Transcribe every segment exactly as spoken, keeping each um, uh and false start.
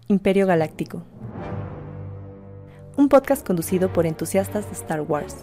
Imperio Galáctico. Un podcast conducido por entusiastas de Star Wars.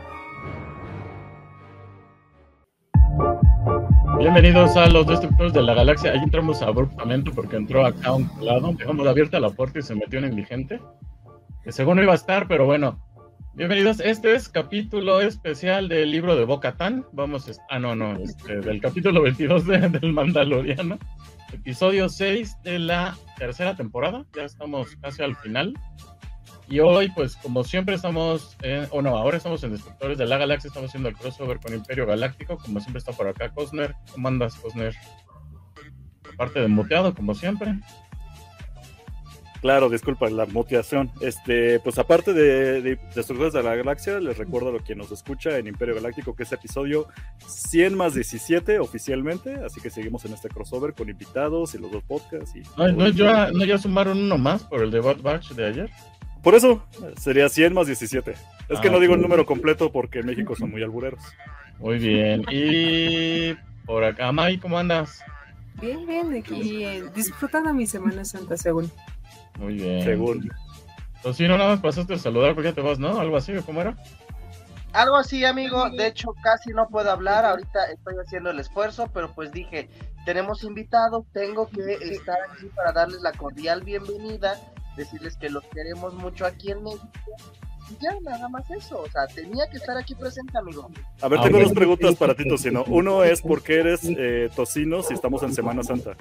Bienvenidos a los Destructores de la Galaxia. Ahí entramos abruptamente porque entró acá un colado. Dejamos abierta la puerta y se metió un indigente, que según no iba a estar, pero bueno. Bienvenidos. Este es capítulo especial del libro de Bo-Katan. Vamos, a... ah, no, no, este, del capítulo veintidós de, del Mandaloriano. Episodio seis de la tercera temporada. Ya estamos casi al final. Y hoy, pues, como siempre estamos, en, o no, ahora estamos en Destructores de la Galaxia. Estamos haciendo el crossover con Imperio Galáctico. Como siempre está por acá Cosner. ¿Cómo andas, Cosner? Aparte de muteado, como siempre. Claro, disculpa la muteación. Este, pues aparte de, de Destructores de la Galaxia, les recuerdo a lo que nos escucha en Imperio Galáctico que es episodio cien más diecisiete oficialmente, así que seguimos en este crossover con invitados y los dos podcasts. Y no, no, ya, no, ya sumaron uno más por el de Bad Batch de ayer. Por eso, sería cien más diecisiete. Es ah, que no digo sí. el número completo porque en México son muy albureros. Muy bien. Y por acá, May, ¿cómo andas? Bien, bien, aquí eh, disfrutando mi Semana Santa, según. Muy bien. Según. Pues sí, no, nada más pasaste a saludar porque ya te vas, ¿no? Algo así, ¿cómo era? Algo así, amigo. De hecho, casi no puedo hablar. Ahorita estoy haciendo el esfuerzo, pero pues dije, tenemos invitados, tengo que estar aquí para darles la cordial bienvenida, decirles que los queremos mucho aquí en México. Y ya, nada más eso. O sea, tenía que estar aquí presente, amigo. A ver, tengo dos preguntas para ti, Tocino. Uno es, ¿por qué eres eh, tocino si estamos en Semana Santa?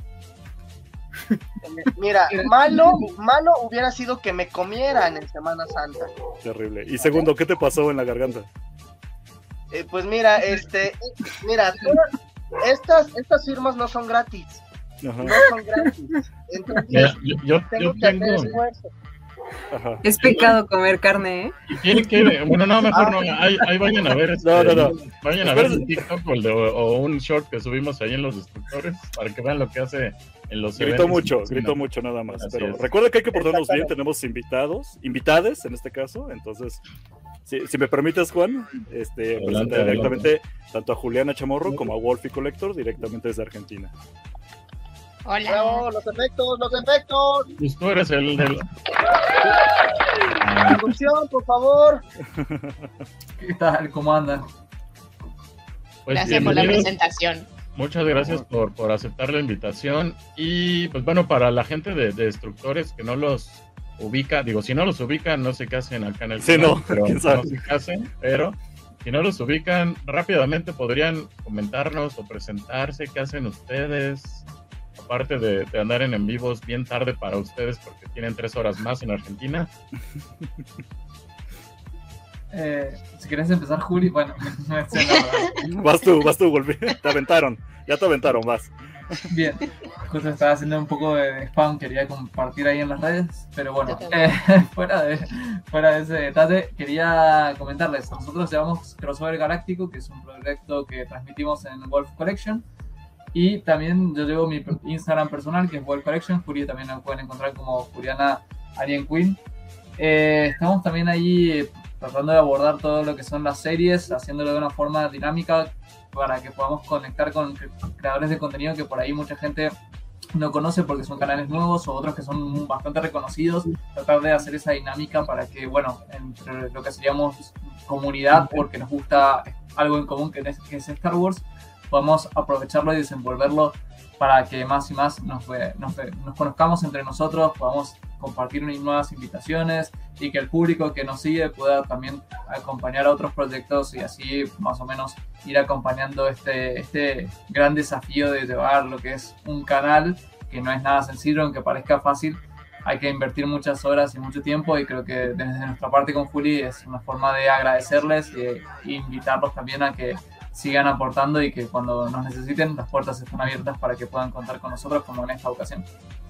Mira, malo, malo hubiera sido que me comieran en Semana Santa. Terrible. Y segundo, ¿qué te pasó en la garganta? Eh, pues mira, este, mira, todas, estas, estas firmas no son gratis. Ajá. No son gratis. Entonces, Mira, yo, yo, tengo yo que tengo... hacer esfuerzo. Ajá. Es pecado comer carne, ¿eh? ¿Quiere que, bueno, no, mejor no, ahí, ahí vayan a ver, este, No, no, no. vayan a ver un TikTok o, el de, o un short que subimos ahí en los Destructores para que vean lo que hace en los Gritó eventos. mucho, Sí, gritó no. mucho nada más. Así Pero es. recuerda que hay que portarnos bien, tenemos invitados, invitades en este caso, entonces, si, si me permites, Juan, este, Adelante, presentar adelante. directamente tanto a Juliana Chamorro como a Wolfie Collector, directamente desde Argentina. Hola. Bravo, los efectos, los efectos. Pues tú eres el del... Producción, por favor. ¿Qué tal? ¿Cómo andan? Pues Gracias por la bienvenidos. presentación. Muchas gracias por, por aceptar la invitación. Y pues bueno, para la gente de, de Destructores que no los ubica, digo, si no los ubican, no sé qué hacen acá en el Sí, canal, no, pero quién sabe. no sé qué hacen, pero si no los ubican, rápidamente podrían comentarnos o presentarse, qué hacen ustedes, aparte de, de andar en en vivos bien tarde para ustedes porque tienen tres horas más en Argentina. Eh, si querés empezar, Juli, bueno, no sé, la verdad. Vas tú, vas tú, Wolfie. Te aventaron, ya te aventaron, vas. Bien, justo estaba haciendo un poco de spam, quería compartir ahí en las redes, pero bueno, Yo eh, fuera, de, fuera de ese detalle, quería comentarles, nosotros llevamos Crossover Galáctico, que es un proyecto que transmitimos en Wolf Collection, y también yo llevo mi Instagram personal, que es Wolf Collection, Juli también lo pueden encontrar como Juliana Alien Queen. Eh, estamos también ahí eh, tratando de abordar todo lo que son las series, haciéndolo de una forma dinámica para que podamos conectar con creadores de contenido que por ahí mucha gente no conoce porque son canales nuevos o otros que son bastante reconocidos, tratar de hacer esa dinámica para que, bueno, entre lo que seríamos comunidad, porque nos gusta algo en común que es, que es Star Wars, podamos aprovecharlo y desenvolverlo para que más y más nos, nos, nos conozcamos entre nosotros, podamos compartir nuevas invitaciones y que el público que nos sigue pueda también acompañar a otros proyectos y así más o menos ir acompañando este, este gran desafío de llevar lo que es un canal que no es nada sencillo, aunque parezca fácil, hay que invertir muchas horas y mucho tiempo y creo que desde nuestra parte con Juli es una forma de agradecerles e invitarlos también a que sigan aportando y que cuando nos necesiten las puertas están abiertas para que puedan contar con nosotros como en esta ocasión.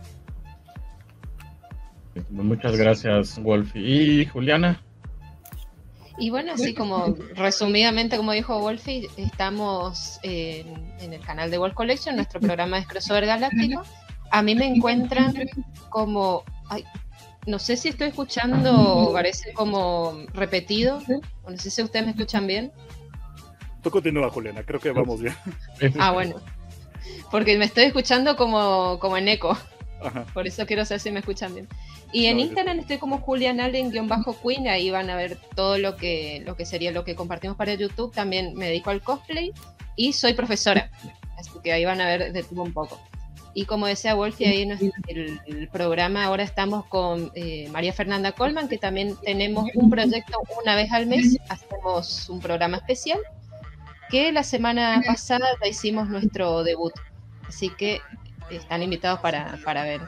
Muchas gracias, Wolf. ¿Y Juliana? Y bueno, así como resumidamente, como dijo Wolfie, estamos en, en el canal de Wolf Collection, nuestro programa es Crossover Galáctico. A mí me encuentran como... Ay, no sé si estoy escuchando, parece como repetido, o no sé si ustedes me escuchan bien. Tú continúa, Juliana, creo que vamos bien. Ah, bueno, porque me estoy escuchando como, como en eco. Ajá. Por eso quiero saber si me escuchan bien. Y en No, Instagram estoy como Julian Allen-Queen, ahí van a ver todo lo que, lo que sería lo que compartimos para YouTube. También me dedico al cosplay y soy profesora, así que ahí van a ver de todo un poco. Y como decía Wolfie, ahí en el, el programa ahora estamos con eh, María Fernanda Colman, que también tenemos un proyecto una vez al mes, hacemos un programa especial, que la semana pasada ya hicimos nuestro debut, así que están invitados para, para ver.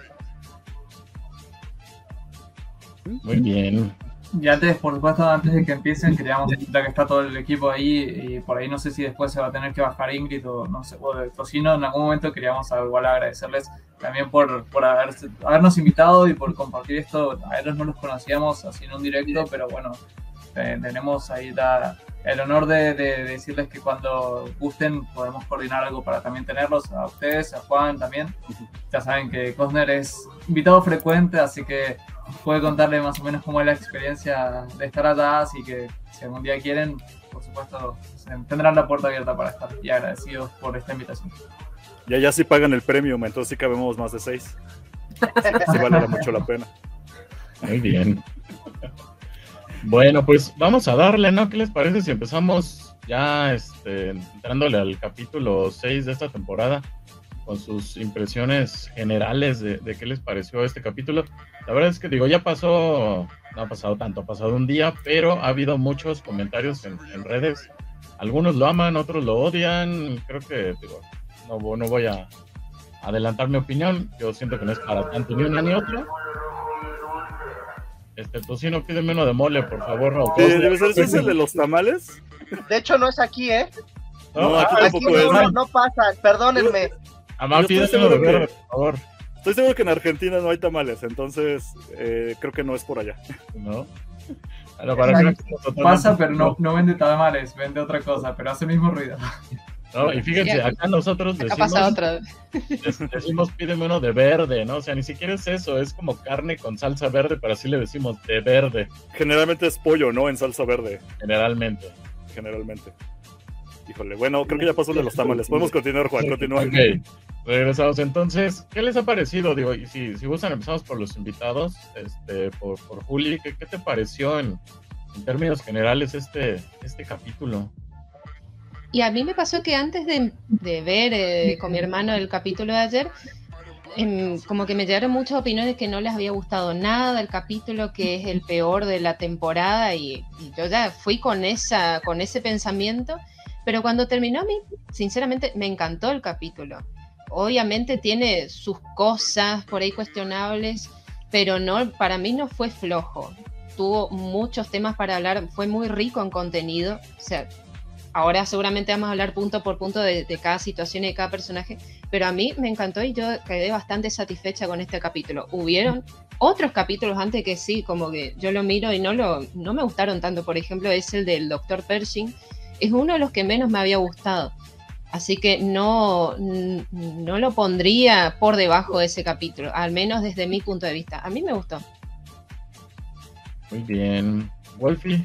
Muy bien. Y antes, por supuesto, antes de que empiecen, queríamos, ya que está todo el equipo ahí, y por ahí no sé si después se va a tener que bajar Ingrid o no sé, o de Tocino, en algún momento queríamos igual agradecerles también por, por haberse, habernos invitado y por compartir esto. A ellos no los conocíamos así en un directo, pero bueno, eh, tenemos ahí la, el honor de, de decirles que cuando gusten podemos coordinar algo para también tenerlos, a ustedes, a Juan también. Ya saben que Cosner es invitado frecuente, así que puede contarle más o menos cómo es la experiencia de estar allá, así que si algún día quieren, por supuesto, tendrán la puerta abierta para estar, y agradecidos por esta invitación. Y allá sí pagan el premium, entonces sí cabemos más de seis. Sí vale mucho la pena. Muy bien. Bueno, pues vamos a darle, ¿no? ¿Qué les parece si empezamos ya este, entrándole al capítulo seis de esta temporada? Con sus impresiones generales de, de qué les pareció este capítulo. La verdad es que digo, ya pasó, no ha pasado tanto, ha pasado un día, pero ha habido muchos comentarios en, en redes. Algunos lo aman, otros lo odian. Creo que digo, no, no voy a adelantar mi opinión. Yo siento que no es para tanto ni una ni otra. Este Tocino, pídeme uno de mole, por favor. No, ¿Sí, debe ser ese el de los tamales? De hecho, no es aquí, ¿eh? No, aquí Aquí tampoco no, es. no, no pasa, perdónenme. Amá, Yo estoy pídeme uno de seguro que- verde, por favor. Estoy seguro que en Argentina no hay tamales, entonces eh, creo que no es por allá. ¿No? Bueno, para que no estemos totalmente- Pasa, pero no, no vende tamales, vende otra cosa, pero hace el mismo ruido. No, y fíjense, Sí, acá nosotros Acá decimos, pasa otra. des- decimos pídeme uno de verde, ¿no? O sea, ni siquiera es eso, es como carne con salsa verde, pero así le decimos de verde, Generalmente es pollo, ¿no? En salsa verde, generalmente. generalmente. Híjole, bueno, creo que ya pasó de los tamales. Podemos continuar, Juan, continúa. Ok, regresamos entonces. ¿Qué les ha parecido? Digo, y si, si gustan, empezamos por los invitados, este, por, por Juli. ¿Qué, qué te pareció en, en términos generales este, este capítulo? Y a mí me pasó que antes de, de ver eh, con mi hermano el capítulo de ayer, em, como que me llegaron muchas opiniones que no les había gustado nada el capítulo, que es el peor de la temporada, y, y yo ya fui con, esa, con ese pensamiento, pero cuando terminó a mí, sinceramente, me encantó el capítulo. Obviamente tiene sus cosas por ahí cuestionables, pero no, para mí no fue flojo. Tuvo muchos temas para hablar, fue muy rico en contenido, o sea, ahora seguramente vamos a hablar punto por punto de, de cada situación y de cada personaje, pero a mí me encantó y yo quedé bastante satisfecha con este capítulo. Hubieron otros capítulos antes que sí, como que yo lo miro y no, lo, no me gustaron tanto. Por ejemplo, es el del doctor Pershing, es uno de los que menos me había gustado. Así que no, no lo pondría por debajo de ese capítulo, al menos desde mi punto de vista. A mí me gustó. Muy bien. Wolfie.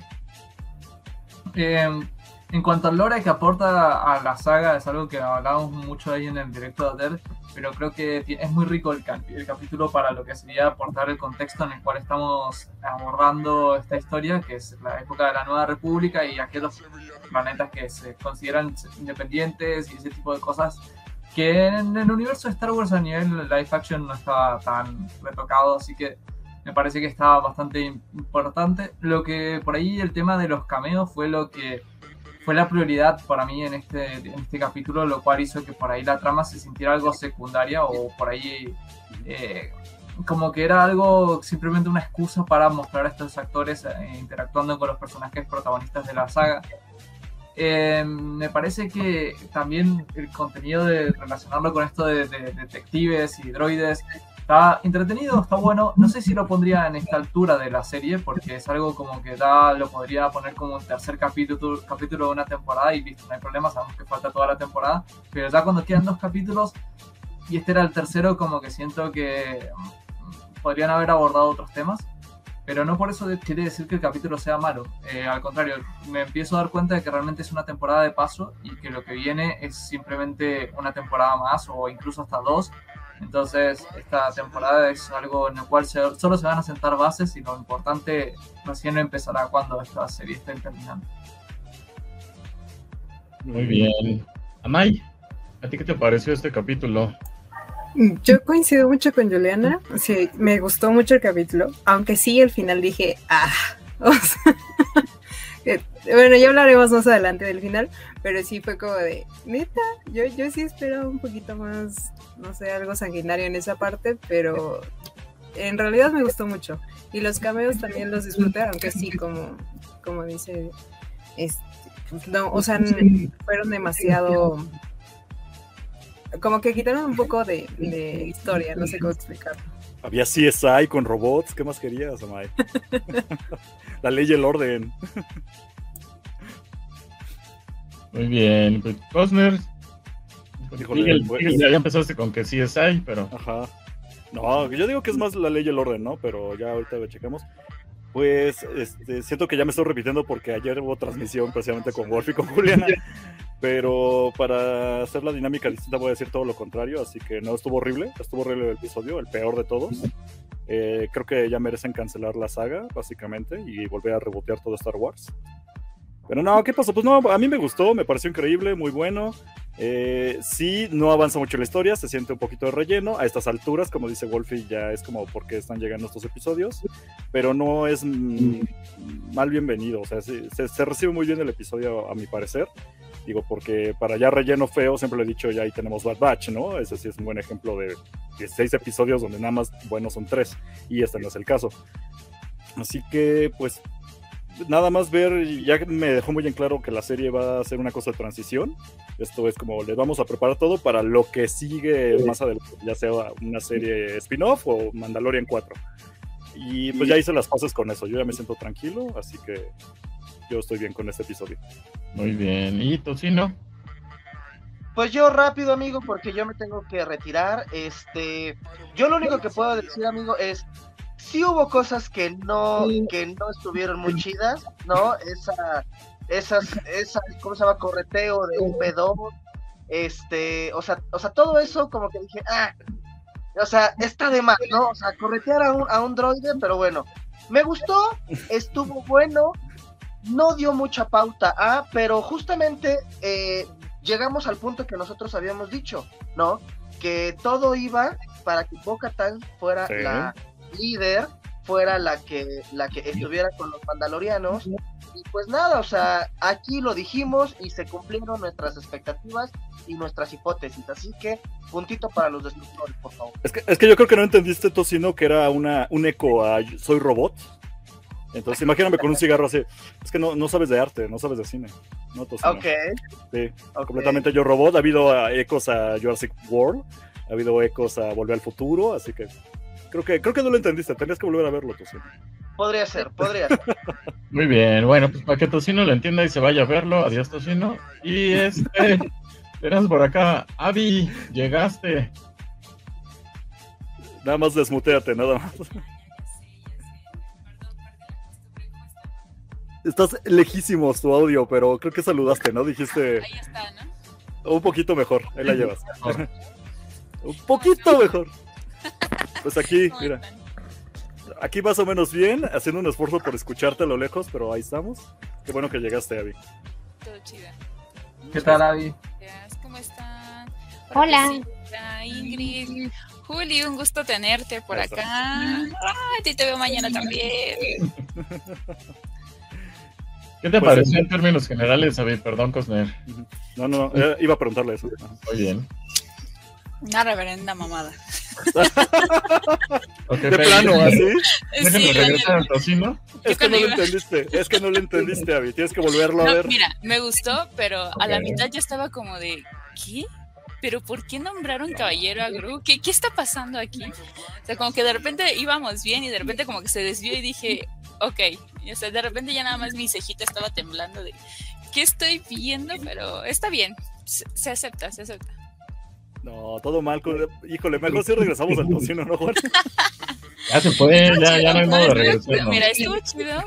Eh, en cuanto al lore que aporta a la saga, es algo que hablábamos mucho ahí en el directo de ayer, pero creo que es muy rico el, cap- el capítulo para lo que sería aportar el contexto en el cual estamos abordando esta historia, que es la época de la Nueva República y aquellos planetas que se consideran independientes y ese tipo de cosas, que en el universo de Star Wars a nivel live action no estaba tan retocado, así que me parece que estaba bastante importante. Lo que por ahí el tema de los cameos fue lo que fue la prioridad para mí en este, en este capítulo, lo cual hizo que por ahí la trama se sintiera algo secundaria o por ahí eh, como que era algo, simplemente una excusa para mostrar a estos actores eh, interactuando con los personajes protagonistas de la saga. Eh, me parece que también el contenido de relacionarlo con esto de, de detectives y droides está entretenido, está bueno. No sé si lo pondría en esta altura de la serie, porque es algo como que da, lo podría poner como un tercer capítulo, capítulo de una temporada y listo, no hay problema, sabemos que falta toda la temporada, pero ya cuando quedan dos capítulos y este era el tercero, como que siento que podrían haber abordado otros temas, pero no por eso quiere decir que el capítulo sea malo. Eh, al contrario, me empiezo a dar cuenta de que realmente es una temporada de paso y que lo que viene es simplemente una temporada más o incluso hasta dos, Entonces, esta temporada es algo en el cual se, solo se van a sentar bases y lo importante recién empezará cuando esta serie esté terminando. Muy bien. Amay, ¿a ti qué te pareció este capítulo? Yo coincido mucho con Juliana, sí, me gustó mucho el capítulo, aunque sí al final dije, ah, o sea, eh, bueno, ya hablaremos más adelante del final, pero sí fue como de, neta, yo, yo sí esperaba un poquito más, no sé, algo sanguinario en esa parte, pero en realidad me gustó mucho, y los cameos también los disfruté, aunque sí, como, como dice, este, no, o sea, fueron demasiado... Como que quitaron un poco de, de historia, no sé cómo explicarlo. Había C S I con robots, ¿qué más querías, Amay? La ley y el orden. Muy bien, pues Cosner. Híjole, Miguel, pues- Miguel, ya, ya empezaste con que C S I, pero Ajá. No, yo digo que es más la ley y el orden, ¿no? Pero ya ahorita lo checamos. Pues este, siento que ya me estoy repitiendo porque ayer hubo transmisión precisamente con Wolf y con Juliana. Pero para hacer la dinámica distinta voy a decir todo lo contrario, así que no, estuvo horrible, estuvo horrible el episodio, el peor de todos. Eh, creo que ya merecen cancelar la saga, básicamente, y volver a rebotear todo Star Wars. Pero no, ¿qué pasó? Pues no, a mí me gustó, me pareció increíble, muy bueno. Eh, sí, no avanza mucho la historia, se siente un poquito de relleno. A estas alturas, como dice Wolfie, ya es como porque están llegando estos episodios, pero no es mm, mal bienvenido. O sea, se, se, se recibe muy bien el episodio, a mi parecer. Digo, porque para ya relleno feo, siempre lo he dicho, ya ahí tenemos Bad Batch, ¿no? Ese sí es un buen ejemplo de dieciséis episodios donde nada más buenos son tres, y este no es el caso. Así que, pues, nada más ver, ya me dejó muy en claro que la serie va a ser una cosa de transición. Esto es como, le vamos a preparar todo para lo que sigue más adelante, ya sea una serie spin-off o Mandalorian cuatro. Y pues ya hice las paces con eso, yo ya me siento tranquilo, así que yo estoy bien con este episodio. muy bien. ¿Y Tocino? Pues yo rápido, amigo, porque yo me tengo que retirar. Este, yo lo único que puedo decir, amigo, es sí hubo cosas que no, que no estuvieron muy chidas, ¿no? Esa, esas, esas, ¿cómo se llama? Correteo de un B dos, este, o sea, o sea, todo eso como que dije, ah, o sea, está de más, ¿no? O sea, corretear a un, a un droide, pero bueno, me gustó, estuvo bueno, no dio mucha pauta, ah, pero justamente eh, llegamos al punto que nosotros habíamos dicho, ¿no? Que todo iba para que Bo-Katan fuera Sí. la líder, fuera la que la que estuviera con los mandalorianos, y pues nada, o sea, aquí lo dijimos y se cumplieron nuestras expectativas y nuestras hipótesis, así que puntito para los destructores, por favor. Es que, es que yo creo que no entendiste, Tocino, que era una, un eco a Soy Robot. Entonces imagíname con un cigarro así. Es que no, no sabes de arte, no sabes de cine, ¿no, Tocino? Ok, Sí, ok. completamente Yo Robot. Ha habido uh, ecos a Jurassic World, ha habido ecos a Volver al Futuro, así que creo que creo que no lo entendiste, tenías que volver a verlo, Tocino. Podría ser, podría ser. Muy bien, bueno, pues para que Tocino lo entienda y se vaya a verlo, adiós Tocino. Y este, tenemos por acá, Abby, llegaste. Nada más desmuteate, nada más. Estás lejísimos tu audio, pero creo que saludaste, ¿no? Dijiste Ahí está, ¿no? un poquito mejor, ahí la llevas. Mejor. Un poquito mejor. Pues aquí, ¿Cómo mira, están? aquí más o menos bien, haciendo un esfuerzo por escucharte a lo lejos, pero ahí estamos. Qué bueno que llegaste, Abby. Todo chido. ¿Qué tal, Abby? Gracias, ¿cómo están? Hola. Hola, Ingrid. Juli, un gusto tenerte por Eso. acá. Ay, a ti te veo mañana también. ¿Qué te Pues, pareció en términos generales, Abby? Perdón, Cosner. No, no, no, eh, iba a preguntarle eso. Ajá. Muy bien. Una reverenda mamada. Ok, De pero- plano, así. Déjenme Sí, la regresar al neta. Tocino. Es que no cuando lo iba- entendiste, es que no lo entendiste, Abby. Tienes que volverlo a No, ver. mira, me gustó, pero a la Ok. mitad yo estaba como de, ¿qué? ¿Pero por qué nombraron caballero a Gru? ¿Qué, ¿Qué está pasando aquí? O sea, como que de repente íbamos bien y de repente como que se desvió y dije, ok. Y, o sea, de repente ya nada más mi cejita estaba temblando de, ¿qué estoy viendo? Pero está bien, se, se acepta, se acepta. No, todo mal. con- Híjole, mejor si regresamos al Tocino, ¿no, Juan? Ya se fue, ya, ya no hay modo de regresar. ¿no? Mira, estuvo chido.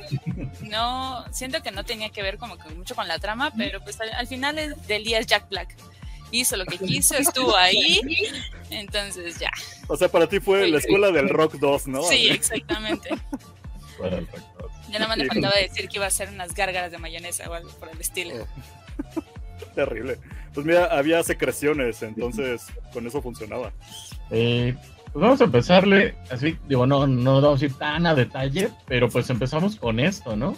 No, siento que no tenía que ver como que mucho con la trama, pero pues al, al final el del día es Jack Black. hizo lo que quiso, estuvo ahí, entonces ya. O sea, para ti fue la escuela del rock dos, ¿no? Sí, exactamente. Ya nada más le faltaba decir que iba a hacer unas gárgaras de mayonesa o algo por el estilo. Oh. Terrible. Pues mira, había secreciones, entonces con eso funcionaba. Eh, pues vamos a empezarle, así, digo, no, no vamos a ir tan a detalle, pero pues empezamos con esto, ¿no?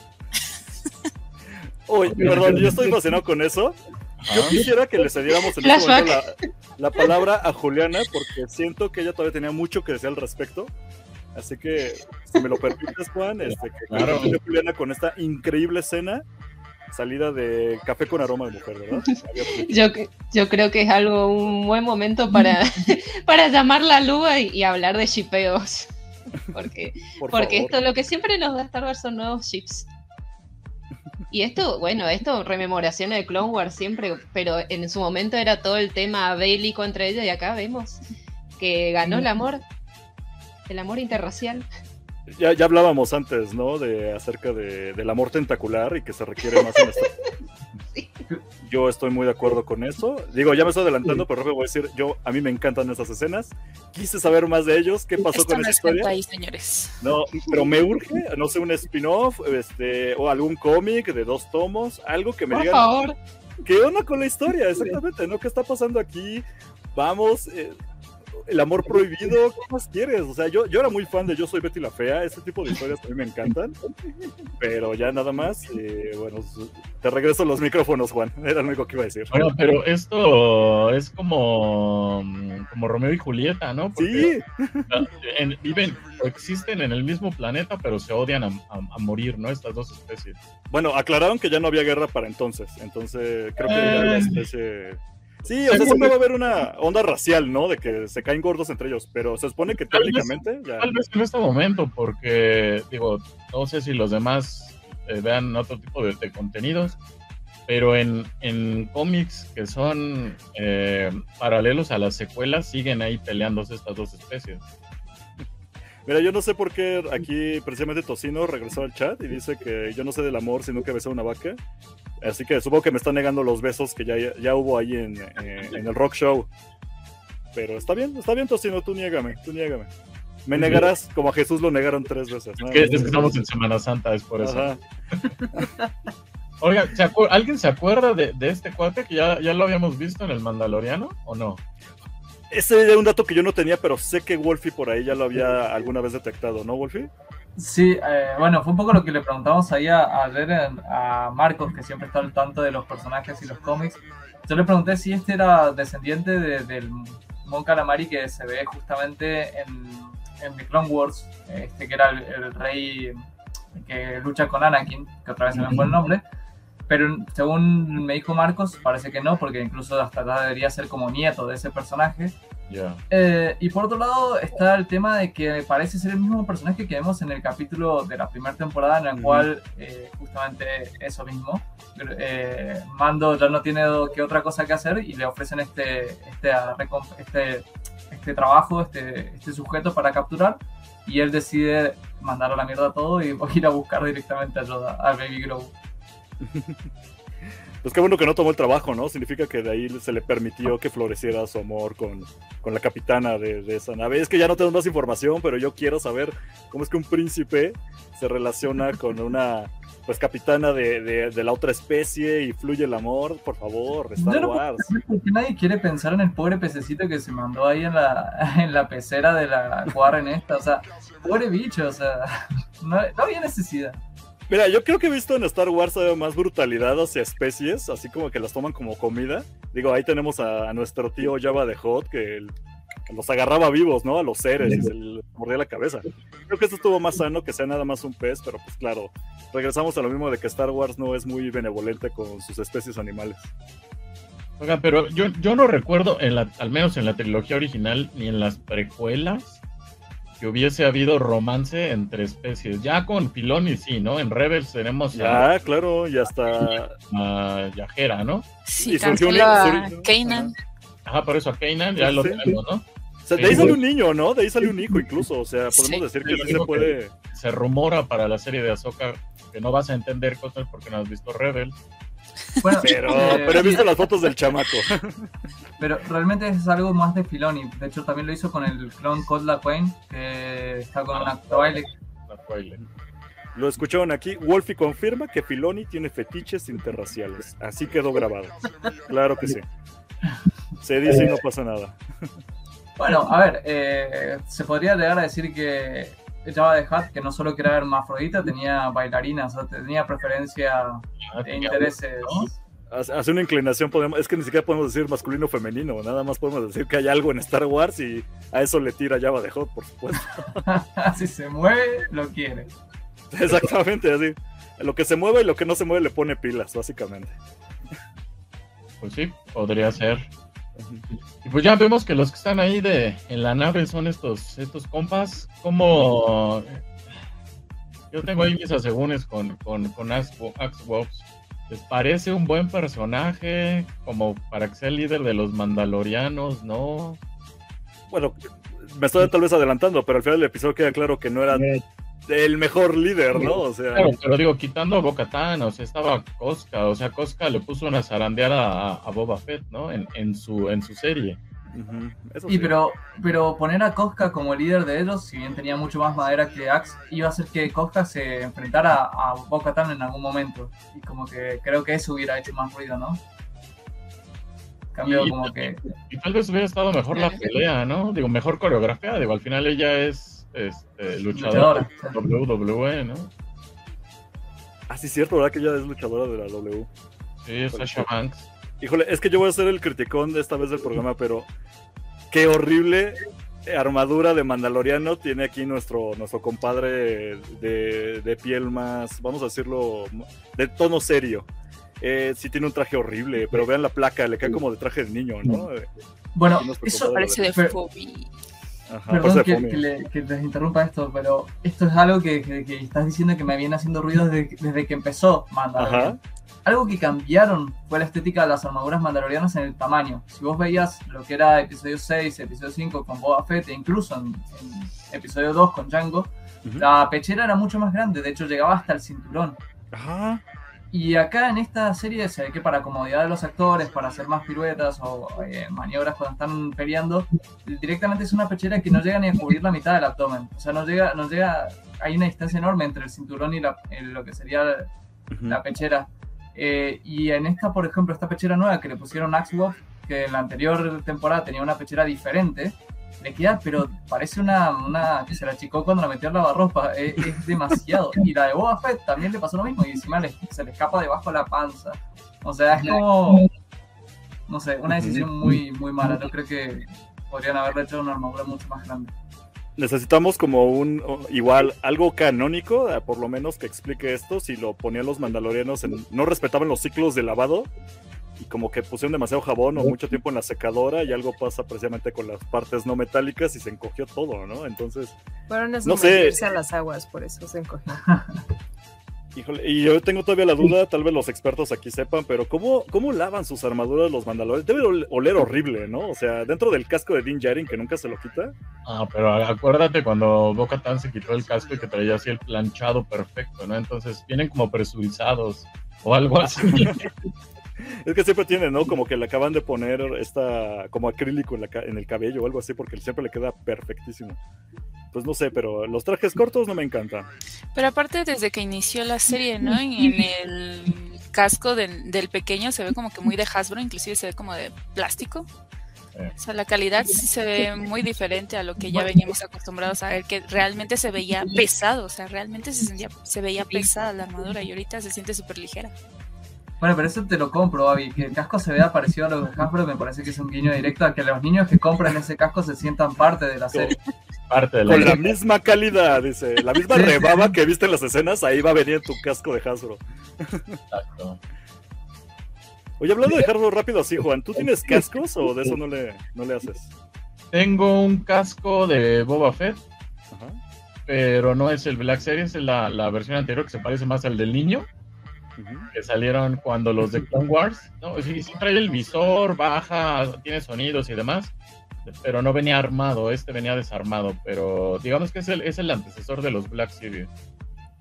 Uy, perdón, yo estoy fascinado con eso. Yo quisiera que le cediéramos en este momento la, la palabra a Juliana, porque siento que ella todavía tenía mucho que decir al respecto. Así que, si me lo permites, Juan, este, que claro. Juliana con esta increíble escena, salida de Café con Aroma de Mujer, ¿verdad? Yo, yo creo que es algo, un buen momento para, para llamar la lupa y, y hablar de shipeos. Porque, Por porque esto lo que siempre nos da Star Wars son nuevos ships. Y esto, bueno, esto rememoraciones de Clone Wars siempre, pero en su momento era todo el tema bélico entre ellos y acá vemos que ganó el amor, el amor interracial. Ya, ya hablábamos antes, ¿no? De acerca de, del amor tentacular y que se requiere más en esta... Sí. Yo estoy muy de acuerdo con eso. Digo, ya me estoy adelantando, sí. Pero rápido voy a decir, yo, a mí me encantan esas escenas. Quise saber más de ellos, qué pasó Esto con no esa historia. Ahí, señores. No, pero me urge, no sé, un spin-off, este, o algún cómic de dos tomos, algo que me Por digan. favor. ¿Qué onda con la historia? Exactamente, ¿no? ¿Qué está pasando aquí? Vamos, eh, el amor prohibido, ¿qué más quieres? O sea, yo, yo era muy fan de Yo Soy Betty la Fea, ese tipo de historias a mí me encantan, pero ya nada más, eh, bueno, te regreso los micrófonos, Juan, era lo único que iba a decir. Bueno, pero esto es como, como Romeo y Julieta, ¿no? Porque sí. En, viven, existen en el mismo planeta, pero se odian a, a, a morir, ¿no? Estas dos especies. Bueno, aclararon que ya no había guerra para entonces, entonces creo que eh... ya la especie... Sí, o sea, siempre va a haber una onda racial, ¿no? De que se caen gordos entre ellos, pero se supone que tal técnicamente... Vez, ya... Tal vez en este momento, porque, digo, no sé si los demás eh, vean otro tipo de, de contenidos, pero en, en cómics que son eh, paralelos a las secuelas, siguen ahí peleándose estas dos especies. Mira, yo no sé por qué aquí precisamente Tocino regresó al chat y dice que yo no sé del amor si nunca besé a una vaca. Así que supongo que me están negando los besos que ya, ya hubo ahí en, en, en el Rock Show. Pero está bien, está bien, Tocino, tú niégame, tú niégame. Me negarás como a Jesús lo negaron tres veces. ¿No? Es, que, es que estamos en Semana Santa, es por eso. Oiga, ¿se acu- ¿alguien se acuerda de, de este cuate que ya, ya lo habíamos visto en el Mandaloriano o no? Ese era un dato que yo no tenía, pero sé que Wolfie por ahí ya lo había alguna vez detectado, ¿no, Wolfie? Sí, eh, bueno, fue un poco lo que le preguntamos ahí a, ayer a Marcos, que siempre está al tanto de los personajes y los cómics. Yo le pregunté si este era descendiente de, del Mon Calamari que se ve justamente en, en The Clone Wars, este que era el, el rey que lucha con Anakin, que otra vez se me fue el nombre. Pero según me dijo Marcos, parece que no, porque incluso hasta debería ser como nieto de ese personaje. Yeah. Eh, y por otro lado está el tema de que parece ser el mismo personaje que vemos en el capítulo de la primera temporada, en el mm. cual eh, justamente eso mismo. Eh, Mando ya no tiene que otra cosa que hacer y le ofrecen este, este, este, este trabajo, este, este sujeto para capturar. Y él decide mandar a la mierda todo y ir a buscar directamente ayuda al Baby Grogu. Pues qué bueno que no tomó el trabajo, ¿no? Significa que de ahí se le permitió que floreciera su amor con, con la capitana de, de esa nave. Es que ya no tenemos más información, pero yo quiero saber cómo es que un príncipe se relaciona con una pues capitana de, de, de la otra especie y fluye el amor. Por favor, Star no Wars. Porque nadie quiere pensar en el pobre pececito que se mandó ahí en la, en la pecera de la Warren esta. O sea, pobre bicho, o sea, no, no había necesidad. Mira, yo creo que he visto en Star Wars más brutalidad hacia especies, así como que las toman como comida. Digo, ahí tenemos a, a nuestro tío Jabba the Hutt, que, el, que los agarraba vivos, ¿no? A los seres y se les mordía la cabeza. Creo que esto estuvo más sano que sea nada más un pez, pero pues claro, regresamos a lo mismo de que Star Wars no es muy benevolente con sus especies animales. Oiga, pero yo, yo no recuerdo, en la, al menos en la trilogía original, ni en las precuelas, que hubiese habido romance entre especies. Ya con Filoni sí, ¿no? En Rebels tenemos ya, a, claro, y hasta a Yajera, ¿no? Sí, canceló a Kanan. Ajá, por eso a Kanan ya sí, lo tengo, ¿no? O sea, de ahí sale un niño, ¿no? De ahí sale un hijo incluso, o sea, podemos sí, decir que sí se puede... Se rumora para la serie de Ahsoka que no vas a entender cosas porque no has visto Rebels, Bueno, Pero, eh, pero he sí, visto las fotos del chamaco. pero realmente es algo más de Filoni. De hecho, también lo hizo con el clon Colt Lawrence, que está con una Twilight. La Twilight. Lo escucharon aquí. Wolfie confirma que Filoni tiene fetiches interraciales. Así quedó grabado. Claro que sí. Se dice y no pasa nada. Bueno, a ver, eh, se podría llegar a decir que Jabba the Hutt, que no solo que era hermafrodita, tenía bailarinas, o sea, tenía preferencia Ah, e intereses. ¿no? Hace hace una inclinación, podemos, es que ni siquiera podemos decir masculino o femenino, nada más podemos decir que hay algo en Star Wars y a eso le tira Jabba the Hutt, por supuesto. Si se mueve, lo quiere. Exactamente, así. Lo que se mueve y lo que no se mueve le pone pilas, básicamente. Pues sí, podría ser. Y pues ya vemos que los que están ahí de en la nave son estos estos compas. Como yo tengo ahí mis asegúnes con, con, con Axe Wops. ¿Les parece un buen personaje como para que sea el líder de los mandalorianos? ¿No? Bueno, me estoy tal vez adelantando, pero al final del episodio queda claro que no era el mejor líder, ¿no? O sea, Claro, pero digo, quitando a Bo-Katan, o sea, estaba Cosca, o sea, Cosca le puso una zarandeada a, a Boba Fett, ¿no? En, en su en su serie. uh-huh, eso Y sí. pero, pero poner a Cosca como líder de ellos, si bien tenía mucho más madera que Axe, iba a hacer que Cosca se enfrentara a Bo-Katan en algún momento. Y como que creo que eso hubiera hecho más ruido, ¿no? Cambio Y- como que... Y tal vez hubiera estado mejor la pelea, ¿no? Digo, mejor coreografía, digo, al final ella es este, luchadora Luchadora. W W E, ¿no? Ah, sí, es cierto, ¿verdad que ella es luchadora de la W? Sí, es Sasha Banks. Híjole, es que yo voy a ser el criticón de esta vez del programa, pero qué horrible armadura de Mandaloriano tiene aquí nuestro, nuestro compadre de, de piel más, vamos a decirlo, de tono serio. Eh, sí tiene un traje horrible, pero vean la placa, le cae como de traje de niño, ¿no? Eh, Bueno, aquí nuestro eso... compadre Parece de Pero- Fobi. Ajá, Perdón parece que, fome. que le- que les interrumpa esto, pero esto es algo que, que- que estás diciendo que me viene haciendo ruido desde, desde que empezó Mandalorian. Ajá. Algo que cambiaron fue la estética de las armaduras mandalorianas en el tamaño. Si vos veías lo que era episodio seis, episodio cinco con Boba Fett, e incluso en, en episodio dos con Jango, Ujú. la pechera era mucho más grande, de hecho llegaba hasta el cinturón. Ajá. Y acá en esta serie se ve que para comodidad de los actores, para hacer más piruetas o eh, maniobras cuando están peleando, directamente es una pechera que no llega ni a cubrir la mitad del abdomen. O sea, no llega, no llega, hay una distancia enorme entre el cinturón y la, el- lo que sería Ujú. la pechera. Eh, y en esta, por ejemplo, esta pechera nueva que le pusieron Axe Wolf, que en la anterior temporada tenía una pechera diferente, le queda, pero parece una, una que se la achicó cuando la metió en lavarropa, es, es demasiado. Y la de Boba Fett también le pasó lo mismo, y encima le- se le escapa debajo de la panza. O sea, es como, no sé, una decisión muy, muy mala. Yo creo que podrían haberle hecho una armadura mucho más grande. Necesitamos como un, o- igual, algo canónico, eh, por lo menos que explique esto, si lo ponían los mandalorianos, en, no respetaban los ciclos de lavado, y como que pusieron demasiado jabón o mucho tiempo en la secadora, y algo pasa precisamente con las partes no metálicas y se encogió todo, ¿no? Entonces, Fueron a No sé. sumergirse a las aguas, por eso se encogió. híjole, y yo tengo todavía la duda, tal vez los expertos aquí sepan, pero ¿cómo, cómo lavan sus armaduras los mandalorianos? Debe ol- oler horrible, ¿no? O sea, dentro del casco de Din Djarin, que nunca se lo quita. Ah, pero acuérdate cuando Bo-Katan se quitó el casco y que traía así el planchado perfecto, ¿no? Entonces vienen como presurizados o algo así. Es que siempre tiene, ¿no? Como que le acaban de poner esta, como acrílico en, la ca- en el cabello o algo así, porque siempre le queda perfectísimo. Pues no sé, pero los trajes cortos no me encantan. Pero aparte, desde que inició la serie, ¿no? En, en el casco del, del pequeño se ve como que muy de Hasbro, inclusive se ve como de plástico. O sea, la calidad sí se ve muy diferente a lo que ya veníamos acostumbrados a ver, que realmente se veía pesado, o sea, realmente se, sentía, se veía pesada la armadura y ahorita se siente súper ligera. Bueno, pero eso te lo compro, Abby. Que el casco se vea parecido a los de Hasbro me parece que es un guiño directo a que los niños que compran ese casco se sientan parte de la serie. Parte de la Con la misma calidad, dice. La misma rebaba que viste en las escenas, ahí va a venir tu casco de Hasbro. Exacto. Oye, hablando de Hasbro rápido así, Juan, ¿tú tienes cascos o de eso no le, no le haces? Tengo un casco de Boba Fett, Ajá. pero no es el Black Series, es la, la versión anterior que se parece más al del niño, Ujú. que salieron cuando los de Clone Wars, ¿no? Sí, sí trae el visor, baja, tiene sonidos y demás, pero no venía armado, este venía desarmado, pero digamos que es el, es el antecesor de los Black Series.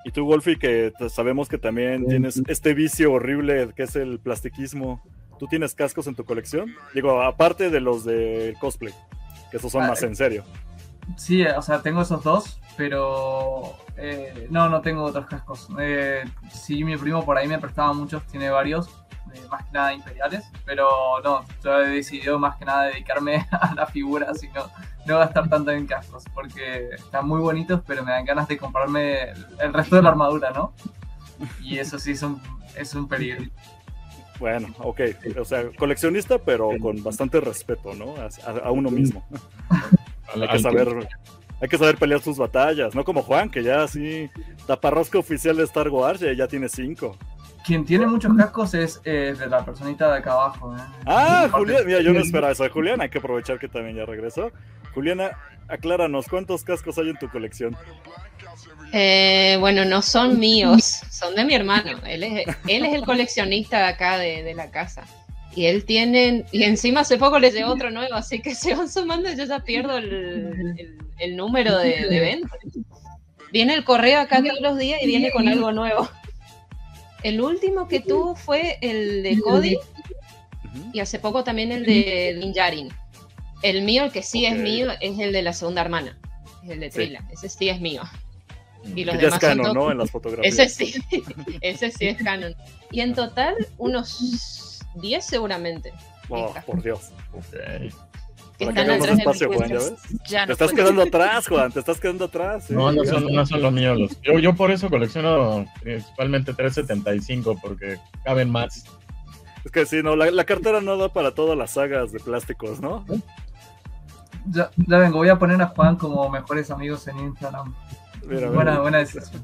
Y tú, Wolfie, que t- sabemos que también tienes este vicio horrible que es el plastiquismo. ¿Tú tienes cascos en tu colección? Digo, aparte de los de cosplay, que esos son Ah, más en serio. Sí, o sea, tengo esos dos, pero eh, no, no tengo otros cascos. Eh, sí, mi primo por ahí me prestaba muchos, tiene varios, eh, más que nada imperiales, pero no, yo he decidido más que nada dedicarme a la figura, así no, no gastar tanto en cascos, porque están muy bonitos, pero me dan ganas de comprarme el, el resto de la armadura, ¿no? Y eso sí es un, es un peligro. Bueno, ok. O sea, coleccionista, pero con bastante respeto, ¿no? A, a- a uno mismo. Al- Hay que al- saber, hay que saber pelear sus batallas, no como Juan, que ya así, taparrosca oficial de Star Wars, ya, ya tiene cinco. Quien tiene muchos cascos es eh, de la personita de acá abajo. ¿eh? Ah, Aparte- Julián, mira, yo no esperaba eso de Julián, hay que aprovechar que también ya regresó. Juliana, acláranos, ¿cuántos cascos hay en tu colección? Eh, bueno, no son míos, son de mi hermano. Él es, él es el coleccionista de acá de, de la casa. Y él tiene, y encima hace poco le llegó otro nuevo, así que se van sumando y yo ya pierdo el, el, el número de, de venta. Viene el correo acá todos los días y viene con algo nuevo. El último que tuvo fue el de Cody Ujú. y hace poco también el de Din Djarin. El mío, el que sí Ok. es mío, es el de la segunda hermana, es el de Sí. Trilla. Ese sí es mío. Y los Que ya es demás son canon, todos- ¿no? En las fotografías. Ese sí, ese sí es canon. Y en total, unos diez seguramente. Oh, por Dios. Ok. Que Para que están hagamos atrás de espacio, mis Juan, ¿ya cuentas. ves? Ya Te no estás puedo. quedando atrás, Juan, te estás quedando atrás. ¿eh? No, no son, no son los míos. Los, yo, yo por eso colecciono principalmente trescientos setenta y cinco, porque caben más. Es que sí, no, la, la cartera no da para todas las sagas de plásticos, ¿no? Ya, ya vengo, voy a poner a Juan como mejores amigos en Instagram. Mira, Buena, mira. buena decisión.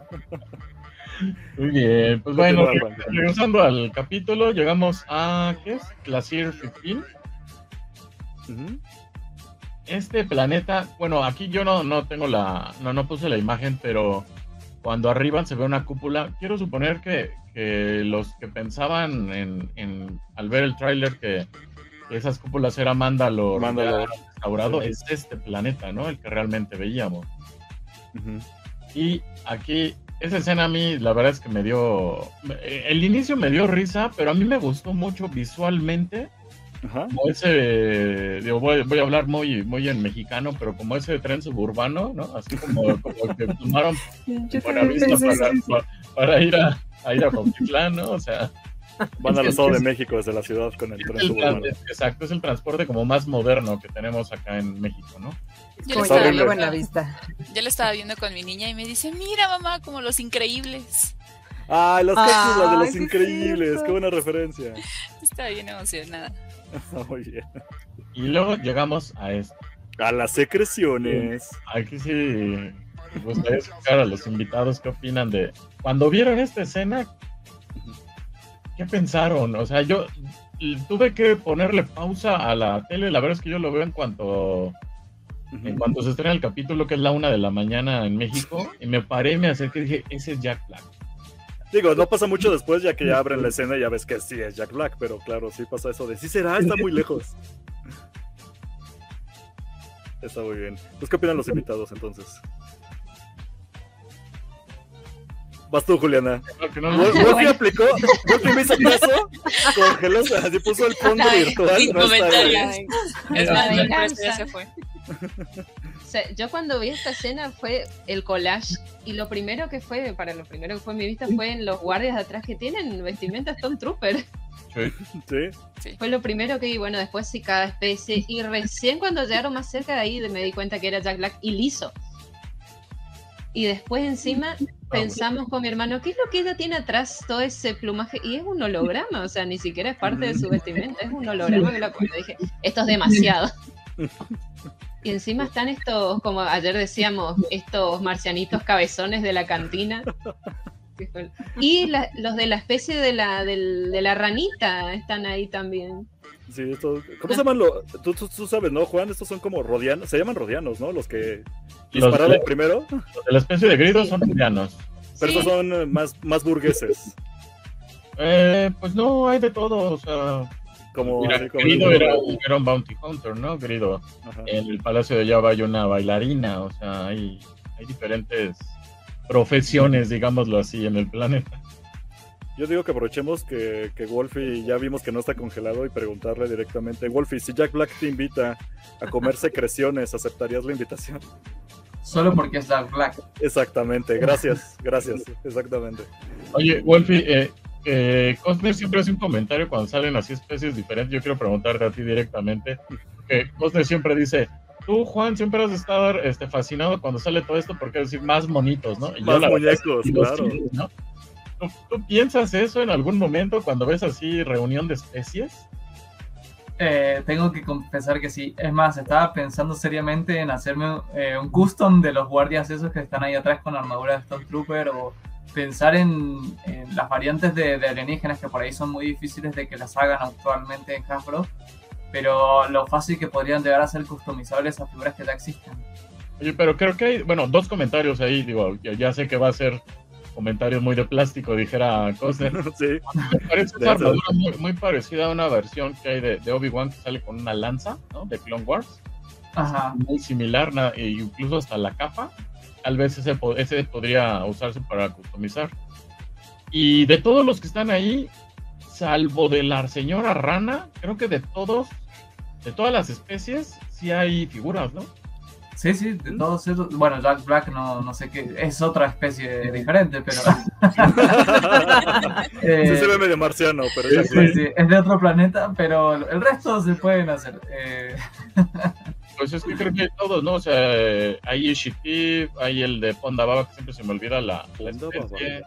Muy bien, pues Continúa, bueno, Juan. regresando al capítulo, llegamos a, ¿qué es? Glacier quince. Ujú. Este planeta, bueno, aquí yo no, no tengo la, no, no puse la imagen, pero cuando arriban se ve una cúpula. Quiero suponer que, que los que pensaban en, en al ver el tráiler que, que esas cúpulas era Mandalor, Mandalor. ya restaurado, Sí. es este planeta, ¿no? El que realmente veíamos. Ujú. Y aquí, esa escena a mí, la verdad es que me dio, el inicio me dio risa, pero a mí me gustó mucho visualmente. Ajá. Como ese, digo, voy, voy a hablar muy, muy en mexicano, pero como ese tren suburbano, ¿no? Así como, como que tomaron Yo buena también vista pensé para, eso. pa- para ir a, a ir a Cuautitlán, ¿no? O sea, Van al es- Estado de es- México desde la ciudad con el es tren el suburbano. tran- exacto, es el transporte como más moderno que tenemos acá en México, ¿no? Yo le, Como Está estaba horrible. yo viendo, en la vista. yo le estaba viendo con mi niña y me dice, mira mamá, como Los Increíbles. ¡Ay, las cápsulas de Ay, los sí es increíbles! cierto. ¡Qué buena referencia! Estaba bien emocionada. Muy bien. Y luego llegamos a esto. A las secreciones. Aquí sí me gustaría escuchar a los invitados qué opinan de... Cuando vieron esta escena, ¿qué pensaron? O sea, yo tuve que ponerle pausa a la tele, la verdad es que yo lo veo en cuanto... En Ujú. cuanto se estrena el capítulo, que es la una de la mañana en México, y me paré y me acerqué y dije, ese es Jack Black. Digo, no pasa mucho después, ya que ya abren la escena y ya ves que sí es Jack Black, pero claro, sí pasa eso de sí será, está muy lejos. Está muy bien. Pues, ¿qué opinan los invitados entonces? Vas tú, Juliana. No, que no, Wol- no, Wolfie aplicó, Wolfie me hizo caso, congeló, así puso el fondo Ay, virtual. sin no está comentarios. bien. Es La más, venganza. por eso ya se fue. O sea, yo cuando vi esta escena fue el collage y lo primero que fue, para lo primero que fue en mi vista fue en los guardias de atrás que tienen vestimenta Stormtrooper. sí. Sí, Fue lo primero que vi, bueno, después sí cada especie y recién cuando llegaron más cerca de ahí me di cuenta que era Jack Black y liso. Y después encima pensamos con mi hermano, ¿qué es lo que ella tiene atrás todo ese plumaje? Y es un holograma, o sea, ni siquiera es parte de su vestimenta, es un holograma que lo cuando dije, esto es demasiado. Y encima están estos, como ayer decíamos, estos marcianitos cabezones de la cantina. Y la- los de la especie de la, del- de la ranita están ahí también. sí, esto, ¿cómo se llaman? Lo, tú, tú, tú sabes, ¿no, Juan? Estos son como rodianos, se llaman rodianos, ¿no? Los que Los dispararon de, primero, los de la especie de gridos son indianos. pero Sí. estos son eh, más, más burgueses. Eh, pues no, hay de todo, o sea... Como, Mira, así como- Grido era, un- era un bounty hunter, ¿no? Grido. Ajá. En el Palacio de Java hay una bailarina, o sea, hay, hay diferentes profesiones, digámoslo así, en el planeta. Yo digo que aprovechemos que, que Wolfie ya vimos que no está congelado y preguntarle directamente, Wolfie, si Jack Black te invita a comer secreciones, ¿aceptarías la invitación? Solo porque es Jack Black. Exactamente, gracias, gracias, exactamente. Oye, Wolfie, eh, eh, Costner siempre hace un comentario cuando salen así especies diferentes. Yo quiero preguntarte a ti directamente, que Costner siempre dice, tú, Juan, siempre has estado este, fascinado cuando sale todo esto porque es decir, más monitos, ¿no? Y más yo, muñecos, verdad, claro. Sí, ¿no? ¿Tú, ¿Tú piensas eso en algún momento cuando ves así reunión de especies? Eh, tengo que confesar que sí. Es más, estaba pensando seriamente en hacerme eh, un custom de los guardias esos que están ahí atrás con armadura de Stormtrooper, o pensar en, en las variantes de, de alienígenas que por ahí son muy difíciles de que las hagan actualmente en Hasbro, pero lo fácil que podrían llegar a ser customizables esas figuras que ya existen. Oye, pero creo que hay, bueno, dos comentarios ahí, digo, ya, ya sé que va a ser comentarios muy de plástico, dijera Costner. Sí. Me parece esa armadura muy, muy parecida a una versión que hay de, de Obi-Wan que sale con una lanza, ¿no? De Clone Wars. Ajá. Muy similar, nada, e incluso hasta la capa. Tal vez ese, ese podría usarse para customizar. Y de todos los que están ahí, salvo de la señora rana, creo que de todos, de todas las especies, sí hay figuras, ¿no? Sí, sí, de todos esos. Bueno, Jack Black no, no sé qué, es otra especie diferente, pero. eh, sí, se ve medio marciano, pero. Sí, sí, sí, es de otro planeta, pero el resto se pueden hacer. Eh... Pues es que creo que hay todos, ¿no? O sea, hay Ishitiv, hay el de Ponda Baba, que siempre se me olvida la, la especie.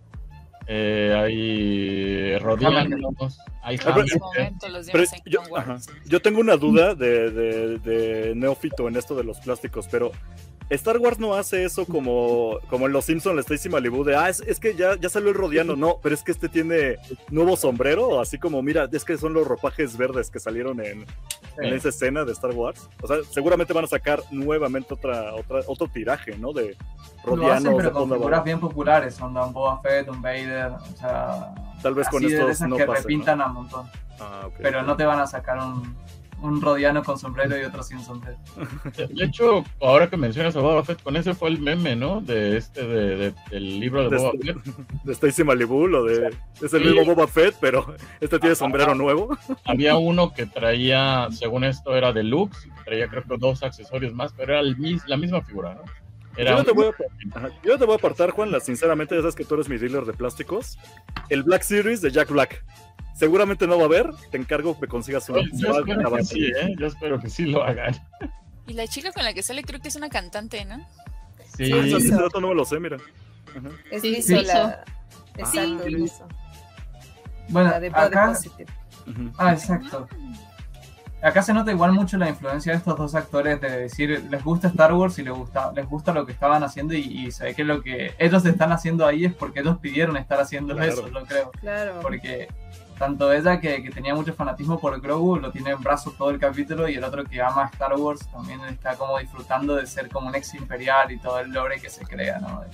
Eh, hay Rodianos, hay Hammer. Pero yo, yo tengo una duda de, de, de neófito en esto de los plásticos, pero Star Wars no hace eso como, como en Los Simpsons, la Stacy Malibu, de ah, es, es que ya, ya salió el Rodiano, no, pero es que este tiene nuevo sombrero, así como, mira, es que son los ropajes verdes que salieron en, en esa escena de Star Wars. O sea, seguramente van a sacar nuevamente otra, otra otro tiraje, ¿no? De Rodianos. Lo hacen, pero con figuras bien populares, son un Boba Fett, un Vader, o sea... Tal vez con estos estos de esas no que pase, repintan ¿no? a un montón. Ah, okay, pero okay. No te van a sacar un, un Rodiano con sombrero y otro sin sombrero. De hecho, ahora que mencionas a Boba Fett, con ese fue el meme, ¿no? De este, de, de, del libro de, de Boba Fett. De Stacy Malibu, lo de... Sí. Es el mismo Boba Fett, pero este tiene sombrero nuevo. Había uno que traía, según esto, era deluxe, traía creo que dos accesorios más, pero era el mis, la misma figura, ¿no? Era yo, no te un... voy a, ajá, yo no te voy a apartar, Juan, la, sinceramente, ya sabes que tú eres mi dealer de plásticos. El Black Series de Jack Black. Seguramente no va a haber, te encargo que consigas uno. Yo, yo espero que sí, ¿eh? Yo espero que sí lo hagan. Y la chica con la que sale creo que es una cantante, ¿no? Sí, sí ese dato no me lo sé, mira. Ajá. Es sí, sí, la... Exacto, sí. Eso. Bueno, la de acá... Uh-huh. Ah, exacto. Acá se nota igual mucho la influencia de estos dos actores de decir, les gusta Star Wars y les gusta, les gusta lo que estaban haciendo y, y se ve que lo que ellos están haciendo ahí es porque ellos pidieron estar haciendo claro. eso, lo creo. Claro. Porque tanto ella que, que tenía mucho fanatismo por Grogu, lo tiene en brazos todo el capítulo, y el otro que ama Star Wars también está como disfrutando de ser como un ex imperial y todo el lore que se crea, ¿no?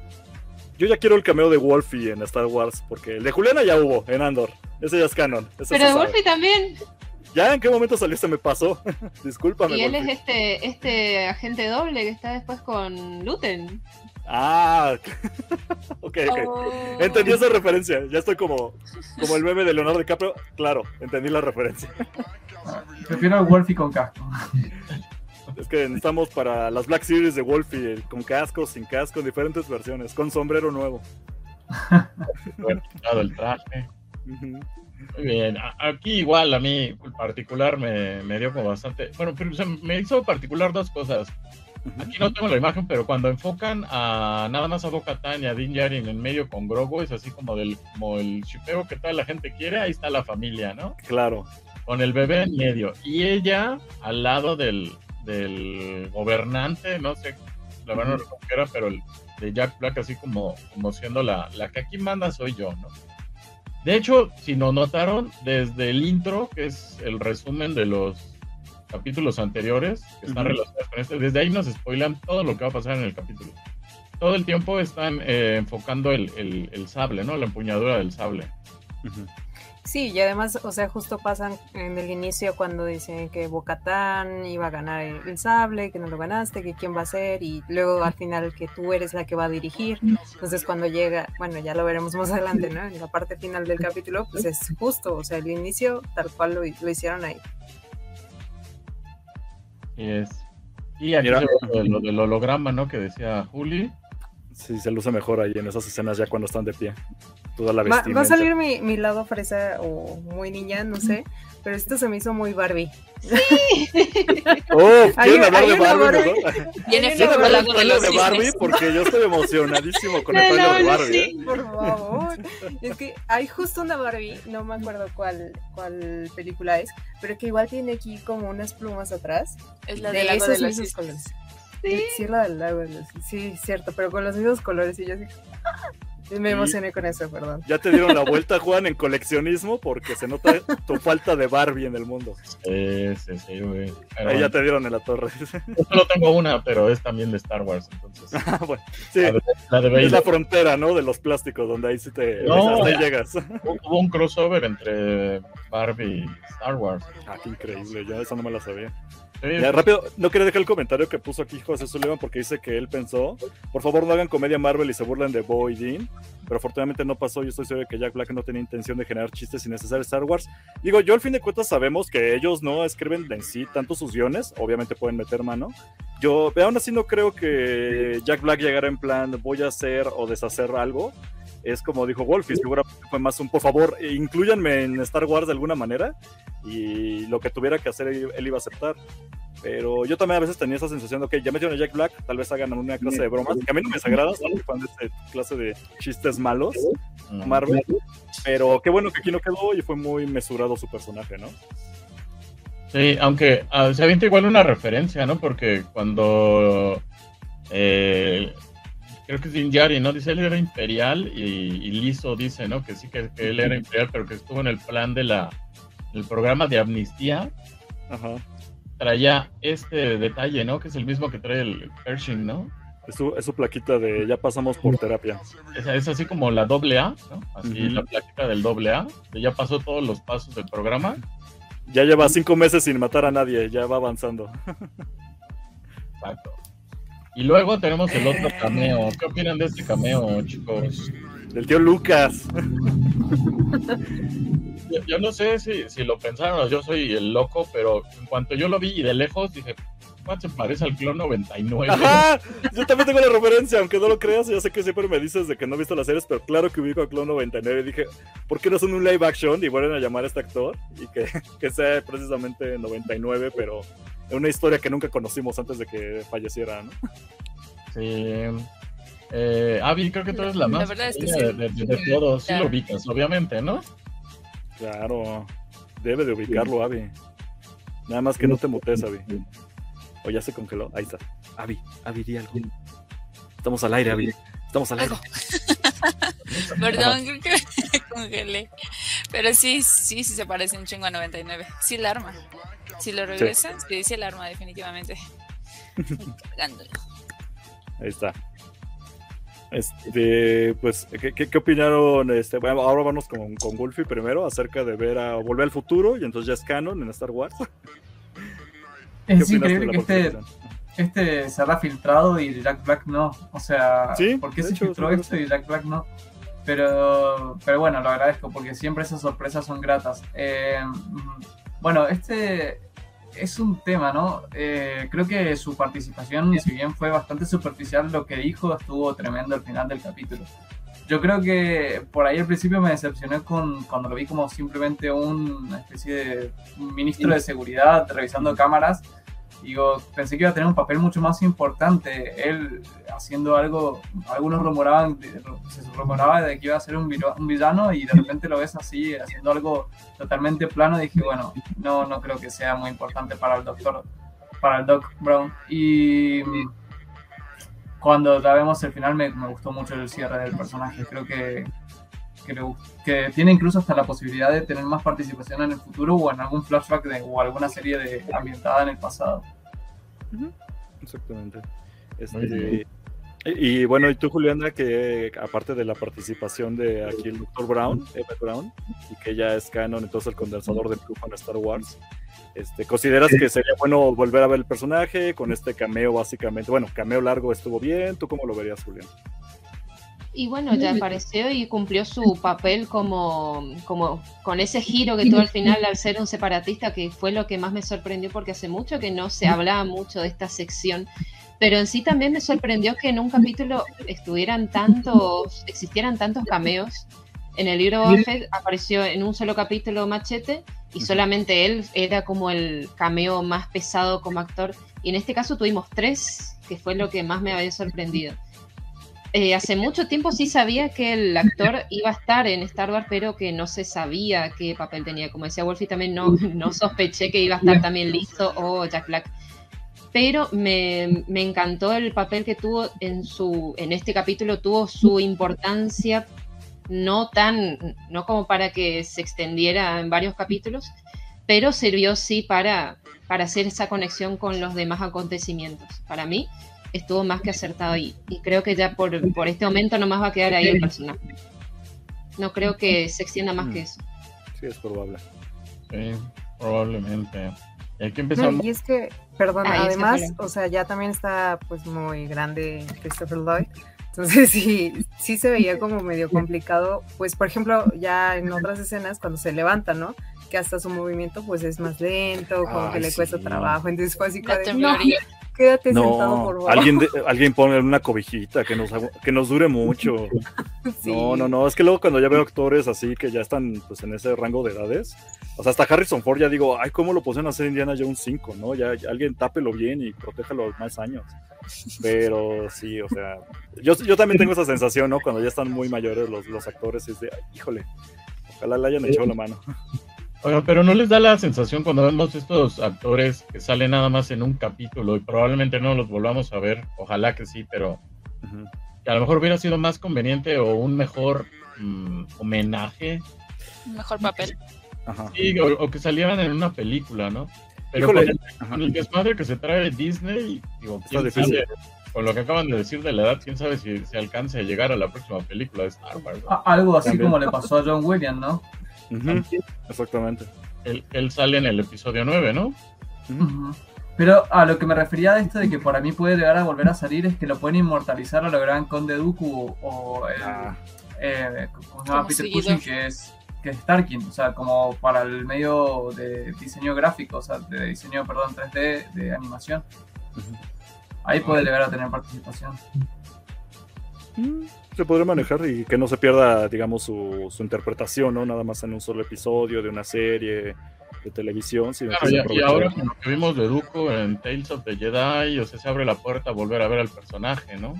Yo ya quiero el cameo de Wolfie en Star Wars, porque el de Juliana ya hubo en Andor, ese ya es canon. Pero de Wolfie también... ¿Ya? ¿En qué momento salió? Se me pasó. Discúlpame. Y él Wolfie. es este, este agente doble que está después con Luten. Ah, ok, ok. Oh. Entendí esa referencia. Ya estoy como, como el meme de Leonardo DiCaprio. Claro, entendí la referencia. Prefiero al Wolfie con casco. Es que necesitamos para las Black Series de Wolfie, con casco, sin casco, en diferentes versiones, con sombrero nuevo. Bueno, quitado el traje. Uh-huh. Muy bien, aquí igual a mí en particular me, me dio como bastante, bueno, pero, o sea, me hizo particular dos cosas. Aquí no tengo la imagen, pero cuando enfocan a nada más a Bo-Katan y a Din Djarin en medio con Grogu, es así como del como el shipeo que toda la gente quiere, ahí está la familia, ¿no? Claro. Con el bebé en medio, y ella al lado del, del gobernante, no sé, la verdad no recuerdo qué era, pero el de Jack Black, así como, como siendo la, la que aquí manda soy yo, ¿no? De hecho, si no notaron, desde el intro, que es el resumen de los capítulos anteriores, que están uh-huh. relacionados con este, desde ahí nos spoilan todo lo que va a pasar en el capítulo. Todo el tiempo están eh, enfocando el, el, el sable, ¿no? La empuñadura del sable. Uh-huh. Sí, y además, o sea, justo pasan en el inicio cuando dicen que Bo-Katan iba a ganar el, el sable, que no lo ganaste, que quién va a ser, y luego al final que tú eres la que va a dirigir. Entonces cuando llega, bueno, ya lo veremos más adelante, ¿no? En la parte final del capítulo, pues es justo, o sea, el inicio tal cual lo, lo hicieron ahí. Y es. Y aquí Mira. se ve lo, de- lo del holograma, ¿no? Que decía Juli. Sí, se luce mejor ahí en esas escenas ya cuando están de pie. Toda la Va, va a vestimenta. salir mi, mi lado fresa o muy niña, no sé, pero esto se me hizo muy Barbie. Oh, Hay- ¿quieren hablar hay de una Barbie? Barbie. ¿No? Viene Hay Fito una con ¿Quieren la hablar de del los trailer de Barbie? cisnes. Porque yo estoy emocionadísimo con el No, trailer de no, Barbie. sí. ¿eh? Por favor. Es que hay justo una Barbie, no me acuerdo cuál, cuál película es, pero que igual tiene aquí como unas plumas atrás. Es la de del lago esos de los mismos cisnes. colores. Sí, sí, la del lago de los cisnes. Sí, cierto, pero con los mismos colores y yo así. Y me emocioné con eso, perdón. Ya te dieron la vuelta, Juan, en coleccionismo porque se nota tu falta de Barbie en el mundo. Sí, sí, sí, güey. Pero Ahí ya bueno, te dieron en la torre. yo solo tengo una, pero es también de Star Wars, entonces. Ah, bueno, sí, La de, la de es Vader. la frontera, ¿no? De los plásticos, donde ahí sí te No, hasta ahí ya. llegas. Hubo un crossover entre Barbie y Star Wars. Ah, qué increíble, yo esa no me la sabía. Sí, Ya, rápido, no quería dejar el comentario que puso aquí José Sullivan porque dice que él pensó, por favor no hagan comedia Marvel y se burlen de Bo y Dean, pero afortunadamente no pasó y estoy seguro de que Jack Black no tenía intención de generar chistes innecesarios de Star Wars. Digo, yo al fin de cuentas sabemos que ellos no escriben en sí tanto sus guiones, obviamente pueden meter mano. Yo aún así no creo que Jack Black llegara en plan voy a hacer o deshacer algo. Es como dijo Wolfie, seguramente fue más un por favor, inclúyanme en Star Wars de alguna manera y lo que tuviera que hacer él, él iba a aceptar. Pero yo también a veces tenía esa sensación de, ok, ya metieron a Jack Black, tal vez hagan una clase de bromas, que a mí no me desagrada, soy fan de esta clase de chistes malos, Mm. Marvel, pero qué bueno que aquí no quedó y fue muy mesurado su personaje, ¿no? Sí, aunque ah, se avienta igual una referencia, ¿no? Porque cuando eh, creo que es Din Djarin, ¿no? Dice él era imperial y, y Lizo dice, ¿no? Que sí, que, que él era imperial, pero que estuvo en el plan de la el programa de amnistía. Ajá. Traía este detalle, ¿no? Que es el mismo que trae el Pershing, ¿no? Es su, es su plaquita de ya pasamos por terapia. Es, es así como la doble A, ¿no? Así Ujú. la plaquita del doble A, que ya pasó todos los pasos del programa. Ya lleva cinco meses sin matar a nadie, ya va avanzando. Exacto. Y luego tenemos el otro cameo. ¿Qué opinan de este cameo, chicos? Del tío Lucas. Yo, yo no sé si, si lo pensaron o yo soy el loco, pero en cuanto yo lo vi y de lejos dije, ¿cuál se parece al Clon noventa y nueve? Ajá, yo también tengo la referencia, aunque no lo creas, yo sé que siempre me dices de que no he visto las series, pero claro que ubico a Clone noventa y nueve. Dije, ¿por qué no son un live action y vuelven a llamar a este actor? Y que, que sea precisamente noventa y nueve, pero en una historia que nunca conocimos antes de que falleciera, ¿no? Sí. Eh, Abby, creo que tú eres la La más verdad es que pequeña sí. de, de- de todos. Sí Claro. lo ubicas, obviamente, ¿no? Claro, debe de ubicarlo, Abby. Nada más que no te mutes, Abby. O ya se congeló, ahí está. Abby, Abby, di algo. Estamos al aire, Abby. Estamos al aire. Algo. Perdón, creo que me congelé. Pero sí, sí, sí se parece un chingo a noventa y nueve. Sí, el arma. Si lo regresan, sí, sí el arma, definitivamente. Cargándolo. Ahí está. Este, pues, ¿qué, qué, qué opinaron? Este, bueno, ahora vamos con, con Wolfie primero acerca de ver a Volver al Futuro y entonces ya es canon en Star Wars. ¿Qué Es opinaste de increíble la que este, participación? este se habrá filtrado y Jack Black no. O sea, Sí, ¿por qué de se hecho, filtró sí, esto y Jack Black no? Pero, pero bueno, lo agradezco porque siempre esas sorpresas son gratas. Eh, bueno, este es un tema, ¿no? Eh, creo que su participación, si bien fue bastante superficial, lo que dijo estuvo tremendo al final del capítulo. Yo creo que por ahí al principio me decepcioné con, cuando lo vi como simplemente un- una especie de un ministro de seguridad revisando cámaras. Digo, pensé que iba a tener un papel mucho más importante. Él haciendo algo, algunos rumoraban, se rumoraba de que iba a ser un, viro- un villano y de repente lo ves así, haciendo algo totalmente plano. Y dije, bueno, no, no creo que sea muy importante para el doctor, para el Doc Brown. Y cuando la vemos al final me, me gustó mucho el cierre del personaje. Creo que, que, le gust- que tiene incluso hasta la posibilidad de tener más participación en el futuro o en algún flashback de, o alguna serie de, ambientada en el pasado. Exactamente. Muy Este, bien. Y, y bueno, y tú, Juliana, que aparte de la participación de aquí el doctor Brown, Emmett Brown, y que ya es canon, entonces el condensador de flujo en Star Wars, este, ¿consideras que sería bueno volver a ver el personaje con este cameo básicamente? Bueno, cameo largo estuvo bien, ¿tú cómo lo verías, Julián? Y bueno, ya apareció y cumplió su papel como, como con ese giro que tuvo al final al ser un separatista, que fue lo que más me sorprendió, porque hace mucho que no se hablaba mucho de esta sección. Pero en sí también me sorprendió que en un capítulo estuvieran tantos, existieran tantos cameos. En el libro Boba Fett apareció en un solo capítulo Machete y solamente él era como el cameo más pesado como actor. Y en este caso tuvimos tres, que fue lo que más me había sorprendido. Eh, hace mucho tiempo sí sabía que el actor iba a estar en Star Wars, pero que no se sabía qué papel tenía. Como decía Wolfie, también no, no sospeché que iba a estar también Lizzo o Jack Black. Pero me, me encantó el papel que tuvo en su en este capítulo, tuvo su importancia, no tan, no como para que se extendiera en varios capítulos, pero sirvió sí para, para hacer esa conexión con los demás acontecimientos. Para mí estuvo más que acertado y, y creo que ya por, por este momento nomás va a quedar ahí el personaje. No creo que se extienda más que eso. Sí, es probable. Sí, probablemente. Y aquí empezamos. No, y es que, perdón, Ahí además, se fue. o sea, ya también está pues muy grande Christopher Lloyd. Entonces sí, sí se veía como medio complicado, pues por ejemplo, ya en otras escenas cuando se levanta, ¿no? Que hasta su movimiento pues es más lento, como Ay, que le sí. cuesta trabajo, entonces fue así como La de, no, temblaría. quédate sentado No, por favor. alguien, de- alguien pone una cobijita que nos, agu- que nos dure mucho. Sí. No, no, no, es que luego cuando ya veo actores así que ya están pues en ese rango de edades, o sea, hasta Harrison Ford ya digo, ay, ¿cómo lo pusieron a hacer Indiana Jones cinco, no? Ya, ya alguien tápelo bien y protéjalo más años. Pero sí, o sea, yo, yo también tengo esa sensación, ¿no? Cuando ya están muy mayores los, los actores, es de, ay, híjole, ojalá le hayan echado la mano. Oiga, pero ¿no les da la sensación cuando vemos estos actores que salen nada más en un capítulo y probablemente no los volvamos a ver? Ojalá que sí, pero Ujú. que a lo mejor hubiera sido más conveniente o un mejor mm, homenaje, Mejor papel. Ajá. sí, o, o que salieran en una película, ¿no? Pero Híjole, con el, ajá. con el desmadre que se trae Disney, digo, Está quién difícil. sabe, con lo que acaban de decir de la edad, quién sabe si se alcance a llegar a la próxima película de Star Wars, ¿no? A- Algo así También. como le pasó a John Williams, ¿no? Ujú, exactamente. Él, él sale en el episodio nueve, ¿no? Ujú. Ujú. Pero a lo que me refería de esto de que para mí puede llegar a volver a salir es que lo pueden inmortalizar a lo gran Conde Dooku o el, Ah, eh, ¿cómo se llama? Como Peter seguidor. Cushing, que es, que es Tarkin, o sea, como para el medio de diseño gráfico, o sea, de diseño, perdón, tres D, de animación. ujú. Ahí puede llegar a tener participación. Se podría manejar y que no se pierda, digamos, su, su interpretación, ¿no? Nada más en un solo episodio de una serie de televisión, sino Claro, que se y, y aproveche. ahora con lo que vimos de Dooku en Tales of the Jedi, o sea, se abre la puerta a volver a ver al personaje, ¿no?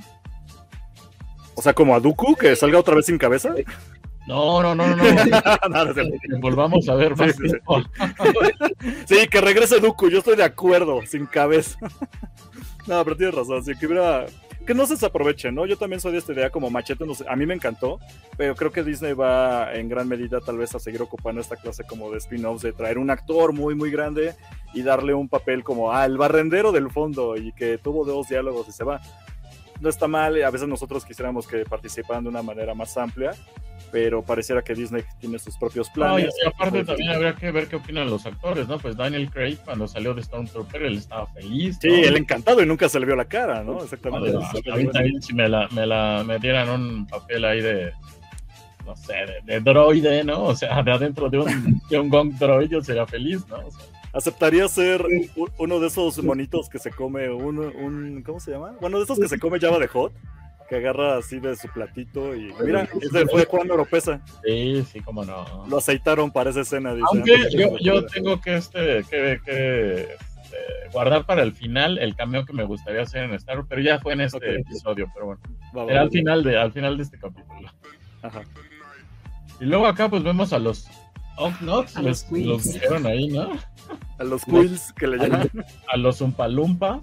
O sea, como a Dooku, que salga otra vez sin cabeza. No, no, no, no, no. Nada, no sé. Que volvamos a ver más Sí, sí, sí. tiempo. Sí, que regrese Dooku, yo estoy de acuerdo, sin cabeza. No, pero tienes razón, sí, que hubiera... Que no se desaproveche, ¿no? Yo también soy de esta idea como Machete, no sé, a mí me encantó, pero creo que Disney va en gran medida tal vez a seguir ocupando esta clase como de spin-offs, de traer un actor muy, muy grande y darle un papel como, ah, el barrendero del fondo y que tuvo dos diálogos y se va. No está mal, a veces nosotros quisiéramos que participaran de una manera más amplia, pero pareciera que Disney tiene sus propios No, y, planes. y aparte también habría que ver qué opinan los actores, ¿no? Pues Daniel Craig cuando salió de Stormtrooper, él estaba feliz, Sí, ¿no? él encantado y nunca se le vio la cara, ¿no? Exactamente. No, a mí también si me, la, me, la, me dieran un papel ahí de, no sé, de, de droide, ¿no? O sea, de adentro de un, de un Gong droid yo sería feliz, ¿no? O sea, ¿Aceptaría ser u- uno de esos monitos que se come un, un... ¿Cómo se llama? Bueno, de esos que se come Jabba de Hot, que agarra así de su platito y... Mira, ese fue Juan Oropesa. sí, sí, cómo no. Lo aceitaron para esa escena, dice. Aunque antes de que yo, se yo fuera. tengo que, este, que, que este, guardar para el final el cameo que me gustaría hacer en Star Wars, pero ya fue en este Ok. episodio, pero bueno. Va, va, Era va. al final de, al final de este capítulo. Ajá. Y luego acá pues vemos a los Unknots, A los, los Queens. los dijeron ahí, ¿no? A los quills que le llaman. A los Umpalumpas.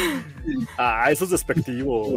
Ah, eso es despectivo.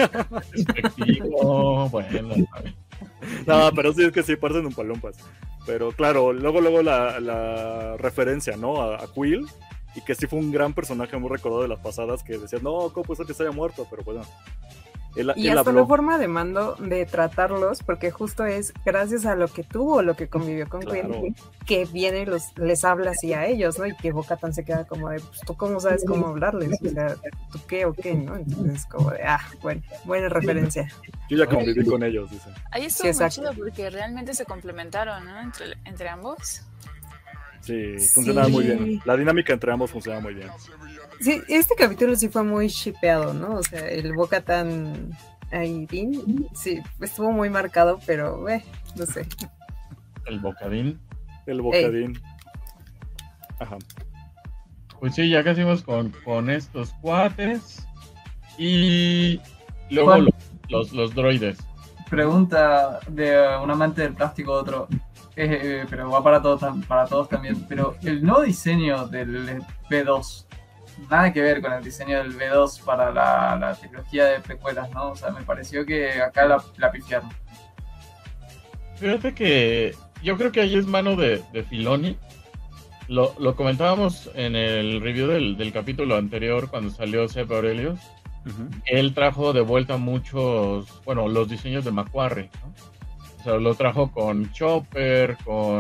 Despectivo, bueno. No, pero sí es que sí, parecen un palompas. Pero claro, luego, luego la, la referencia, ¿no? A, a Quill. Y que sí fue un gran personaje muy recordado de las pasadas que decían, no, ¿cómo puede ser que se haya muerto? Pero bueno, Él, y él hasta habló. la forma de Mando de tratarlos, porque justo es gracias a lo que tuvo, lo que convivió con Claro. Queen, que viene y los, les habla así a ellos, ¿no? Y que Bo-Katan se queda como de, pues, ¿tú cómo sabes cómo hablarles? O sea, ¿tú qué o qué, no? Entonces, como de, ah, bueno, buena referencia. Yo ya conviví con ellos, dice. Ahí estuvo Sí, muy exacto. chido porque realmente se complementaron, ¿no? Entre, entre ambos. Sí, funcionaba Sí. muy bien. La dinámica entre ambos funcionaba muy bien. Sí, este capítulo sí fue muy shipeado, ¿no? O sea, el Bo-Katan ahí, Din, sí, estuvo muy marcado, pero, eh, no sé. El bocadín. El bocadín. Ajá. Pues sí, ya casi vamos con, con estos cuates. Y luego Juan. los, los, los droides. Pregunta de un amante del plástico, otro, eh, pero va para todos, tam- para todos también. Pero el nuevo diseño del B dos, nada que ver con el diseño del B dos para la, la trilogía de precuelas, ¿no? O sea, me pareció que acá la, la pifiaron. Fíjate que yo creo que ahí es mano de, de Filoni. Lo, lo comentábamos en el review del, del capítulo anterior cuando salió Seb Aurelius. Ujú. Él trajo de vuelta muchos, bueno, los diseños de Macquarie, ¿no? O sea, lo trajo con Chopper,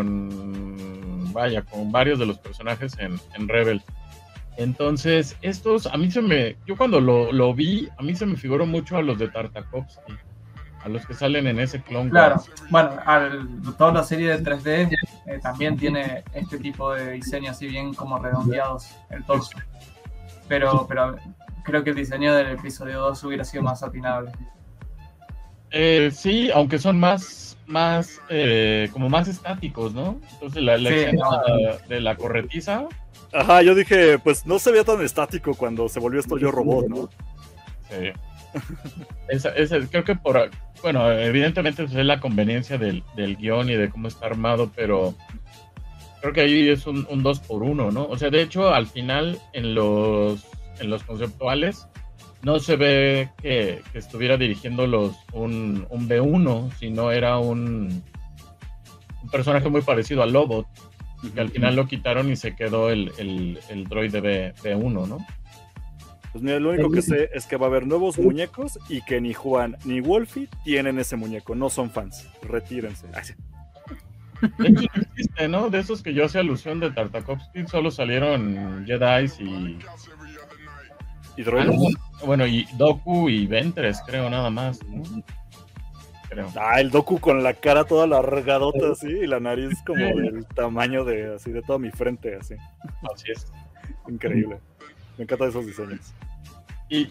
con, vaya, con varios de los personajes en, en Rebels. Entonces, estos, a mí se me, yo cuando lo, lo vi, a mí se me figuró mucho a los de Tartakovsky, a los que salen en ese Clone Claro, Wars. bueno, al, toda la serie de tres D eh, también tiene este tipo de diseño así bien como redondeados, el torso. Pero, pero creo que el diseño del episodio dos hubiera sido más atinable. Eh, sí, aunque son más, más, eh, como más estáticos, ¿no? Entonces la, la Sí, escena no. de la corretiza, Ajá, yo dije, pues no se veía tan estático cuando se volvió esto yo robot, ¿no? sí. Esa, esa, creo que por, bueno, evidentemente pues, es la conveniencia del, del guión y de cómo está armado, pero creo que ahí es un, un dos por uno, ¿no? O sea, de hecho, al final, en los, en los conceptuales, no se ve que, que estuviera dirigiéndolos un, un B uno, sino era un, un personaje muy parecido a Lobot, que al final lo quitaron y se quedó el, el, el droide B, B uno, ¿no? Pues mira, lo único que sé es que va a haber nuevos muñecos y que ni Juan ni Wolfie tienen ese muñeco, no son fans. Retírense. Ay, sí. De hecho, no existe, ¿no? De esos que yo hacía alusión de Tartakovsky, solo salieron Jedi y... ¿Y Ah, droides? no, bueno, y Doku y Ventres, creo, nada más, ¿no? Creo. Ah, el Doku con la cara toda largadota así y la nariz como del tamaño de así de toda mi frente, así. Así es. Increíble. Me encantan esos diseños. Y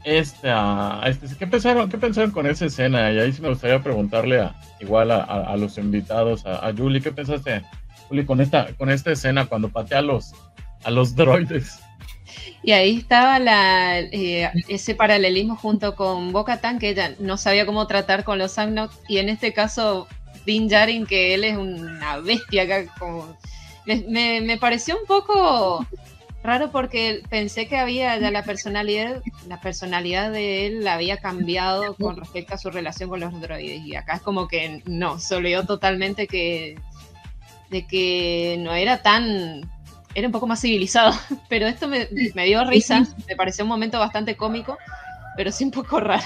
esta, este, ¿qué pensaron, qué pensaron con esa escena? Y ahí sí me gustaría preguntarle a, igual a, a, a los invitados, a, a Julie, ¿qué pensaste, Julie, con esta, con esta escena cuando patea a los, a los droides? Y ahí estaba la, eh, ese paralelismo junto con Bo-Katan, que ella no sabía cómo tratar con los Unknown, y en este caso Din Djarin, que él es una bestia acá, como... me, me, me pareció un poco raro porque pensé que había ya la personalidad, la personalidad de él la había cambiado con respecto a su relación con los droides, y acá es como que no, se olvidó totalmente que de que no era tan... era un poco más civilizado, pero esto me, me dio risa, me pareció un momento bastante cómico, pero sí un poco raro.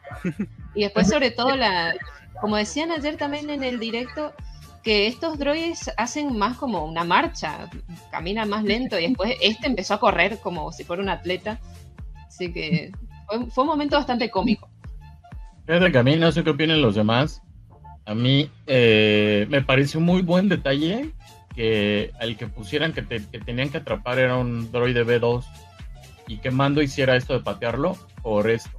Y después sobre todo, la, como decían ayer también en el directo, que estos droides hacen más como una marcha, caminan más lento, y después este empezó a correr como si fuera un atleta, así que fue, fue un momento bastante cómico. Fíjate que a mí, no sé qué opinan los demás, a mí eh, me pareció un muy buen detalle que el que pusieran que, te, que tenían que atrapar era un droide B dos y que Mando hiciera esto de patearlo por esto.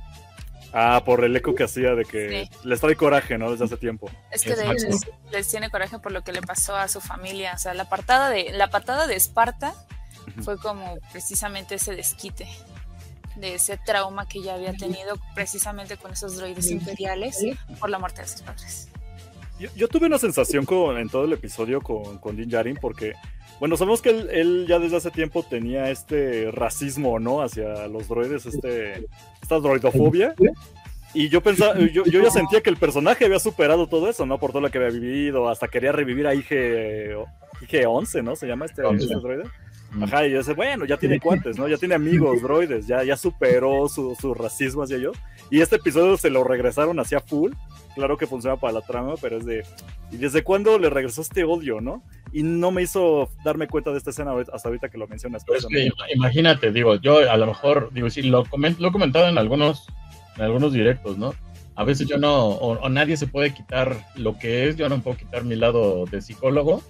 Ah, por el eco que hacía de que Sí. les trae coraje, ¿no? Desde hace tiempo. Es que de Exacto. hecho sí les tiene coraje por lo que le pasó a su familia. O sea, la patada de, la patada de Esparta Ujú. fue como precisamente ese desquite de ese trauma que ya había tenido precisamente con esos droides imperiales por la muerte de sus padres. Yo, yo tuve una sensación con, en todo el episodio con, con Din Djarin porque, bueno, sabemos que él, él ya desde hace tiempo tenía este racismo, ¿no? Hacia los droides, este, esta droidofobia. Y yo pensaba, yo, yo ya sentía que el personaje había superado todo eso, ¿no? Por todo lo que había vivido, hasta quería revivir a I G, I G once, ¿no? Se llama este, once. este droide. Ajá, y yo sé, bueno, ya tiene cuates, ¿no? Ya tiene amigos, droides, ya, ya superó su, su racismo hacia yo. Y este episodio se lo regresaron hacia full. Claro que funciona para la trama, pero es de... ¿Y desde cuándo le regresó este odio, no? Y no me hizo darme cuenta de esta escena hasta ahorita que lo mencionas. Pues que, imagínate, digo, yo a lo mejor, digo, sí, lo, coment, lo he comentado en algunos, en algunos directos, ¿no? A veces yo no, o, o nadie se puede quitar lo que es, yo no puedo quitar mi lado de psicólogo.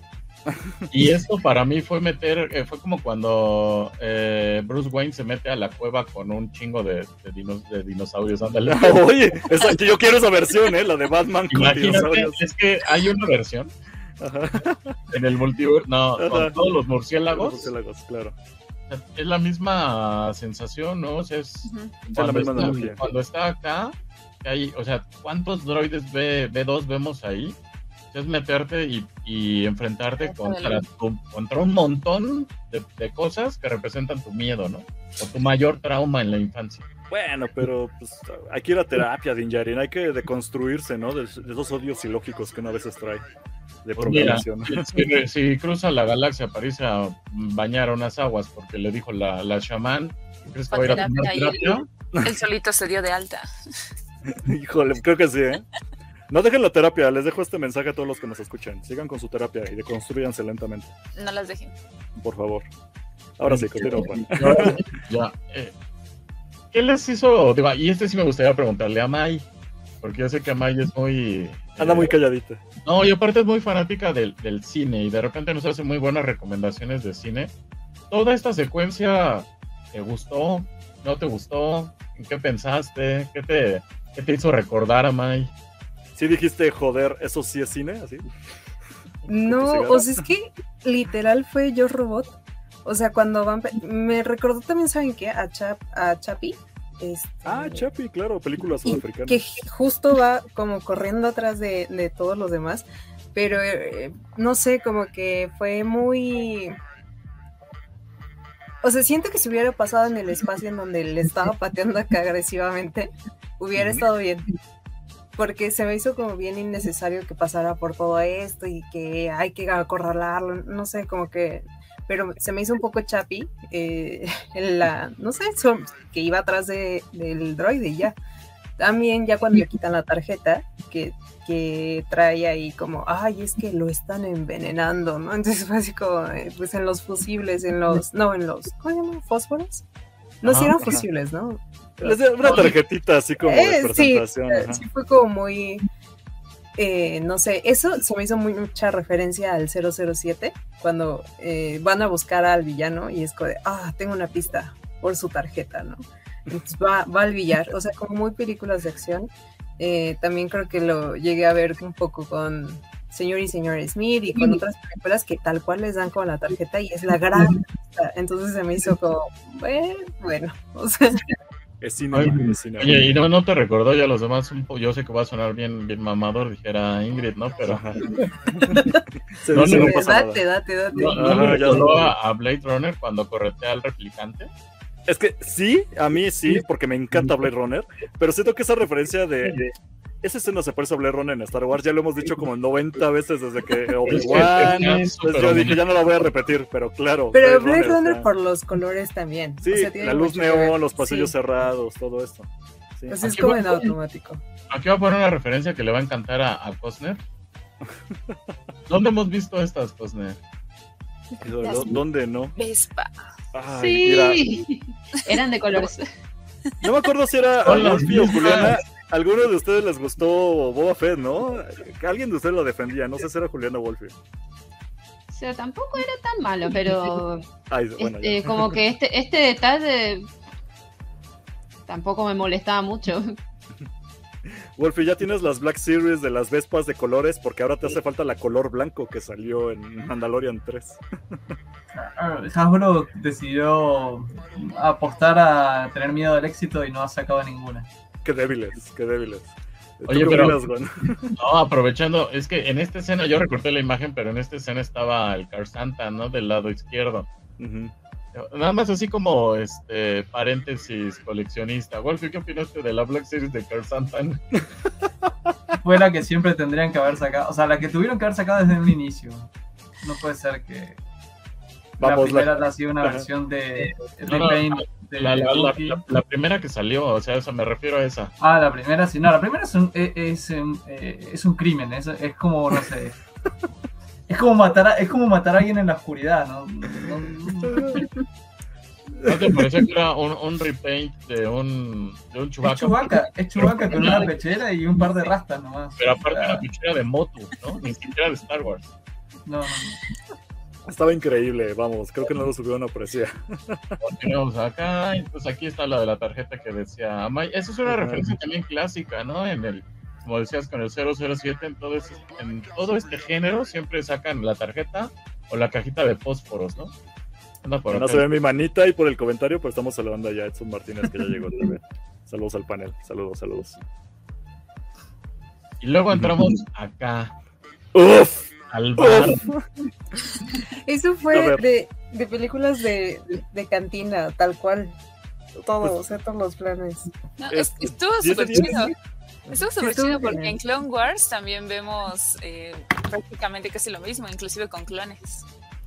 Y esto para mí fue meter, eh, fue como cuando eh, Bruce Wayne se mete a la cueva con un chingo de, de, dinos, de dinosaurios, ándale. Oye, esa, yo quiero esa versión, ¿eh? La de Batman con Imagínate, dinosaurios. es que hay una versión Ajá. en el multiverso, no, Ajá. con todos los murciélagos. Los murciélagos, claro. Es la misma sensación, ¿no? O sea, es uh-huh. cuando, es la misma está, cuando está acá, hay, o sea, ¿cuántos droides B, B dos vemos ahí? Es meterte y, y enfrentarte contra, tu, contra un montón de, de cosas que representan tu miedo, ¿no? O tu mayor trauma en la infancia. Bueno, pero pues, hay que ir a terapia, Dinjarin, hay que deconstruirse, ¿no? De, de esos odios ilógicos que uno a veces trae de pues programación. Mira, si, si cruza la galaxia para irse a bañar a unas aguas porque le dijo la, la chamán, ¿crees que va a ir a tomar terapia? Él, él solito se dio de alta. Híjole, creo que sí, ¿eh? No dejen la terapia, les dejo este mensaje a todos los que nos escuchan. Sigan con su terapia y deconstruyanse lentamente. No las dejen. Por favor. Ahora sí, continúa, Juan. Ya, eh, ¿qué les hizo? Digo, y este sí me gustaría preguntarle a Mai, porque yo sé que Mai es muy... Anda eh, muy calladita. No, y aparte es muy fanática del, del cine y de repente nos hace muy buenas recomendaciones de cine. Toda esta secuencia, ¿te gustó? ¿No te gustó? ¿En qué pensaste? ¿Qué te, qué te hizo recordar a Mai? ¿Sí dijiste, joder, eso sí es cine? ¿Así? No, o sea, es que literal fue Yo Robot. O sea, cuando van... Me recordó también, ¿saben qué? A, Chap, a Chappie. Este, ah, Chappie, claro, película sudafricana. Que justo va como corriendo atrás de, de todos los demás. Pero, eh, no sé, como que fue muy... O sea, siento que si hubiera pasado en el espacio en donde le estaba pateando acá agresivamente, hubiera estado bien. Porque se me hizo como bien innecesario que pasara por todo esto y que hay que acorralarlo, no sé, como que, pero se me hizo un poco chapi, eh, la, no sé, so, que iba atrás de, del droide y ya. También ya cuando le quitan la tarjeta, que, que trae ahí como, ay, es que lo están envenenando, ¿no? Entonces fue así como, eh, pues en los fusibles, en los, no, en los, ¿cómo se llaman? ¿Fósforos? No, si sí eran fusibles, ¿no? Les dio una tarjetita así como de eh, presentación. Sí, sí, fue como muy, eh, no sé, eso se me hizo muy, mucha referencia al cero cero siete, cuando eh, van a buscar al villano y es como de, ah, tengo una pista por su tarjeta, ¿no? Entonces va, va al billar, o sea, como muy películas de acción. Eh, también creo que lo llegué a ver un poco con Señor y Señor Smith y con otras películas que tal cual les dan con la tarjeta y es la gran pista. Entonces se me hizo como, bueno, bueno, o sea... Es cine, oye, es cine. Oye, y no, no te recordó ya los demás, un po- yo sé que va a sonar bien, bien mamador, dijera Ingrid, ¿no? Pero Se no, dice, no, no pasa date, nada. date, date. ¿no, no Ajá, le ya recordó sé. a, a Blade Runner cuando corretea al replicante? Es que sí, a mí sí, porque me encanta Blade Runner, pero siento que esa referencia de... de esa escena se parece a Blade Runner en Star Wars, ya lo hemos dicho como noventa veces desde que Obi-Wan, Es que- entonces yo dije, ya no la voy a repetir, pero claro. Pero Blade Runner o sea, por los colores también. sí, o sea, tiene la luz mucho que ver. neón, los pasillos Sí. cerrados, todo esto. Sí. Pues es Aquí como va- en automático. Aquí va a poner una referencia que le va a encantar a, a Costner. ¿Dónde hemos visto estas, Costner? ¿Dó- ¿Dónde no? Vespa. Ay, mira, Sí, eran de colores. no me acuerdo si era a Hola, Wolfie o mismas. Juliana. A alguno de ustedes les gustó Boba Fett, ¿no? Alguien de ustedes lo defendía, no sé si era Juliana o Wolfie. O sea, tampoco era tan malo, pero Ay, bueno, este, ya. como que este, este detalle tampoco me molestaba mucho. Wolfie, ya tienes las Black Series de las Vespas de colores porque ahora te hace falta la color blanco que salió en Mandalorian tres. Hasbro decidió apostar a tener miedo al éxito y no ha sacado ninguna. Qué débiles, qué débiles. ¿Tú Oye, qué pero- opinas, Juan? No, aprovechando, es que en esta escena, yo recorté la imagen, pero en esta escena estaba el Car Santa, ¿no? Del lado izquierdo. Ujú. Nada más así como este paréntesis coleccionista. Wolfie, ¿qué opinaste de la Black Series de Car Santa? Fue la que siempre tendrían que haber sacado, o sea, la que tuvieron que haber sacado desde un inicio. No puede ser que... Vamos, la primera la- ha sido una Ajá. versión de No, no, repaint de La, la- la- Luffy. la- la primera que salió, o sea, eso me refiero a esa. Ah, la primera sí. No, la primera es un, es, es, un, eh, es un crimen. Es, es como, no sé. Es como matar a, es como matar a alguien en la oscuridad, ¿no? No- no- ¿No te pareció que era un, un repaint de un, de un Es Chewbacca? Chewbacca, es Chewbacca con una pechera y un par de rastas nomás. Pero aparte O sea, la pichera de Motu, ¿no? Ni siquiera de Star Wars. no, no, no. Estaba increíble, vamos, creo que no lo supieron apreciar. Tenemos acá, y pues aquí está la de la tarjeta que decía Amaya. Esa es una Ajá. referencia también clásica, ¿no? En el, como decías, con el cero cero siete, en todo, este, en todo este género siempre sacan la tarjeta o la cajita de fósforos, ¿no? Anda por No acá. se ve mi manita y por el comentario, pero estamos saludando ya a Edson Martínez, que ya llegó también. Saludos al panel, saludos, saludos. Y luego entramos acá, ¡Uf! al bar. Eso A fue ver. de, de películas de, de cantina, tal cual. Todo, o sea, todos los planes. No, Es- es- estuvo diez de súper diez. chido. Estuvo súper estuvo chido porque bien. en Clone Wars también vemos eh, prácticamente casi lo mismo, inclusive con clones.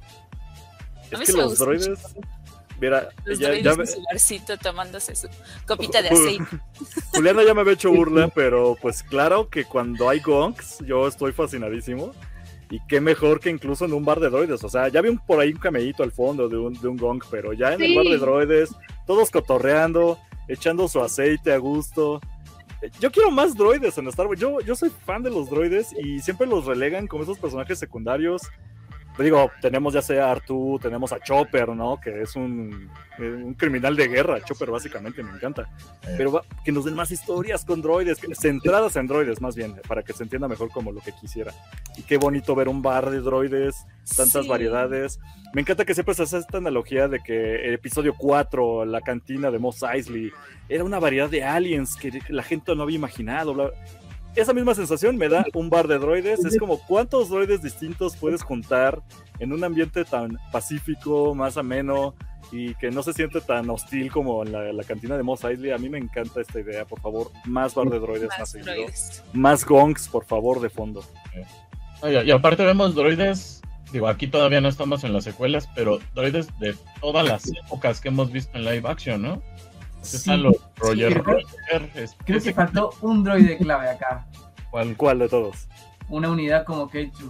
A Es mí que sí me los gustó droides, mucho. mira, Los ya, droides ya en me- su barcito tomándose su copita de aceite. Juliana ya me había hecho burla, pero pues claro que cuando hay gongs, yo estoy fascinadísimo. Y qué mejor que incluso en un bar de droides. O sea, ya vi un, por ahí un camellito al fondo de un, de un gong, pero ya en el Sí. bar de droides, todos cotorreando, echando su aceite a gusto. Yo quiero más droides en Star Wars. Yo, yo soy fan de los droides y siempre los relegan como esos personajes secundarios. Digo, tenemos ya sea a Artu, tenemos a Chopper, ¿no? Que es un, un criminal de guerra. Chopper básicamente, me encanta. Pero va- que nos den más historias con droides, que- centradas en droides más bien, para que se entienda mejor como lo que quisiera. Y qué bonito ver un bar de droides, tantas Sí. variedades. Me encanta que siempre se hace esta analogía de que el episodio cuatro, la cantina de Mos Eisley, era una variedad de aliens que la gente no había imaginado. bla- Esa misma sensación me da un bar de droides. Es como cuántos droides distintos puedes juntar en un ambiente tan pacífico, más ameno y que no se siente tan hostil como en la, la cantina de Mos Eisley. A mí me encanta esta idea. Por favor, más bar de droides, más, Más seguido. droides. Más gongs, por favor, de fondo. Oye, y aparte vemos droides, digo, aquí todavía no estamos en las secuelas, pero droides de todas las épocas que hemos visto en live action, ¿no? Sí, Están los Roger, sí, creo- Roger, es- Creo ese que faltó un droide clave acá. cual- ¿Cuál de todos? Una unidad como Keichu.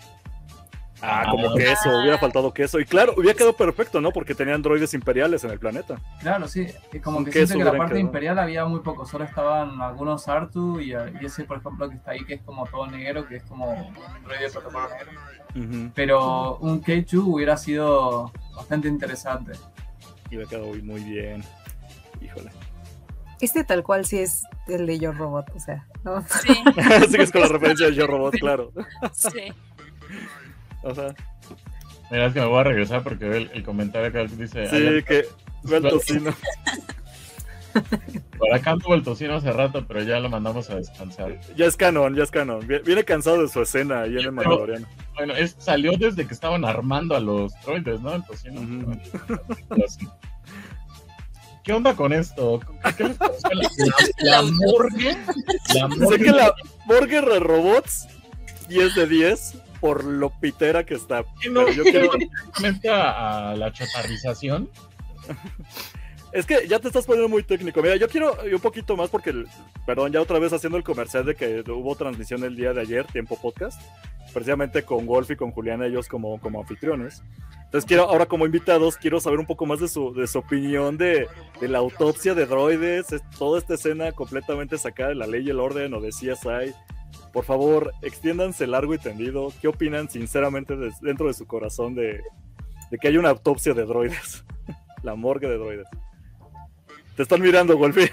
Ah, Ah, como queso, hubiera faltado queso. Y claro, hubiera quedado perfecto, ¿no? Porque tenían droides imperiales en el planeta. Claro, sí. Es como Un que queso siento que la hubieran parte quedado. imperial había muy poco. Solo estaban algunos Artu y, y ese, por ejemplo, que está ahí, que es como todo negro, que es como un droide de protocolo negro. Ujú. Pero un Keichu hubiera sido bastante interesante. Y hubiera quedado muy bien. Híjole. Este tal cual sí es el de Yo Robot, o sea, ¿no? Sí, Sigues con la referencia de Yo Robot, claro. sí. Ajá. Mira, es que me voy a regresar porque el, el comentario acá dice... Sí, "Alan, que ve el tocino. por acá anduvo el tocino hace rato, pero ya lo mandamos a descansar. Ya es canon, ya es canon. Vi- Viene cansado de su escena ahí en el Mandaloriano. Bueno, es, salió desde que estaban armando a los droides, ¿no? El tocino. Ujú. ¿Qué onda con esto? ¿Qué les pareció la, la, la morgue? La Sé morgue que la Burger de Robots diez de diez por lo pitera que está. ¿qué no Pero yo quiero... directamente a, a la chatarrización? Es que ya te estás poniendo muy técnico. Mira, yo quiero un poquito más porque, el- perdón, ya otra vez haciendo el comercial de que hubo transmisión el día de ayer, Tiempo Podcast, precisamente con Wolf y con Juliana, ellos como, como anfitriones. Entonces quiero, ahora como invitados, quiero saber un poco más de su, de su opinión de, de la autopsia de droides, es- toda esta escena completamente sacada de La Ley y el Orden o de C S I. Por favor, extiéndanse largo y tendido. ¿Qué opinan sinceramente des- dentro de su corazón de, de que hay una autopsia de droides? La morgue de droides. Te están mirando, Wolfie.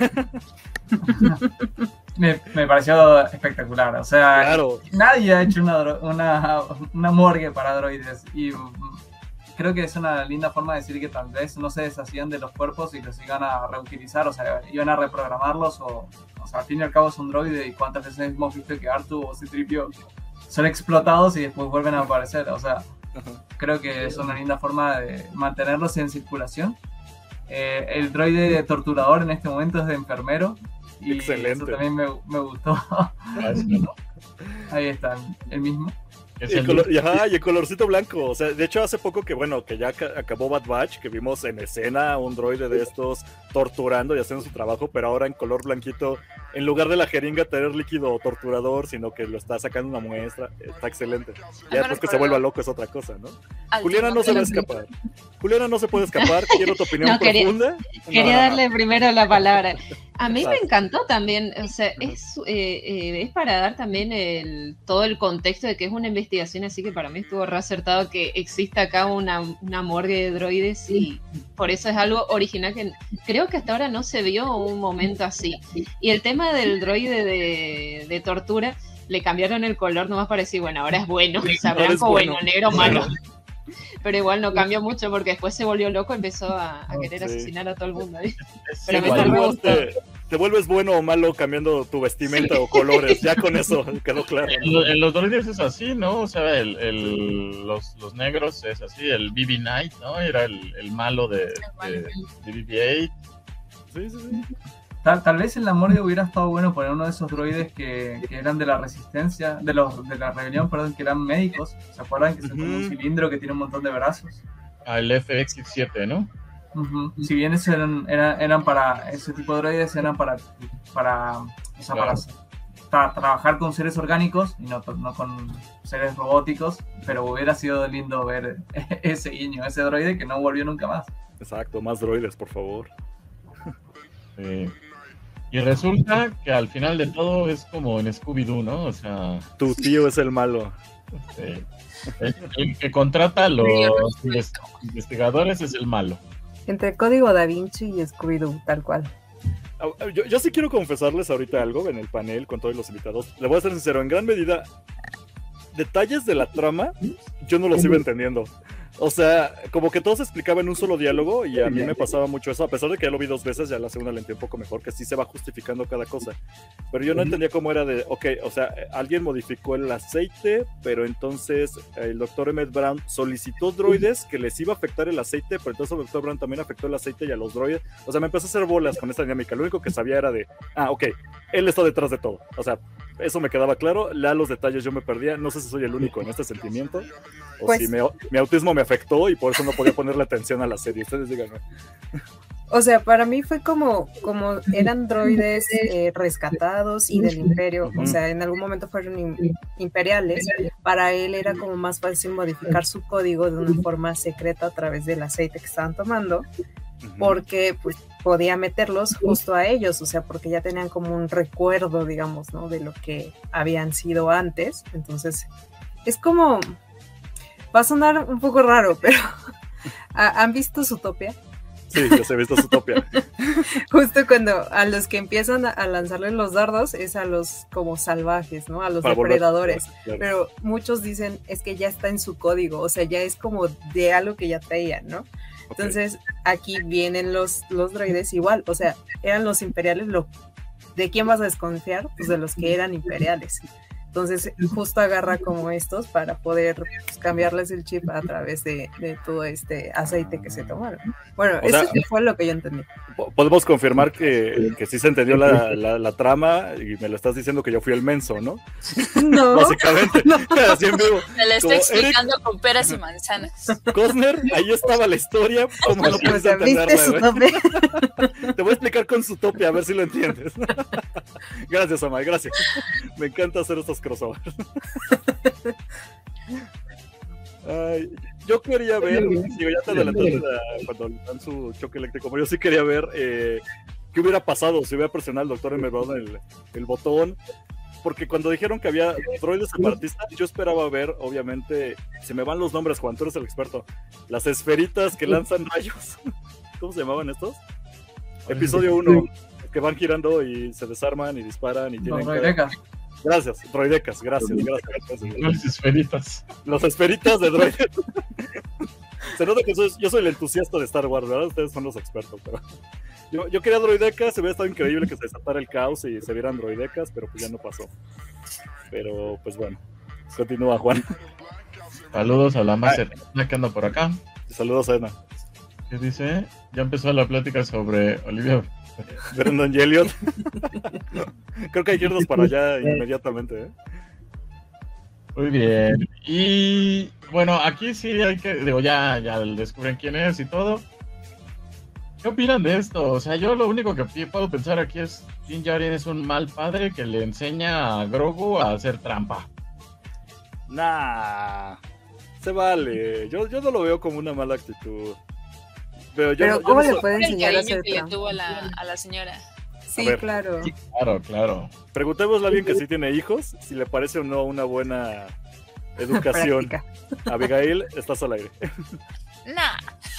Me, me pareció espectacular. O sea, Claro. nadie ha hecho una, dro- una, una morgue para droides. Y mm, creo que es una linda forma de decir que tal vez no se deshacían de los cuerpos y los iban a reutilizar. O sea, iban a reprogramarlos. O, o sea, al fin y al cabo es un droide. Y cuántas veces hemos visto que Artu o C tres P O son explotados y después vuelven a aparecer. O sea, Ajá. creo que es una linda forma de mantenerlos en circulación. Eh, el droide torturador en este momento es de enfermero. Y Excelente. eso también me, me gustó. Ahí está, el mismo. Es Y el, el- color- y, ajá, y el colorcito blanco. O sea, de hecho, hace poco que, bueno, que ya ca- acabó Bad Batch, que vimos en escena un droide de estos torturando y haciendo su trabajo, pero ahora en color blanquito, en lugar de la jeringa tener líquido torturador, sino que lo está sacando una muestra. Está excelente. Ya después que se vuelva loco es otra cosa, ¿no? Al Juliana no se va a escapar. Juliana no se puede escapar. Quiero tu opinión No, quería- profunda. Quería No, no, no. darle primero la palabra. A mí me Exacto. encantó también, o sea, es, eh, eh, es para dar también el, todo el contexto de que es una investigación, así que para mí estuvo re acertado que exista acá una, una morgue de droides y por eso es algo original que creo que hasta ahora no se vio un momento así. Y el tema del droide de, de tortura, le cambiaron el color nomás para decir, bueno, ahora es bueno, o sea, Ahora es blanco, bueno, bueno. negro, malo. Pero igual no cambió mucho porque después se volvió loco, empezó a, a querer Sí. asesinar a todo el mundo. ¿eh? es Pero me igual. tardó. Igual te, te vuelves bueno o malo cambiando tu vestimenta o colores. Ya con eso quedó claro. En, lo- en los droides es así, ¿no? O sea, el, el- los, los negros es así, el B B Knight, ¿no? Era el, el malo de, de, de B B ocho. Sí, sí, sí. Tal, tal vez en la morgue hubiera estado bueno poner uno de esos droides que, que eran de la resistencia, de los de la rebelión, perdón, que eran médicos. ¿Se acuerdan que son como un Ujú. cilindro que tiene un montón de brazos? Al F X siete, ¿no? Ujú. Si bien eso eran, eran, eran para, ese tipo de droides eran para, para, o sea, para tra- trabajar con seres orgánicos y no, no con seres robóticos, pero hubiera sido lindo ver ese guiño, ese droide que no volvió nunca más. Exacto, más droides, por favor. Sí. Y resulta que al final de todo es como en Scooby-Doo, ¿no? O sea, Tu tío es el malo. este, el, el que contrata a los inves- investigadores es el malo. Entre Código Da Vinci y Scooby-Doo, tal cual. Ah, Yo, yo sí quiero confesarles ahorita algo en el panel con todos los invitados. Le voy a ser sincero, en gran medida, detalles de la trama, yo no los iba entendiendo. O sea, como que todo se explicaba en un solo diálogo y a mí me pasaba mucho eso, a pesar de que ya lo vi dos veces, ya la segunda la entendí un poco mejor, que sí se va justificando cada cosa. Pero yo no entendía cómo era de, ok, o sea, alguien modificó el aceite, pero entonces el doctor Emmett Brown solicitó droides que les iba a afectar el aceite, pero entonces el doctor Brown también afectó el aceite y a los droides. O sea, me empezó a hacer bolas con esta dinámica. Lo único que sabía era de, ah, ok, él está detrás de todo. O sea, eso me quedaba claro. Ya los detalles yo me perdía. No sé si soy el único en este sentimiento o Pues- si me- mi autismo me afectó y por eso no podía ponerle atención a la serie. Ustedes díganme. O sea, para mí fue como, como eran droides eh, rescatados y del imperio, o sea, en algún momento fueron im- imperiales, para él era como más fácil modificar su código de una forma secreta a través del aceite que estaban tomando, porque pues podía meterlos justo a ellos, o sea, porque ya tenían como un recuerdo, digamos, ¿no? De lo que habían sido antes, entonces es como, va a sonar un poco raro, pero ¿ha- ¿han visto Zootopia? Sí, yo se he visto Zootopia. Justo cuando a los que empiezan a, a lanzarles los dardos es a los como salvajes, ¿no? A los Para volver- depredadores. claro. Pero muchos dicen es que ya está en su código, o sea, ya es como de algo que ya traían, ¿no? Ok. Entonces aquí vienen los, los droides igual, o sea, eran los imperiales, lo, ¿de quién vas a desconfiar? Pues de los que eran imperiales. Entonces justo agarra como estos para poder pues, cambiarles el chip a través de, de todo este aceite que se tomaron. Bueno, O sea, eso fue lo que yo entendí. Po- Podemos confirmar que, que sí se entendió la, la- la trama y me lo estás diciendo que yo fui el menso, ¿no? No, Básicamente, así en vivo. Me la Como, estoy explicando con peras y manzanas. Cosner, ahí estaba la historia. ¿Cómo no o puedes sea, ¿viste entenderla, su güey? tope? Te voy a explicar con su tope a ver si lo entiendes. Gracias, Omar, gracias. Me encanta hacer estos crossovers. Ay, yo quería ver, digo, ya te adelantaste la- cuando le dan su choque eléctrico, pero yo sí quería ver eh, qué hubiera pasado si hubiera presionado el doctor M. Brown el, el botón, porque cuando dijeron que había droides separatistas, yo esperaba ver, obviamente, se me van los nombres, Juan, tú eres el experto, las esferitas que lanzan rayos. ¿Cómo se llamaban estos? Episodio uno, que van girando y se desarman y disparan y Los tienen... droidecas. Gracias, droidecas, gracias, gracias. gracias. Las esferitas. Los esferitas de droides. Se nota que soy- yo soy el entusiasta de Star Wars, ¿verdad? Ustedes son los expertos, pero... Yo, yo quería droidecas, se hubiera estado increíble que se desatara el caos y se vieran droidecas, pero pues ya no pasó. Pero, pues bueno. Continúa, Juan. Saludos a la más cercana que anda por acá. Saludos a Edna. ¿Qué dice? Ya empezó la plática sobre Olivia. Brandon y Elliot. Creo que hay que irnos para allá inmediatamente, ¿eh? Muy bien. Y bueno, aquí sí hay que, digo, ya, ya descubren quién es y todo. ¿Qué opinan de esto? O sea, yo lo único que puedo pensar aquí es Din Djarin es un mal padre que le enseña a Grogu a hacer trampa. Nah, se vale. Yo, yo no lo veo como una mala actitud. Pero, yo, Pero yo ¿cómo no le so- puede El enseñar a cariño hacer que le trampa? tuvo a la, a la señora. Sí, A ver. claro. Sí, claro, claro. Preguntémosle a alguien que sí tiene hijos si le parece o no una buena educación. Práctica. Abigail, estás al aire. Nah.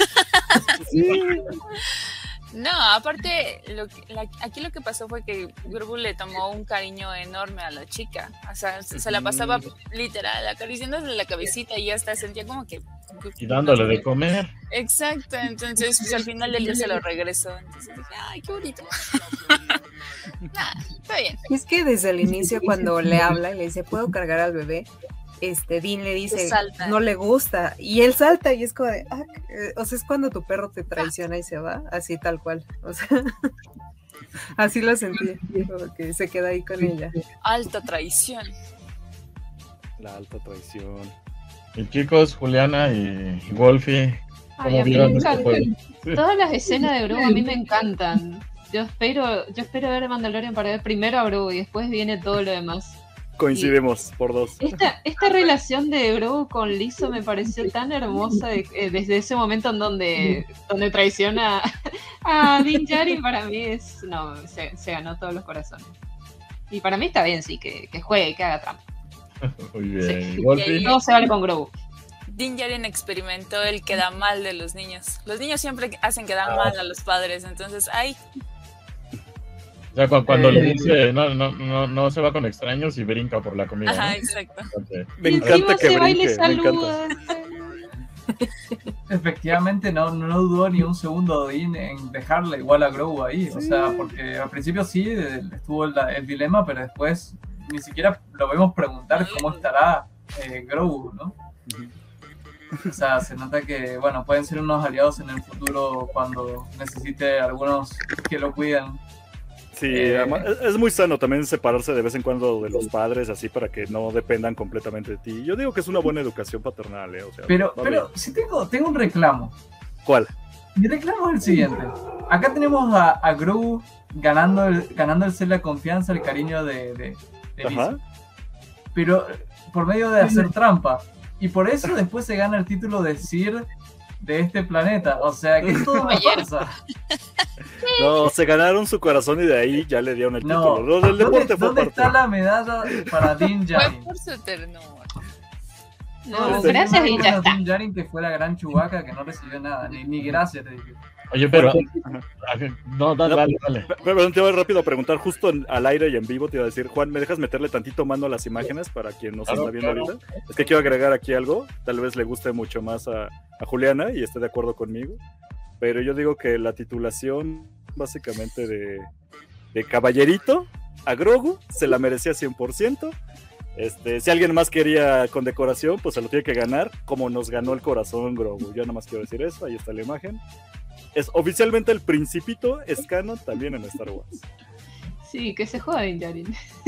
No, aparte, lo que- la- aquí lo que pasó fue que Grogu le tomó un cariño enorme a la chica. O sea, se, se la pasaba literal acariciándole la cabecita y hasta sentía como que... Y dándole de comer. Exacto, entonces pues, al final del día se lo regresó. Entonces dije, ay, qué bonito. Nah, está bien. Y es que desde el inicio cuando le habla y le dice, ¿puedo cargar al bebé? Este, Dean le dice, Salta. no le gusta. Y él salta y es como de, ah, eh, o sea, es cuando tu perro te traiciona y se va, así tal cual. O sea, así lo sentí, como que se queda ahí con ella. Alta traición. La alta traición. Y chicos, Juliana y Wolfie, Ay, ¿cómo a mí vieron me este encanta. juego? Todas las escenas de Grogu a mí me encantan. Yo espero, yo espero ver Mandalorian para ver primero a Grogu y después viene todo lo demás. Coincidimos por dos. Esta, esta relación de Grogu con Lizzo me pareció tan hermosa de- eh, desde ese momento en donde, donde traiciona a Din Djarin. Para mí es, no, se, se ganó todos los corazones. Y para mí está bien, sí, que, que juegue, que haga trampa. Muy bien. Sí. Wolfie, Todo se vale con Grogu. Din Djarin experimentó el queda mal de los niños. Los niños siempre hacen quedar Ah. mal a los padres, entonces, ay, o sea, cu- cuando Eh. le dice no, no, no, no se va con extraños y brinca por la comida. ajá, ¿no? exacto. Ok. Me Y encanta encima que se va y le brinque, me encanta. saluda. Efectivamente, no, no dudó ni un segundo Dean en dejarle igual a Grogu ahí. O sea, porque al principio sí eh, estuvo el, el dilema, pero después ni siquiera lo vemos preguntar cómo estará eh, Grogu, ¿no? O sea, se nota que, bueno, pueden ser unos aliados en el futuro cuando necesite algunos que lo cuidan. Sí, Eh. además, es, es muy sano también separarse de vez en cuando de los padres, así para que no dependan completamente de ti. Yo digo que es una buena educación paternal, ¿eh? O sea, Pero, va pero bien. sí tengo, tengo un reclamo. ¿Cuál? Mi reclamo es el siguiente. Acá tenemos a, a Grogu ganando el, ganándose la confianza, el cariño de, de, de Ajá. Lizzie. Pero eh, por medio de hacer trampa. Y por eso después se gana el título de Sir de este planeta. O sea, que es todo una farsa. No, se ganaron su corazón y de ahí ya le dieron el No. título. Lo del ¿Dónde, deporte fue dónde parte. está la medalla para Din Fue Djarin? por su ternura. No, Sí. gracias y ya Menos está. Din Djarin, que fue la gran Chewbacca que no recibió nada, ni, ni gracias. le dije. Oye, pero. Ajá. No, dale, dale, dale. Pe- Perdón, te iba rápido a preguntar, justo en- al aire y en vivo te iba a decir, Juan, ¿me dejas meterle tantito mano a las imágenes para quien nos Claro, está viendo claro. ahorita? Es que quiero agregar aquí algo, tal vez le guste mucho más a, a Juliana y esté de acuerdo conmigo, pero yo digo que la titulación básicamente de, de caballerito a Grogu se la merecía cien por ciento. Este, si alguien más quería condecoración, pues se lo tiene que ganar, como nos ganó el corazón Grogu. Yo nada más quiero decir eso, ahí está la imagen. Es oficialmente el Principito, es canon también en Star Wars. Sí, que se joda Din Djarin.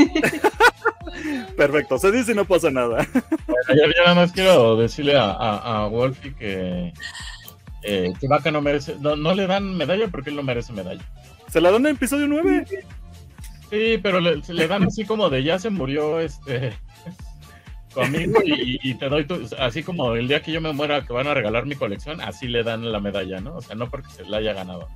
Perfecto, se dice y no pasa nada. Bueno, yo, yo nada más quiero decirle a, a, a Wolfie que eh, Chewbacca no merece, no, no le dan medalla porque él no merece medalla. Se la dan en episodio nueve. Sí, pero le, se le dan así como de ya se murió este tu amigo y, y te doy tu, así como el día que yo me muera que van a regalar mi colección, así le dan la medalla, ¿no? O sea, no porque se la haya ganado.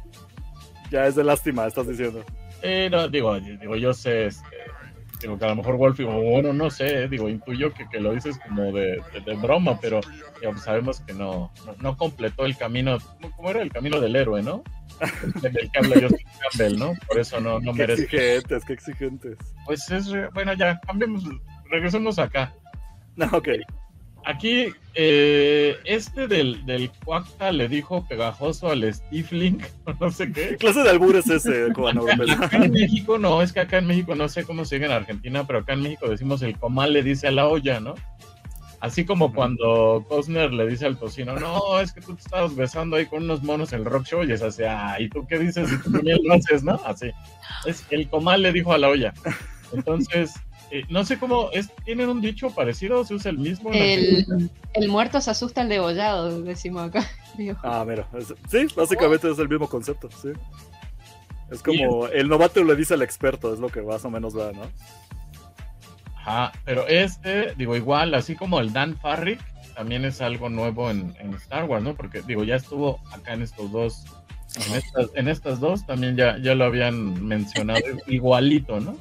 Ya es de lástima, estás diciendo. Eh, no, digo, digo, yo sé, este, digo que a lo mejor Wolfie, o bueno, no sé, digo, intuyo que, que lo dices como de, de, de broma, pero digo, sabemos que no, no, no completó el camino, ¿cómo, cómo era el camino del héroe, no? El del que habla Justin Campbell, ¿no? Por eso no, no Qué merece. exigentes, qué exigentes. Pues es, re- bueno, ya, cambiemos, regresemos acá. No, ok. Aquí, eh, este del, del Cuacta le dijo pegajoso al Stifling, o no sé ¿Qué qué. clase de albur es ese, Cubano Gómez? Acá en México no, es que acá en México no sé cómo sigue en Argentina, pero acá en México decimos el comal le dice a la olla, ¿no? Así como cuando Costner le dice al tocino, no, es que tú te estabas besando ahí con unos monos en el rock show y es así, ah, ¿y tú qué dices? Y tú también lo haces, ¿no? Así. Es el comal le dijo a la olla. Entonces, eh, no sé cómo, es, ¿tienen un dicho parecido? ¿Se usa el mismo? en la El, película? el muerto se asusta al degollado, decimos acá. Digo, Ah, mira. es- Sí, básicamente es el mismo concepto, sí. Es como el novato le dice al experto, es lo que más o menos va, ¿no? Ajá, pero este, digo, igual, así como el Dan Farrick, también es algo nuevo en, en Star Wars, ¿no? Porque, digo, ya estuvo acá en estos dos, en estas, en estas dos también ya, ya lo habían mencionado igualito, ¿no?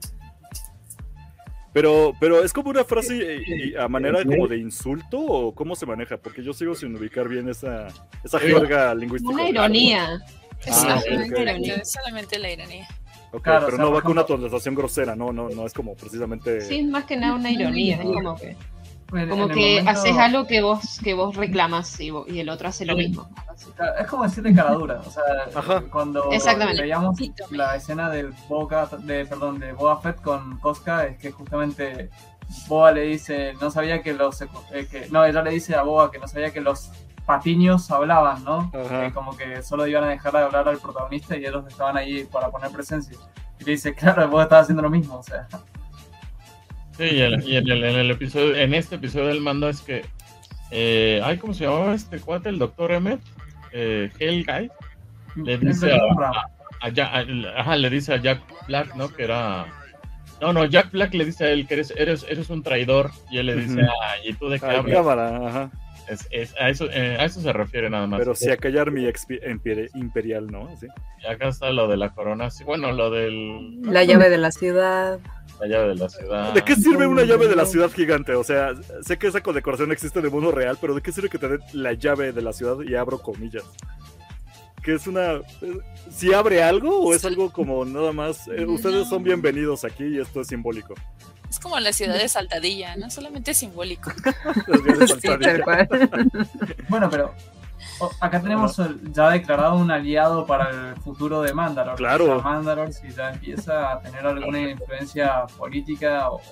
Pero, pero es como una frase eh, eh, a manera como de insulto o cómo se maneja, porque yo sigo sin ubicar bien esa, esa jerga lingüística. una ironía. Es Ah, ok, solamente, ok. la ironía, solamente la ironía. Ok, Claro, pero o sea, no por va con una ejemplo- conversación grosera, no, no, no es como precisamente. Sí, es más que nada una ironía. Es como que, En- como en el que momento- haces algo que vos, que vos reclamas y, vo- y el otro hace lo mismo. Claro, es como decirle caradura, o sea, Ajá. cuando Exactamente. veíamos Sí, tome. la escena de Boba, de, perdón, de Boba Fett con Cosca, es que justamente Boba le dice, no sabía que los, eh, que, no, ella le dice a Boba que no sabía que los patiños hablaban, ¿no? Ajá. Que como que solo iban a dejar de hablar al protagonista y ellos estaban ahí para poner presencia. Y le dice, claro, vos estás haciendo lo mismo, o sea. Sí, y, el- y en, el, en el episodio, en este episodio del mando es que, eh, ay, ¿cómo se llamaba este cuate? El doctor Emmett, eh, Hell Guy, le dice a, a- a Ja- a- ajá, le dice a Jack Black, ¿no? Que era, no, no, Jack Black le dice a él que eres, eres, eres un traidor y él le dice, Ujú. ah, ¿y tú de qué Ay, hablas? cámara, ajá. Es, es- a, eso, eh, a eso se refiere nada más. Pero sí a callar mi expi- empire- imperial, ¿no? Sí. Y acá está lo de la corona, sí, bueno, lo del La llave de la ciudad. la llave de la ciudad. ¿De qué sirve una llave de la ciudad gigante? O sea, sé que esa condecoración existe en el mundo real, pero ¿de qué sirve que te den la llave de la ciudad? Y abro comillas. Que es una... ¿Si abre algo o es algo como nada más? eh, ustedes son bienvenidos aquí y esto es simbólico. Es como la ciudad de Saltadilla, no solamente simbólico. Es bien Sí, saltadilla. tal cual. Bueno, pero o- acá tenemos el- ya declarado un aliado para el futuro de Mandalore. Claro. O sea, Mandalore, si ya empieza a tener alguna influencia política o,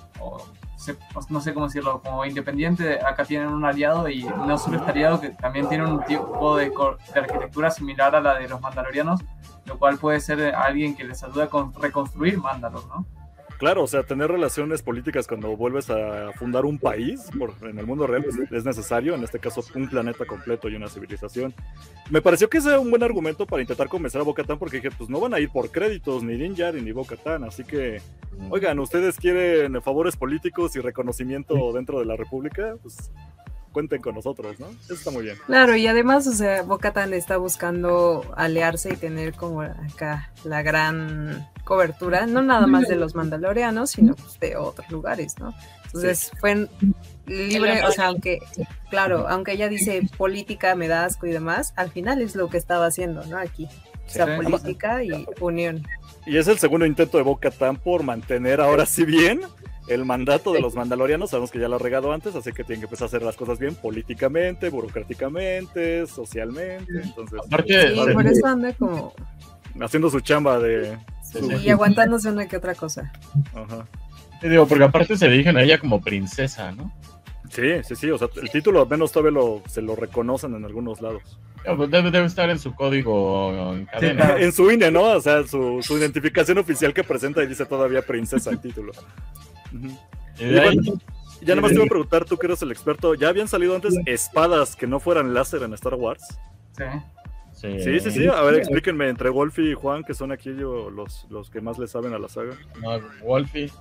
o se- o no sé cómo decirlo, como independiente, acá tienen un aliado y no solo este aliado que también tiene un tipo de, cor- de arquitectura similar a la de los mandalorianos, lo cual puede ser alguien que les ayude a con- reconstruir Mandalore, ¿no? Claro, o sea, tener relaciones políticas cuando vuelves a fundar un país, por, en el mundo real, pues, es necesario, en este caso un planeta completo y una civilización. Me pareció que ese era un buen argumento para intentar convencer a Bo-Katan, porque dije, pues no van a ir por créditos, ni Din Djarin ni Bo-Katan, así que, oigan, ¿ustedes quieren favores políticos y reconocimiento dentro de la República? Pues cuenten con nosotros, ¿no? Eso está muy bien. Claro, y además, o sea, Bo-Katan está buscando aliarse y tener como acá la gran cobertura, no nada más de los mandalorianos, sino pues, de otros lugares, ¿no? Entonces fue libre, o sea, aunque, claro, aunque ella dice política me da asco y demás, al final es lo que estaba haciendo, ¿no? Aquí, o sea, Sí. política y unión. Y es el segundo intento de Bo-Katan por mantener ahora sí bien el mandato de los mandalorianos. Sabemos que ya lo ha regado antes, así que tienen que empezar a hacer las cosas bien políticamente, burocráticamente, socialmente. Entonces, Aparte, Sí, sí. por eso anda como, haciendo su chamba de... sí, y aguantándose una que otra cosa. Ajá. Sí, digo, porque aparte se dirigen a ella como princesa, ¿no? Sí, sí, sí, o sea, el título al menos todavía lo, se lo reconocen en algunos lados. Ya, pues, Debe, debe estar en su código en cadena. claro. En su I N E, ¿no? O sea, su, su identificación oficial que presenta y dice todavía princesa el título. Ujú. Y de ahí, Ya nada más te iba a preguntar, tú que eres el experto, ¿ya habían salido antes espadas que no fueran láser en Star Wars? Sí. sí, Sí, sí, sí, a ver, explíquenme, entre Wolfie y Juan, que son aquí yo, los, los que más le saben a la saga. No, Wolfie.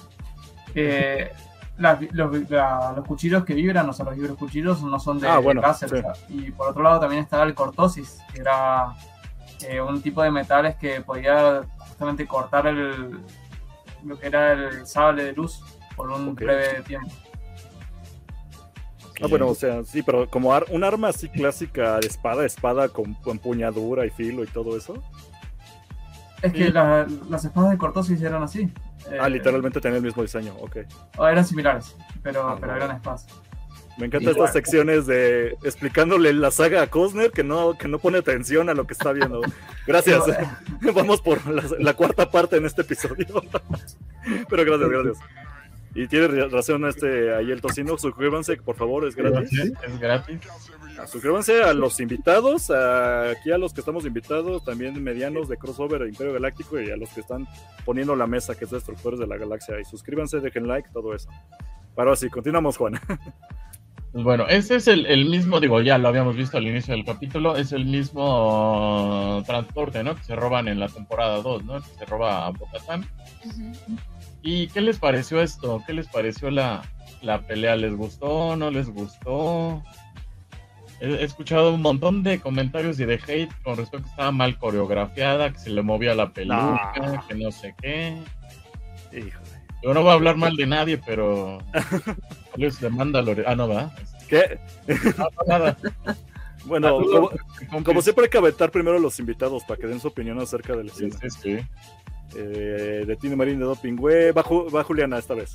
Eh, las- los, la- los cuchillos que vibran, o sea, los vibros cuchillos no son de Ah, bueno, láser. sí. O sea, y por otro lado también estaba el cortosis, que era eh, un tipo de metales que podía justamente cortar el, lo que era el sable de luz por un Ok. breve tiempo. Ah, bueno, o sea, sí, pero como ar- un arma así clásica de espada, espada con, con empuñadura y filo y todo eso. Es que Sí. la- las espadas de cortosis eran así. Ah, Eh, literalmente tenía el mismo diseño, ok. o eran similares, pero, Ah, pero bueno. eran espadas. Me encantan Igual. estas secciones de explicándole la saga a Cosner que no, que no pone atención a lo que está viendo. Gracias. Vamos por la, la cuarta parte en este episodio. Pero gracias, gracias. Y tiene razón este ahí el tocino, suscríbanse, por favor, es gratis. Sí, es gratis. Suscríbanse a los invitados, a, aquí a los que estamos invitados, también medianos de Crossover e Imperio Galáctico, y a los que están poniendo la mesa, que es Destructores de la Galaxia. Y suscríbanse, dejen like, todo eso. Pero así, continuamos, Juan. Pues bueno, ese es el, el mismo, digo, ya lo habíamos visto al inicio del capítulo, es el mismo transporte, ¿no? Que se roban en la temporada dos, ¿no? Que se roba a Bo-Katan. Ujú. ¿Y qué les pareció esto? ¿Qué les pareció la, la pelea? ¿Les gustó? ¿No les gustó? He, he escuchado un montón de comentarios y de hate con respecto a que estaba mal coreografiada, que se le movía la peluca, No. que no sé qué. Híjole. Yo no voy a hablar mal de nadie, pero... les demanda Lore... Ah, no, ¿verdad? ¿Qué? No, no, nada. Bueno, Saludos, como, como siempre hay que aventar primero a los invitados para que den su opinión acerca de la Sí, escena. sí, sí. Eh, de Tino Marín de Doping, güey, va, Ju- va Juliana esta vez.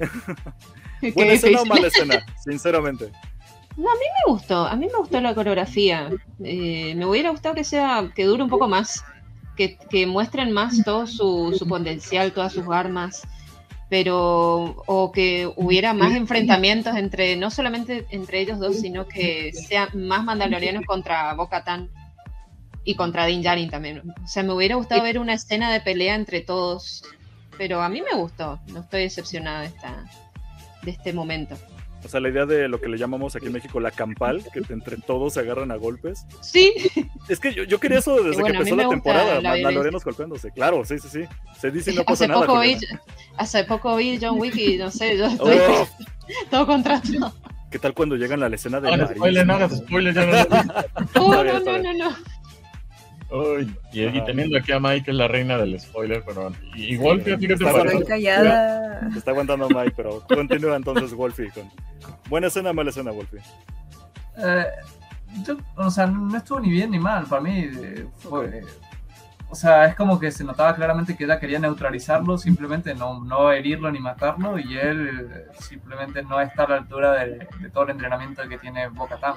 Qué ¿Buena escena o difícil. mala escena? Sinceramente. Me gustó, a mí me gustó la coreografía. Eh, me hubiera gustado que sea, que dure un poco más, que, que muestren más todo su, su potencial, todas sus armas, pero o que hubiera más enfrentamientos entre, no solamente entre ellos dos, sino que sean más mandalorianos contra Bo-Katan y contra Din Djarin también. O sea, me hubiera gustado ver una escena de pelea entre todos, pero a mí me gustó, no estoy decepcionada de, esta, de este momento. O sea, la idea de lo que le llamamos aquí en México la campal, que entre todos se agarran a golpes. Sí, Es que yo, yo quería eso desde Bueno, a que mí empezó me la gusta temporada, la mandalorianos golpeándose. Claro, sí, sí, sí. Se dice y no pasa hace, nada. poco vi, Juliana. hace poco vi John Wick y no sé, yo estoy Oh, todo contra todo. ¿qué tal cuando llegan a la escena de No hagas Maris? spoiler, no hagas spoiler, ya no lo he visto. Oh, bien, no, está no, bien. no, no. Uy, y, y Ajá. teniendo aquí a Mike, que es la reina del spoiler, pero y, igual, fíjate qué te Está parece. Estoy callada. Se está aguantando Mike, pero continúa entonces Wolfie. Con... Buena escena, mala escena, Wolfie. Eh, yo, o sea, no estuvo ni bien ni mal. Para mí eh, fue. O sea, es como que se notaba claramente que ella quería neutralizarlo, simplemente no, no herirlo ni matarlo, y él eh, simplemente no está a la altura de, de todo el entrenamiento que tiene Bo-Katan.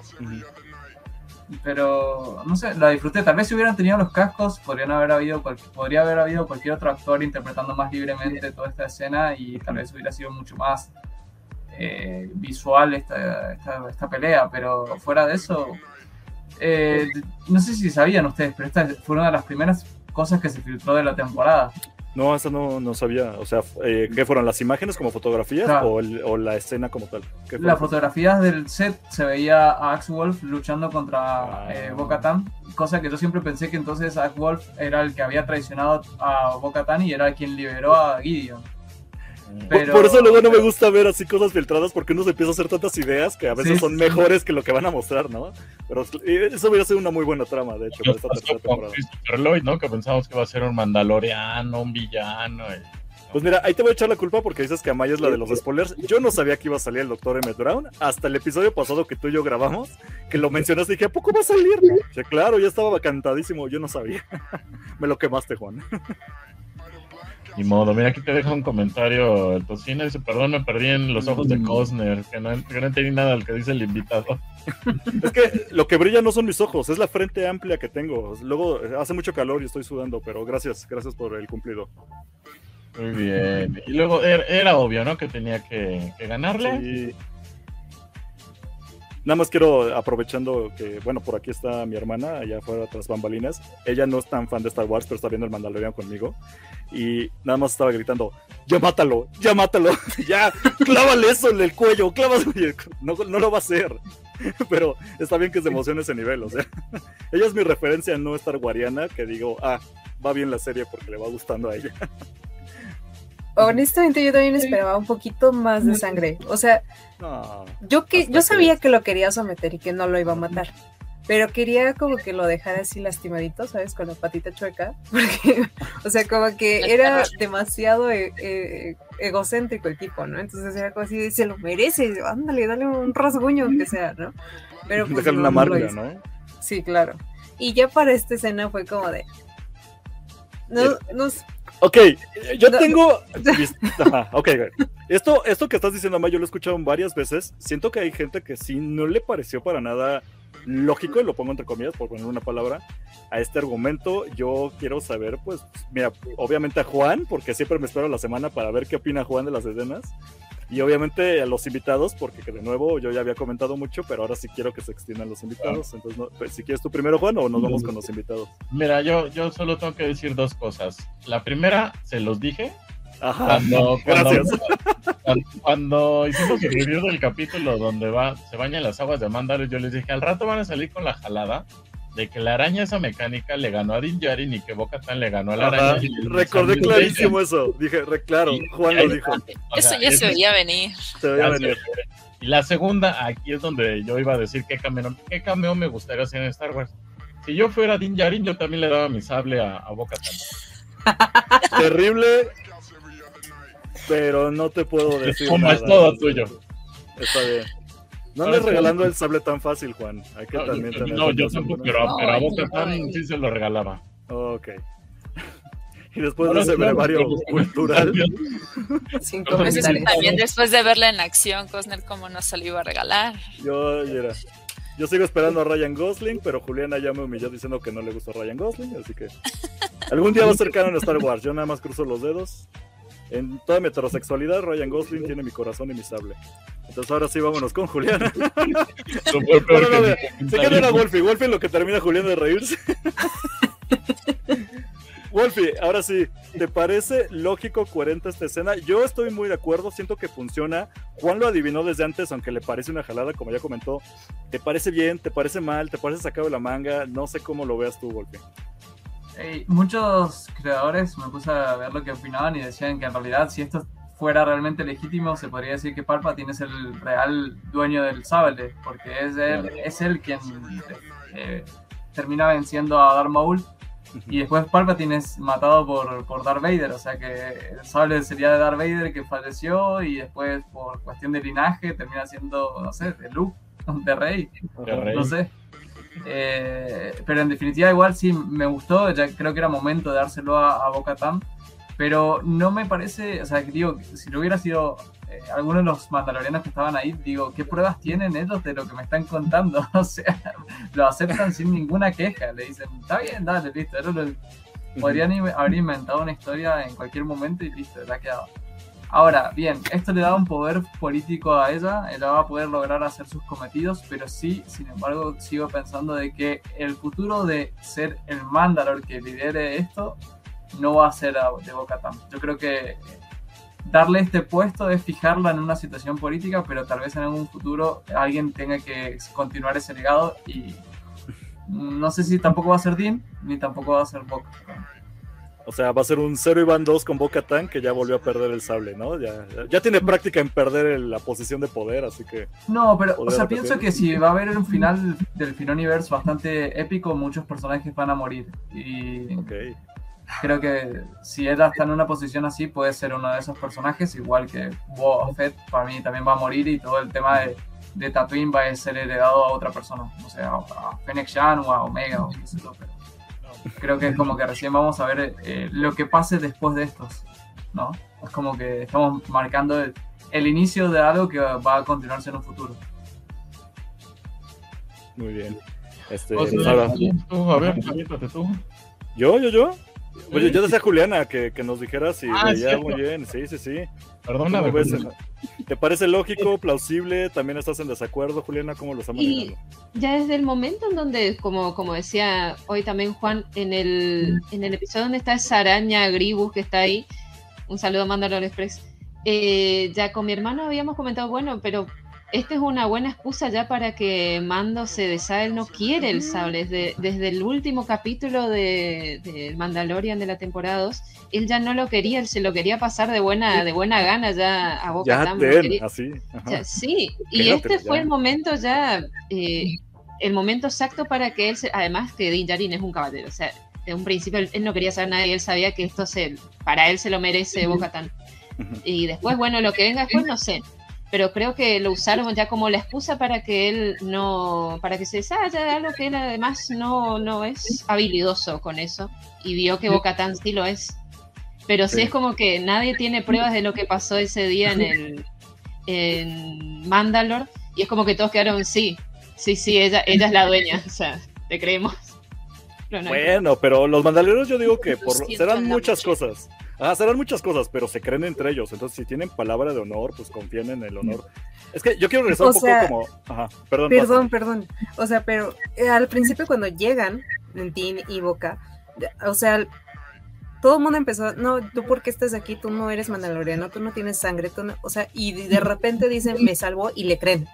Pero, no sé, la disfruté. Tal vez si hubieran tenido los cascos, podrían haber habido cual- podría haber habido cualquier otro actor interpretando más libremente toda esta escena, y tal vez hubiera sido mucho más eh, visual esta, esta, esta pelea. Pero fuera de eso, eh, no sé si sabían ustedes, pero esta fue una de las primeras cosas que se filtró de la temporada. No, esa no, no sabía. O sea, eh, ¿qué fueron las imágenes como fotografías Claro. o, el- o la escena como tal? ¿Qué fue? Las fotografías del set se veía a Axe Wolf luchando contra Ah. eh, Bo-Katan, cosa que yo siempre pensé que entonces Axe Wolf era el que había traicionado a Bo-Katan y era quien liberó a Gideon. Por, Pero- por eso luego no me gusta ver así cosas filtradas, porque uno se empieza a hacer tantas ideas que a veces Sí, son sí. mejores que lo que van a mostrar, ¿no? Pero eh, eso hubiera sido una muy buena trama, de hecho, para Nos esta pasó tercera con temporada. Christopher Lloyd, ¿no? Que pensamos que iba a ser un mandaloriano, un villano. y- Pues mira, ahí te voy a echar la culpa porque dices que Amaya es la de los spoilers. Yo no sabía que iba a salir el doctor Emmett Brown hasta el episodio pasado que tú y yo grabamos, que lo mencionaste y dije, ¿a poco va a salir? Dije, claro, ya estaba cantadísimo, yo no sabía. Me lo quemaste, Juan. Ni modo, mira, aquí te deja un comentario el tocino. Dice, perdón, me perdí en los ojos de Costner, que no, que no entendí nada de lo que dice el invitado. Es que lo que brilla no son mis ojos, es la frente amplia que tengo. Luego hace mucho calor y estoy sudando, pero gracias, gracias por el cumplido. Muy bien. Y luego era, era obvio, ¿no? Que tenía que, que ganarle. Sí. Nada más quiero, aprovechando que, bueno, por aquí está mi hermana, allá afuera tras bambalinas. Ella no es tan fan de Star Wars, pero está viendo el Mandalorian conmigo. Y nada más estaba gritando, ¡ya mátalo! ¡Ya mátalo! ¡Ya! ¡Clávale eso en el cuello! ¡Clávale! No, no lo va a hacer. Pero está bien que se emocione ese nivel, o sea. Ella es mi referencia no Star Wariana, que digo, ah, va bien la serie porque le va gustando a ella. Honestamente, yo también esperaba un poquito más de sangre. O sea, No, yo que hasta yo sabía que- que lo quería someter y que no lo iba a matar. Pero quería como que lo dejara así lastimadito, ¿sabes? Con la patita chueca. Porque, o sea, como que era demasiado eh, eh, egocéntrico el tipo, ¿no? Entonces era como así, se lo merece, ándale, dale un rasguño aunque sea, ¿no? Pero pues Déjale no, una no lo marca, hizo. ¿no? Sí, claro. Y ya para esta escena fue como de... No, no, Ok, yo No. tengo... Ajá, ok, ok. Esto, esto que estás diciendo, Amaya, yo lo he escuchado varias veces. Siento que hay gente que sí no le pareció para nada lógico, y lo pongo entre comillas por poner una palabra, a este argumento. Yo quiero saber, pues, mira, obviamente a Juan, porque siempre me espero la semana para ver qué opina Juan de las escenas, y obviamente a los invitados, porque de nuevo yo ya había comentado mucho, pero ahora sí quiero que se extiendan los invitados. Entonces, no, pues, si quieres tú primero, Juan, o nos vamos con los invitados. Mira, yo, yo solo tengo que decir dos cosas. La primera, se los dije. Ajá, cuando, cuando, gracias. Cuando, cuando hicimos el review del capítulo donde va, se bañan las aguas de Mandalore, yo les dije, al rato van a salir con la jalada de que la araña esa mecánica le ganó a Din Djarin y que Bo-Katan le ganó a la Ajá, araña. recordé clarísimo eso. Dije, re, claro, y, Juan y ahí, lo dijo. O sea, eso ya se veía venir. Se veía venir. Y la segunda, aquí es donde yo iba a decir qué cameo, qué cameo me gustaría hacer en Star Wars. Si yo fuera Din Djarin, yo también le daba mi sable a, a Bo-Katan. Terrible, pero no te puedo decir Como nada. es todo tuyo. Está bien. No andes regalando el sable tan fácil, Juan. Hay que No, también tener... no yo tampoco, pero, No, pero a no, Bo-Katan no. sí se lo regalaba. Ok. Y después Ahora de ese sí, brevario vamos con los cultural... Sin Entonces, Pues es que comentarios. también después de verla en acción, Cosner, ¿cómo no se lo iba a regalar? Yo, mira, yo sigo esperando a Ryan Gosling, pero Juliana ya me humilló diciendo que no le gusta Ryan Gosling, así que algún día va a ser canon en Star Wars. Yo nada más cruzo los dedos. En toda mi heterosexualidad, Ryan Gosling tiene mi corazón y mi sable. Entonces ahora sí, vámonos con Juliana. Eso fue peor No, no, que no, mi se comentario. queda Wolfie. Wolfie lo que termina Julián de reírse. Wolfie, ahora sí, ¿te parece lógico, coherente esta escena? Yo estoy muy de acuerdo, siento que funciona. Juan lo adivinó desde antes, aunque le parece una jalada, como ya comentó. ¿Te parece bien? ¿Te parece mal? ¿Te parece sacado de la manga? No sé cómo lo veas tú, Wolfie. Eh, muchos creadores me puse a ver lo que opinaban y decían que en realidad si esto fuera realmente legítimo se podría decir que Palpatine es el real dueño del sable, porque es él, es él quien eh, termina venciendo a Darth Maul y después Palpatine es matado por, por Darth Vader, o sea que el sable sería de Darth Vader que falleció y después por cuestión de linaje termina siendo, no sé, de Luke, de Rey, De Rey. no sé. Eh, pero en definitiva igual sí me gustó, ya creo que era momento de dárselo a, a Bo-Katan, pero no me parece, o sea, digo, si lo hubiera sido eh, alguno de los mandalorianos que estaban ahí, digo, ¿qué pruebas tienen ellos de lo que me están contando? O sea, lo aceptan sin ninguna queja, le dicen, está bien, dale, listo, eso lo, podrían haber inventado una historia en cualquier momento y listo, la ha quedado. Ahora, bien, esto le da un poder político a ella, ella va a poder lograr hacer sus cometidos, pero sí, sin embargo, sigo pensando de que el futuro de ser el Mandalor que lidere esto no va a ser de Bo-Katan. Yo creo que darle este puesto es fijarla en una situación política, pero tal vez en algún futuro alguien tenga que continuar ese legado y no sé si tampoco va a ser Din, ni tampoco va a ser Bo-Katan. O sea, va a ser un cero y van dos con Bo-Katan, que ya volvió a perder el sable, ¿no? Ya, ya tiene práctica en perder el, la posición de poder, así que... No, pero, o ¿Podría sea, repetir? pienso que si va a haber un final del Filoniverse bastante épico, muchos personajes van a morir. Y Ok. creo que si ella está en una posición así, puede ser uno de esos personajes, igual que Boba Fett, para mí también va a morir y todo el tema de, de Tatooine va a ser heredado a otra persona, o sea, a Fennec Shand o a Omega o qué sé yo, pero creo que es como que recién vamos a ver eh, lo que pase después de estos, ¿no? Es como que estamos marcando el, el inicio de algo que va a continuarse en un futuro. Muy bien. Este, O sea, pues ahora, tú, a ver, aviéntate tú. ¿yo, yo, yo? Oye, yo decía a Juliana que, que nos dijera si Ah, veía cierto. muy bien. Sí, sí, sí. Perdóname. ¿Cómo ves? Julián. ¿Te parece lógico, plausible? ¿También estás en desacuerdo, Juliana? ¿Cómo lo está Y manejando? ya desde el momento en donde, como, como decía hoy también Juan, en el, en el episodio donde está esa araña Gribus que está ahí, un saludo a Mandalore Express, eh, ya con mi hermano habíamos comentado, bueno, pero esta es una buena excusa ya para que Mando se deshaga, él no quiere el sable, desde, desde el último capítulo de, de Mandalorian de la temporada dos, él ya no lo quería, él se lo quería pasar de buena, de buena gana ya a Ya, Bo-Katan. lo ten, quería- así. Ajá. ya, sí, y Quédatelo este fue ya. el momento ya, eh, el momento exacto para que él, se, además que Din Djarin es un caballero, o sea, de un principio él, él no quería saber nada y él sabía que esto se, para él se lo merece Bo-Katan. Ujú. Y después, bueno, lo que venga después no sé, pero creo que lo usaron ya como la excusa para que él no, para que se deshaga de algo que él además no, no es habilidoso con eso, y vio que Bo-Katan sí lo es. Pero sí. Sí. Es como que nadie tiene pruebas de lo que pasó ese día en el en Mandalore, y es como que todos quedaron, sí, Sí, sí, ella, ella es la dueña, o sea, te creemos. Pero no hay- Bueno, pero los mandalorianos yo digo que por, Lo siento serán en la muchas mochila. cosas. Ah, serán muchas cosas, pero se creen entre ellos. Entonces, si tienen palabra de honor, pues confíen en el honor. Es que yo quiero regresar O un poco sea, como... Ajá, perdón. Perdón, pásame. perdón. O sea, pero eh, al principio cuando llegan Tin y Boca, de- o sea, todo el mundo empezó, no, tú por qué estás aquí, tú no eres mandaloriano, tú no tienes sangre, tú no, o sea, y de de repente dicen, me salvó y le creen.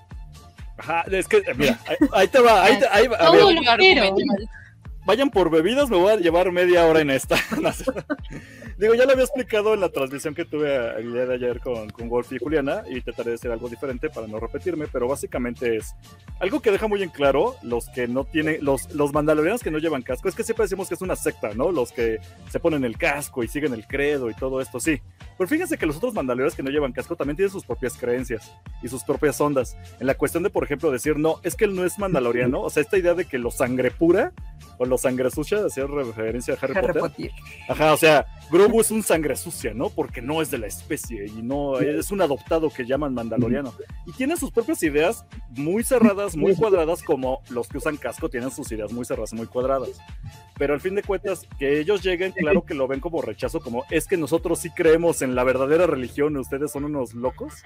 Ajá, es que, mira, ahí, ahí te va, ahí te- ahí va. A Todo ver, lo Lo quiero. argumental. vayan por bebidas, me voy a llevar media hora en esta. No sé. Digo, ya lo había explicado en la transmisión que tuve el día de ayer con, con Wolf y Juliana, y trataré de hacer algo diferente para no repetirme, pero básicamente es algo que deja muy en claro los que no tienen, los, los mandalorianos que no llevan casco, es que siempre decimos que es una secta, ¿no? Los que se ponen el casco y siguen el credo y todo esto, sí. Pero fíjense que los otros mandalorianos que no llevan casco también tienen sus propias creencias y sus propias ondas. En la cuestión de, por ejemplo, decir, no, es que él no es mandaloriano, o sea, esta idea de que lo sangre pura o lo sangre sucia, hacía referencia a Harry, Harry Potter. Potter. Ajá, o sea, Grogu es un sangre sucia, ¿no? Porque no es de la especie y no es un adoptado que llaman mandaloriano. Y tiene sus propias ideas muy cerradas, muy cuadradas, como los que usan casco tienen sus ideas muy cerradas, muy cuadradas. Pero al fin de cuentas, que ellos lleguen, claro que lo ven como rechazo, como es que nosotros sí creemos en la verdadera religión, ustedes son unos locos.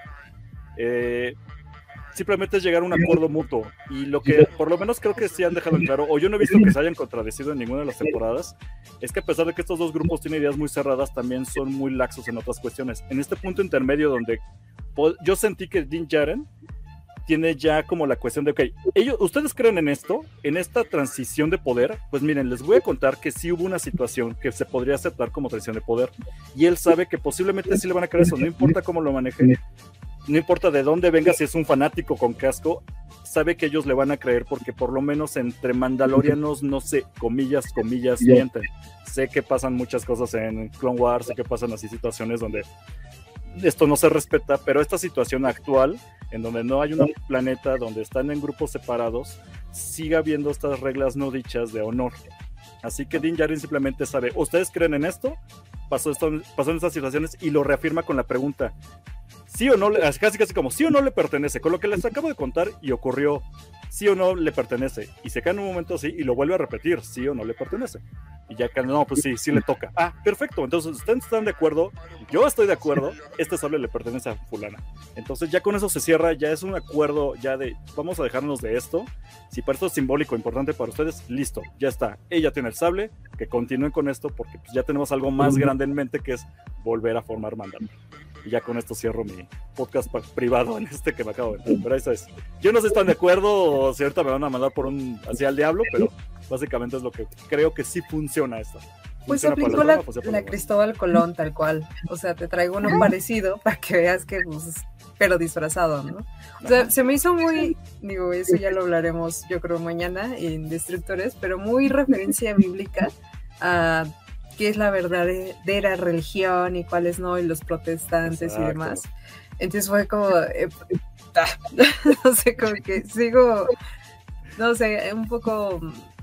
Eh, simplemente es llegar a un acuerdo mutuo. Y lo que por lo menos creo que sí han dejado en claro, o yo no he visto que se hayan contradecido en ninguna de las temporadas, es que a pesar de que estos dos grupos tienen ideas muy cerradas, también son muy laxos en otras cuestiones. En este punto intermedio donde po- yo sentí que Din Djarin tiene ya como la cuestión de, ok, ellos, ustedes creen en esto, en esta transición de poder, pues miren, les voy a contar que sí hubo una situación que se podría aceptar como transición de poder, y él sabe que posiblemente sí le van a creer eso, no importa cómo lo maneje, no importa de dónde venga, si es un fanático con casco, sabe que ellos le van a creer porque por lo menos entre mandalorianos no sé, comillas, comillas, mienten. Sé que pasan muchas cosas en Clone Wars, sé que pasan así situaciones donde esto no se respeta, pero esta situación actual, en donde no hay un planeta, donde están en grupos separados, sigue habiendo estas reglas no dichas de honor. Así que Din Djarin simplemente sabe, ¿ustedes creen en esto? Pasó, esto, pasó en estas situaciones y lo reafirma con la pregunta, sí o no, le- casi casi como sí o no le pertenece, con lo que les acabo de contar y ocurrió, sí o no le pertenece, y se cae en un momento así y lo vuelve a repetir, sí o no le pertenece, y ya que no, pues sí, sí le toca, ah, perfecto, entonces ustedes están de acuerdo, yo estoy de acuerdo, este sable le pertenece a fulana, entonces ya con eso se cierra, ya es un acuerdo ya de, vamos a dejarnos de esto, si para esto es simbólico, importante para ustedes, listo, ya está, ella tiene el sable, que continúen con esto, porque pues ya tenemos algo más grande en mente, que es volver a formar Mandalor. Y ya con esto cierro mi podcast pa- privado en este que me acabo de entrar. Pero eso es. Yo no sé si están de acuerdo o si ahorita me van a mandar por un hacia el diablo, pero básicamente es lo que creo que sí funciona esto. Pues Funciona para aplicó el la, bueno, funciona para la el bueno. Cristóbal Colón tal cual. O sea, te traigo uno parecido para que veas que, pues, pero disfrazado, ¿no? O sea, se me hizo muy, digo, eso ya lo hablaremos yo creo mañana en Destructores, pero muy referencia bíblica a qué es la verdadera religión y cuáles no, y los protestantes Exacto. y demás. Entonces fue como, eh, ah, no sé, como que sigo, no sé, un poco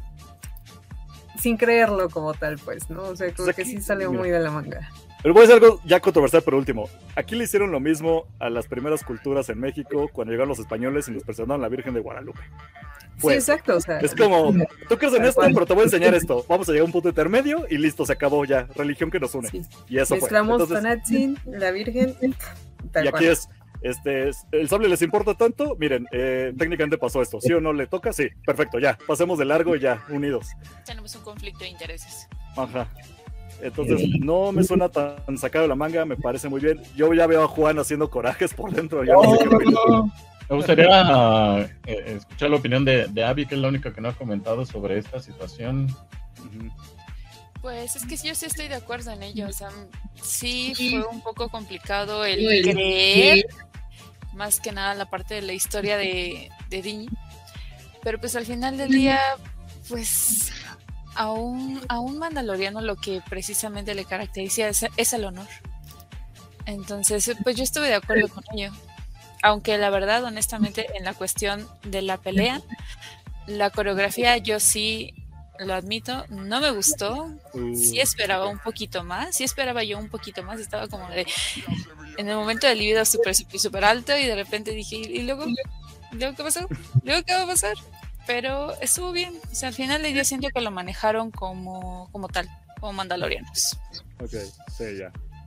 sin creerlo como tal, pues, ¿no? O sea, como Pues que aquí, sí salió mira. muy de la manga. Pero voy a decir algo ya controversial, pero último. Aquí le hicieron lo mismo a las primeras culturas en México cuando llegaron los españoles y nos presentaron a la Virgen de Guadalupe. Fue Sí, eso. exacto, o sea, Es como, tú crees en Tal esto, cual. pero te voy a enseñar esto. Vamos a llegar a un punto intermedio y listo, se acabó ya. Religión que nos une. sí. Y eso fue. Mezclamos Entonces, Tonatzin, la Virgen, tal y aquí cual. es, este, es- ¿el sable les importa tanto? Miren, eh, técnicamente pasó esto. ¿Sí o no le toca? Sí, perfecto, ya. Pasemos de largo y ya, unidos. Tenemos un conflicto de intereses. Ajá. Entonces, no me suena tan sacado de la manga, me parece muy bien. Yo ya veo a Juan haciendo corajes por dentro. Ya no sé qué opinar. Me gustaría eh, escuchar la opinión de, de Abby, que es la única que no ha comentado sobre esta situación. Ujú. Pues es que yo sí estoy de acuerdo en ello. O sea, sí fue un poco complicado el creer, más que nada la parte de la historia de, de Din. Pero pues al final del día, pues a un, a un mandaloriano lo que precisamente le caracteriza es, es el honor. Entonces, pues yo estuve de acuerdo con ello. Aunque la verdad, honestamente, en la cuestión de la pelea, la coreografía yo sí lo admito, no me gustó. Sí esperaba un poquito más, sí esperaba yo un poquito más, estaba como de en el momento del libido súper súper súper alto y de repente dije, y luego luego qué pasó, luego qué va a pasar, pero estuvo bien, o sea, al final yo siento que lo manejaron como, como tal, como mandalorianos. Ok, sí, ya.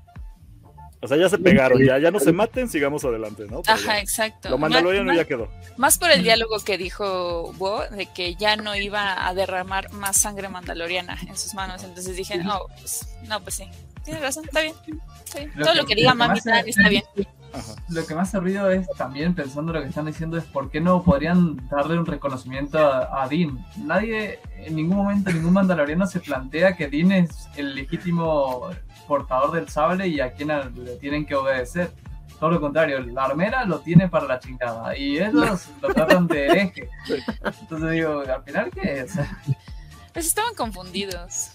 O sea, ya se pegaron, ya, ya no se maten, sigamos adelante, ¿no? Pero Ajá, ya, exacto. lo mandaloriano más, ya quedó. Más por el diálogo que dijo Bo, de que ya no iba a derramar más sangre mandaloriana en sus manos, entonces dije, no, pues, no, pues sí, tienes razón, está bien. Está bien. Lo Todo que- lo que diga lo que Mami más se- Tan está bien. Ajá. Lo que más hace ruido es también, pensando lo que están diciendo, es por qué no podrían darle un reconocimiento a, a Din. Nadie, en ningún momento, ningún mandaloriano se plantea que Din es el legítimo portador del sable y a quien a- le tienen que obedecer. Todo lo contrario, la armera lo tiene para la chingada y ellos lo tratan de hereje. Entonces digo, al final, ¿qué es? Pues estaban confundidos.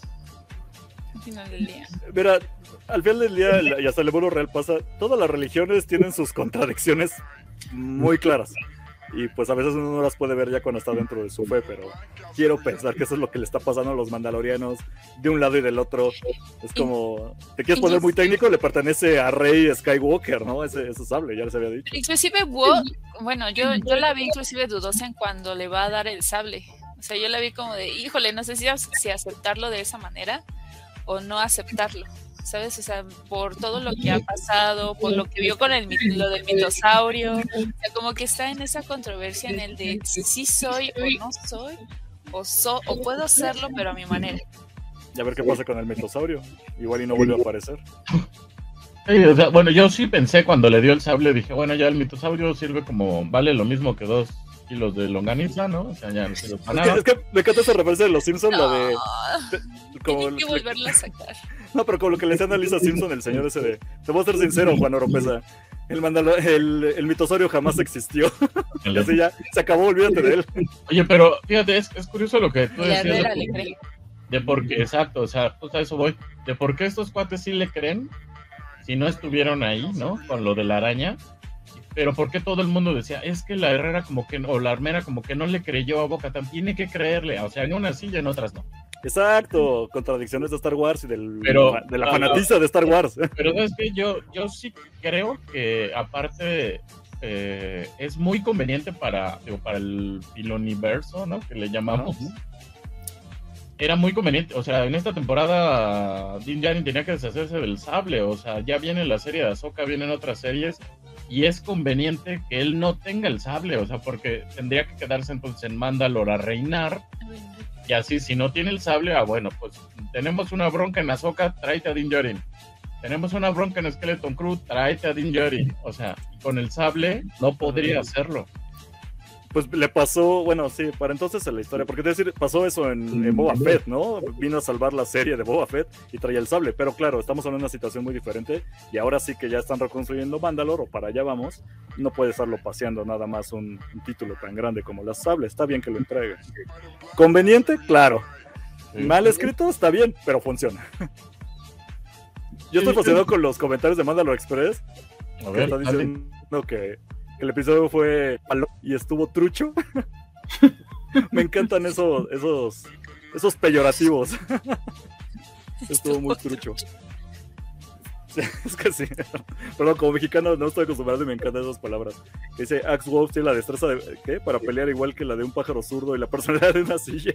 Al final del día. Mira, al final del día, y hasta el mundo real pasa, todas las religiones tienen sus contradicciones muy claras. Y pues a veces uno no las puede ver ya cuando está dentro de su fe, pero quiero pensar que eso es lo que le está pasando a los mandalorianos de un lado y del otro. Es como, te quieres poner muy técnico, le pertenece a Rey Skywalker, ¿no? Ese, ese sable, ya les había dicho. Inclusive Wo, bueno, yo, yo la vi inclusive dudosa en cuando le va a dar el sable. O sea, yo la vi como de, híjole, no sé si, si aceptarlo de esa manera o no aceptarlo, ¿sabes? O sea, por todo lo que ha pasado, por lo que vio con el, mit- lo del mitosaurio, o sea, como que está en esa controversia en el de si sí soy o no soy, o, so, o puedo serlo, pero a mi manera. Y a ver qué pasa con el mitosaurio. Igual y no vuelve a aparecer. Sí, o sea, bueno, yo sí pensé cuando le dio el sable, dije, bueno, ya el mitosaurio sirve como, vale lo mismo que dos kilos de longaniza, ¿no? O sea, ya no sirve para Es que, nada. es que me encanta esa referencia de los Simpsons, la de... Como, Tienen que volverla a sacar. no, pero como lo que le decían a Lisa Simpson, el señor ese de... Te voy a ser sincero, Juan Oropesa. El, mandalo- el, el mitosaurio jamás existió. Y así ya, se acabó, olvídate de él. Oye, pero fíjate, es, es curioso lo que tú La decías Herrera de, le cree. de por qué, exacto, o sea, justo a eso voy, de por qué estos cuates sí le creen si no estuvieron ahí, ¿no? Con lo de la araña, pero por qué todo el mundo decía, es que la Herrera como que, o la Armera como que no le creyó a Bo-Katan, tiene que creerle, o sea, en unas sí y en otras no. Exacto, contradicciones de Star Wars y del, Pero- de la fanatiza de Star Wars. Pero es que yo, yo sí creo que aparte eh, es muy conveniente para, digo, para el filoniverso, ¿no? Que le llamamos. Ajá. Era muy conveniente, o sea, en esta temporada Din Djarin tenía que deshacerse del sable, o sea, ya viene la serie de Ahsoka, vienen otras series, y es conveniente que él no tenga el sable, o sea, porque tendría que quedarse entonces en Mandalore a reinar, y así, si no tiene el sable, ah, bueno, pues tenemos una bronca en Ahsoka, tráete a Din Djarin. Tenemos una bronca en Skeleton Crew, tráete a Din Djarin. O sea, con el sable no podría hacerlo. Pues le pasó, bueno, sí, para entonces en la historia, porque es decir, pasó eso en, en Boba Fett, ¿no? Vino a salvar la serie de Boba Fett y traía el sable, pero claro, estamos en una situación muy diferente y ahora sí que ya están reconstruyendo Mandalore, o para allá vamos, no puede estarlo paseando nada más un, un título tan grande como las sables, está bien que lo entregue. ¿Conveniente? Claro. Sí. Mal escrito, está bien, pero funciona. Yo estoy fascinado con los comentarios de Mandalore Express, A que ver, están dale. diciendo que el episodio fue palo y estuvo trucho. Me encantan esos, esos, esos peyorativos. Estuvo muy trucho. Sí, es que sí. Perdón, como mexicano no estoy acostumbrado y me encantan esas palabras. Dice Axe Wolf tiene la destreza de ¿qué? Para pelear igual que la de un pájaro zurdo y la personalidad de una silla.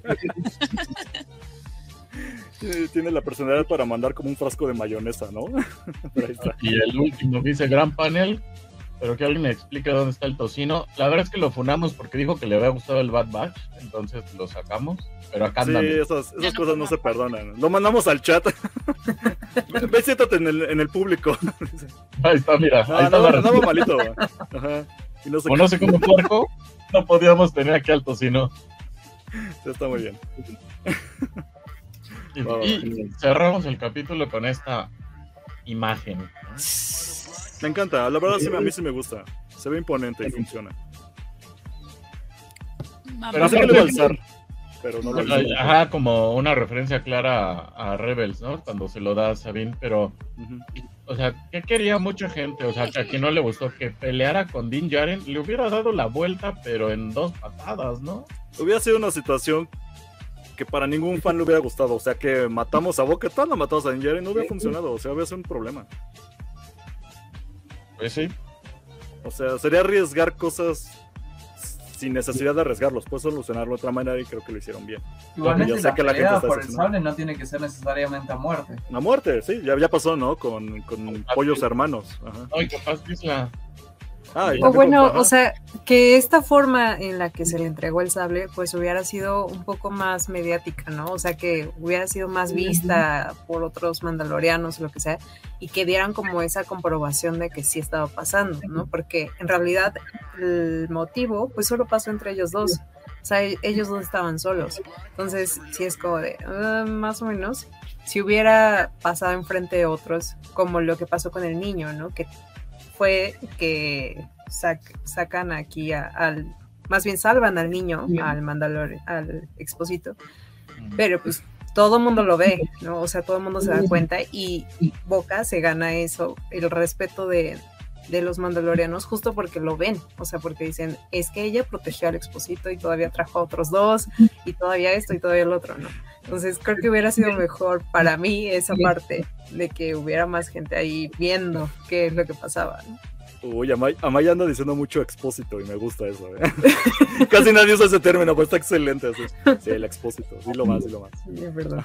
Tiene, tiene la personalidad para mandar como un frasco de mayonesa, ¿no? Pero ahí está. Y el último dice gran panel, pero que alguien me explique dónde está el tocino. La verdad es que lo funamos porque dijo que le había gustado el Bad Batch, entonces lo sacamos, pero acá Sí, andan. esas, esas cosas no se perdonan. Lo mandamos al chat. Ve, ve, siéntate en el, en el público. Ahí está, mira, No, ahí está no, la andaba respuesta. malito. Ajá. Y no sé O no sé cómo puerco, no podíamos tener aquí al tocino. qué. Está muy bien. Y, Oh. y cerramos el capítulo con esta imagen, ¿no? Me encanta, la verdad sí, a mí sí me gusta. Se ve imponente y funciona. Mamá. Pero Pensé que lo iba a alzar, pero no lo hizo. Ajá, como una referencia clara a, a Rebels, ¿no? Cuando se lo da a Sabine, pero, Ujú. o sea, ¿qué quería mucha gente? O sea, que a quien no le gustó que peleara con Din Djarin, le hubiera dado la vuelta, pero en dos patadas, ¿no? Hubiera sido una situación que para ningún fan le hubiera gustado. O sea, que matamos a Bo-Katan, no matamos a Din Djarin, no hubiera funcionado. O sea, hubiera sido un problema. Pues sí. O sea, sería arriesgar cosas sin necesidad de arriesgarlos, puedes solucionarlo de otra manera y creo que lo hicieron bien. Igualmente Yo sé la que la gente pelea está por el asesinando. sable no tiene que ser necesariamente a muerte. A muerte, sí, ya, ya pasó, ¿no? Con, con pollos hermanos. Ajá. No, y capaz que es la... Ah, y O también bueno, con- ajá. o sea, que esta forma en la que se le entregó el sable, pues hubiera sido un poco más mediática, ¿no? O sea, que hubiera sido más vista por otros mandalorianos, lo que sea, y que dieran como esa comprobación de que sí estaba pasando, ¿no? Porque en realidad el motivo, pues solo pasó entre ellos dos. O sea, e- ellos dos estaban solos. Entonces, sí es como de, ah, más o menos, si hubiera pasado enfrente de otros, como lo que pasó con el niño, ¿no? Que fue que sac- sacan aquí a- al, más bien salvan al niño, al Mandalor, al Expósito, pero pues todo el mundo lo ve, ¿no? O sea, todo el mundo se da cuenta y Boca se gana eso, el respeto de, de los mandalorianos justo porque lo ven, o sea, porque dicen, es que ella protegió al Expósito y todavía trajo a otros dos y todavía esto y todavía el otro, ¿no? Entonces creo que hubiera sido mejor para mí esa parte de que hubiera más gente ahí viendo qué es lo que pasaba, ¿no? Uy, Amay, Amay anda diciendo mucho expósito y me gusta eso, ¿eh? Casi nadie usa ese término, pero está excelente. Así. Sí, el expósito, dilo más, dilo más. Sí, es verdad.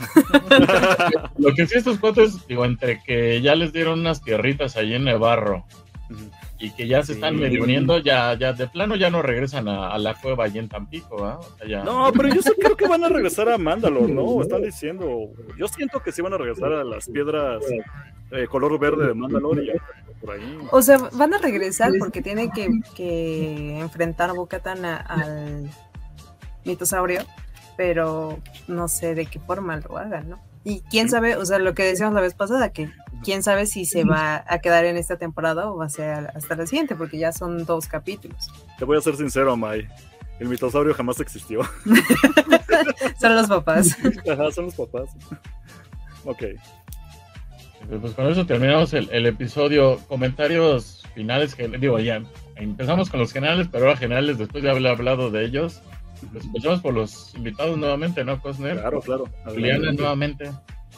Lo que sí estos cuates, digo, entre que ya les dieron unas tierritas ahí en Nevarro y que ya se Sí. están medio uniendo, ya, ya de plano ya no regresan a, a la cueva allí en Tampico, ¿ah? O sea, ya... No, pero yo sí creo que van a regresar a Mandalore, ¿no? Están diciendo. Yo siento que sí van a regresar a las piedras eh, color verde de Mandalore y ya, por ahí. O sea, van a regresar porque tienen que, que enfrentar Bo-Katan a- al mitosaurio, pero no sé de qué forma lo hagan, ¿no? Y quién sabe, o sea, lo que decíamos la vez pasada, que quién sabe si se va a quedar en esta temporada o va a ser hasta la siguiente, porque ya son dos capítulos. Te voy a ser sincero, Amay. El mitosaurio jamás existió. Son los papás. Ajá, son los papás. Ok. Pues con eso terminamos el, el episodio. Comentarios finales, que digo, ya empezamos con los generales, pero ahora generales, después de haber hablado de ellos, pues empezamos por los invitados nuevamente, ¿no, Cosner? Claro, claro. Juliana, Adelante. nuevamente.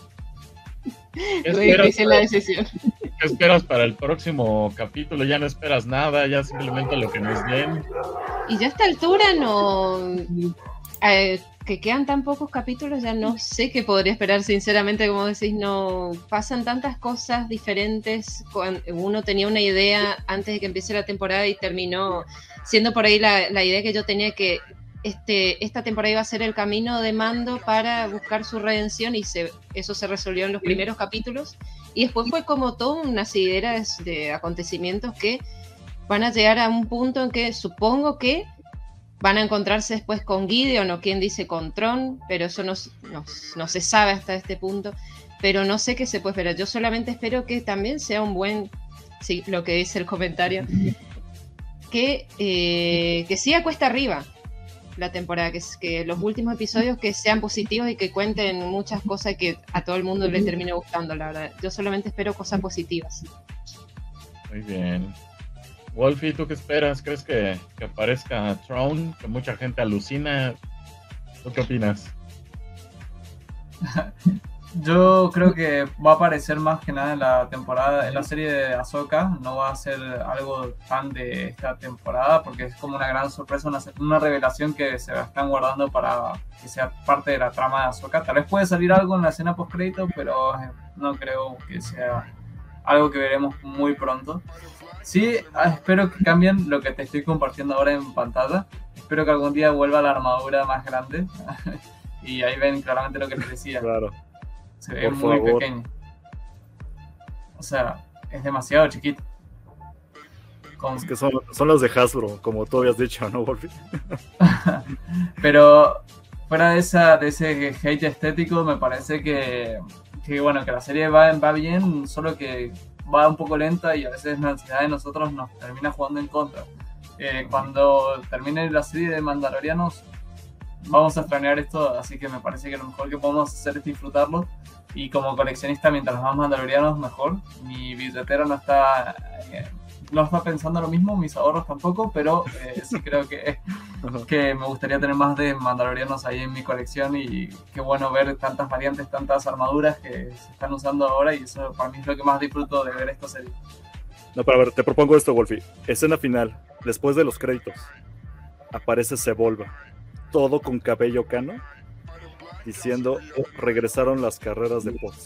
¿Qué Muy esperas, difícil la decisión. ¿Qué esperas para el próximo capítulo? Ya no esperas nada, ya simplemente lo que nos den. Y ya a esta altura no... eh, que quedan tan pocos capítulos, ya no sé qué podría esperar, sinceramente, como decís, no pasan tantas cosas diferentes. Cuando uno tenía una idea antes de que empiece la temporada y terminó siendo por ahí la, la idea que yo tenía, que este, esta temporada iba a ser el camino de Mando para buscar su redención, y se, eso se resolvió en los primeros capítulos, y después fue como toda una seguidera de, de acontecimientos que van a llegar a un punto en que supongo que van a encontrarse después con Gideon, o quien dice con Tron, pero eso no, no, no se sabe hasta este punto, pero no sé qué se puede esperar. Yo solamente espero que también sea un buen, sí, lo que dice el comentario, que, eh, que siga cuesta arriba la temporada, que, que los últimos episodios que sean positivos y que cuenten muchas cosas que a todo el mundo le termine gustando, la verdad. Yo solamente espero cosas positivas. Muy bien. Wolfie, ¿tú qué esperas? ¿Crees que, que aparezca Throne? Que mucha gente alucina. ¿Tú qué opinas? Yo creo que va a aparecer más que nada en la temporada, en la serie de Ahsoka. No va a ser algo tan de esta temporada, porque es como una gran sorpresa, una, una revelación que se están guardando para que sea parte de la trama de Ahsoka. Tal vez puede salir algo en la escena post crédito, pero no creo que sea algo que veremos muy pronto. Sí, espero que cambien lo que te estoy compartiendo ahora en pantalla. Espero que algún día vuelva la armadura más grande. Y ahí ven claramente lo que les decía. Claro. Se ve Por muy favor. pequeño. O sea, es demasiado chiquito. Con... Es que son, son los de Hasbro, como tú habías dicho, ¿no, Wolfie? Pero fuera de, esa, de ese hate estético, me parece que, que, bueno, que la serie va, va bien, solo que va un poco lenta y a veces la ansiedad de nosotros nos termina jugando en contra. Eh, cuando termine la serie de Mandalorianos, vamos a extrañar esto, así que me parece que lo mejor que podemos hacer es disfrutarlo. Y como coleccionista, mientras más Mandalorianos, mejor. Mi billetera no está eh, no está pensando lo mismo, mis ahorros tampoco, pero eh, sí creo que, que me gustaría tener más de Mandalorianos ahí en mi colección, y qué bueno ver tantas variantes, tantas armaduras que se están usando ahora, y eso para mí es lo que más disfruto de ver esta serie. No, pero a ver, te propongo esto, Wolfie. Escena final, después de los créditos. aparece Sebulba, todo con cabello cano, diciendo, regresaron las carreras de bots.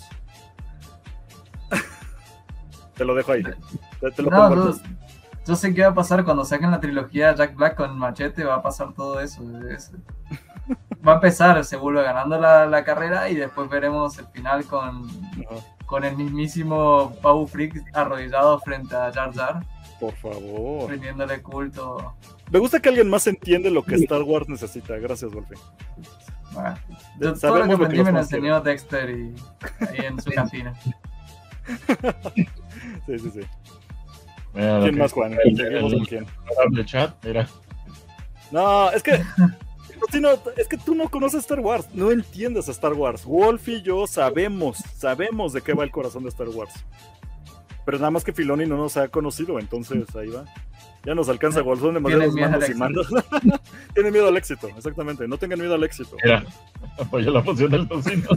Te lo dejo ahí. Te, te lo No, pongo. yo, yo sé qué va a pasar cuando saquen la trilogía Jack Black con Machete, va a pasar todo eso. Es- va a empezar, se vuelve ganando la, la carrera y después veremos el final con, Ajá, con el mismísimo Pau Freak arrodillado frente a Jar Jar, por favor. rindiéndole culto. Me gusta que alguien más entiende lo que Star Wars necesita. Gracias, Wolfie. Bueno, yo, todo lo que Sabemos lo que aprendí me lo nos enseñó Dexter y ahí en su cantina. Sí, sí, sí. Mira, ¿Quién lo más, que- Juan? el- Seguimos el- con quién. el chat, mira. No, es que. Sí, no, es que tú no conoces Star Wars, no entiendes a Star Wars. Wolf y yo sabemos, sabemos de qué va el corazón de Star Wars. Pero nada más que Filoni no nos ha conocido, entonces ahí va. Ya nos alcanza, Wolf, son demasiados Tienen miedo mandos al y mandos. Tienen miedo al éxito, exactamente. No tengan miedo al éxito. Mira, apoyó la función del tocino.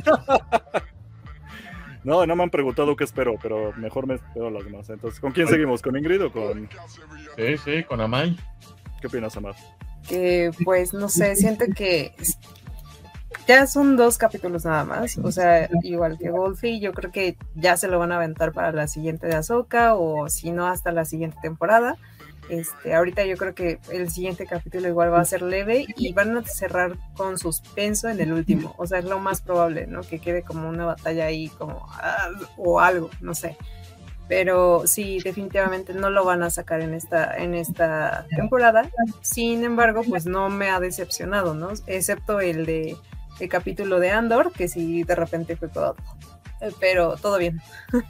No, no me han preguntado qué espero, pero mejor me espero a las demás. Entonces, ¿con quién seguimos? ¿Con Ingrid o con...? Sí, sí, con Amay. ¿Qué opinas, Amar? Que pues no sé, siento que es- ya son dos capítulos nada más, o sea, igual que Wolfie, yo creo que ya se lo van a aventar para la siguiente de Ahsoka o si no hasta la siguiente temporada. Este, ahorita yo creo que el siguiente capítulo igual va a ser leve y van a cerrar con suspenso en el último, o sea, es lo más probable, ¿no? Que quede como una batalla ahí como ah, o algo, no sé. Pero sí, definitivamente no lo van a sacar en esta, en esta temporada. Sin embargo, pues no me ha decepcionado, ¿no? Excepto el de el capítulo de Andor, que sí de repente fue todo. Eh, Pero todo bien.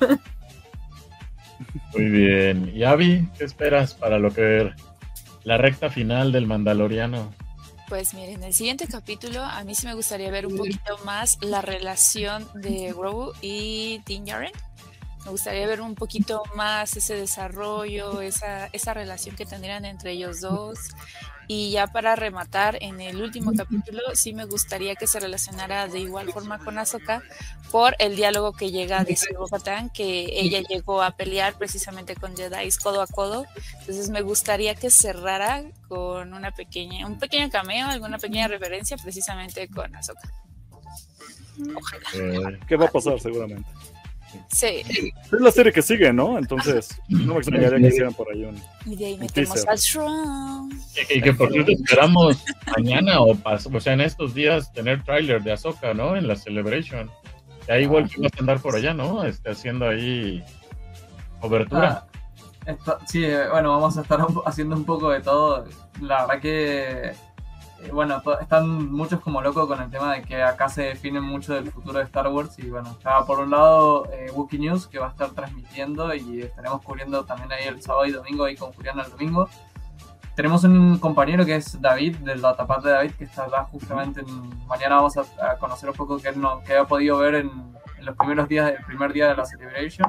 Muy bien. Y Abby, ¿qué esperas para lo que la recta final del Mandaloriano? Pues miren, en el siguiente capítulo a mí sí me gustaría ver un poquito más la relación de Grogu y Din Djarin. Me gustaría ver un poquito más ese desarrollo, esa, esa relación que tendrían entre ellos dos. Y ya para rematar, en el último capítulo sí me gustaría que se relacionara de igual forma con Ahsoka por el diálogo que llega de Bo-Katan, que ella llegó a pelear precisamente con Jedi codo a codo. Entonces me gustaría que cerrara con una pequeña, un pequeño cameo, alguna pequeña referencia precisamente con Ahsoka. Ojalá. Eh, ¿Qué va a pasar seguramente? Sí. Es la serie que sigue, ¿no? Entonces, no me extrañaría que hicieran por ahí un... Y de ahí Un metemos teaser. al Tron. y, y que por cierto esperamos mañana o, pas- o sea, en estos días tener tráiler de Ahsoka, ¿no? En la Celebration. Y ahí igual que vas a andar por allá, ¿no? Este, haciendo ahí cobertura. Ah, esto- sí, eh, bueno, vamos a estar un- haciendo un poco de todo. La verdad que, eh, bueno, to- están muchos como locos con el tema de que acá se define mucho del futuro de Star Wars. Y bueno, está por un lado eh, Wookiee News, que va a estar transmitiendo y estaremos cubriendo también ahí el sábado y domingo, ahí con Julián el domingo. Tenemos un compañero que es David, del Datapad de David, que estará justamente en... Mañana vamos a, a conocer un poco qué, él no, qué ha podido ver en, en los primeros días, el primer día de la Celebration.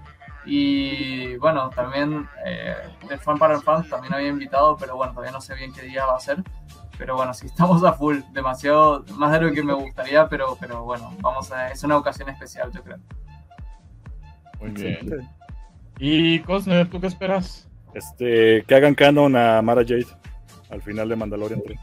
Y bueno, también eh, de Fan para el Fan también había invitado, pero bueno, todavía no sé bien qué día va a ser. Pero bueno, sí, estamos a full, demasiado, más de lo que me gustaría, pero, pero bueno, vamos a, es una ocasión especial, yo creo. Muy bien. Y Cosner, ¿tú qué esperas? Este, que hagan canon a Mara Jade al final de Mandalorian tres.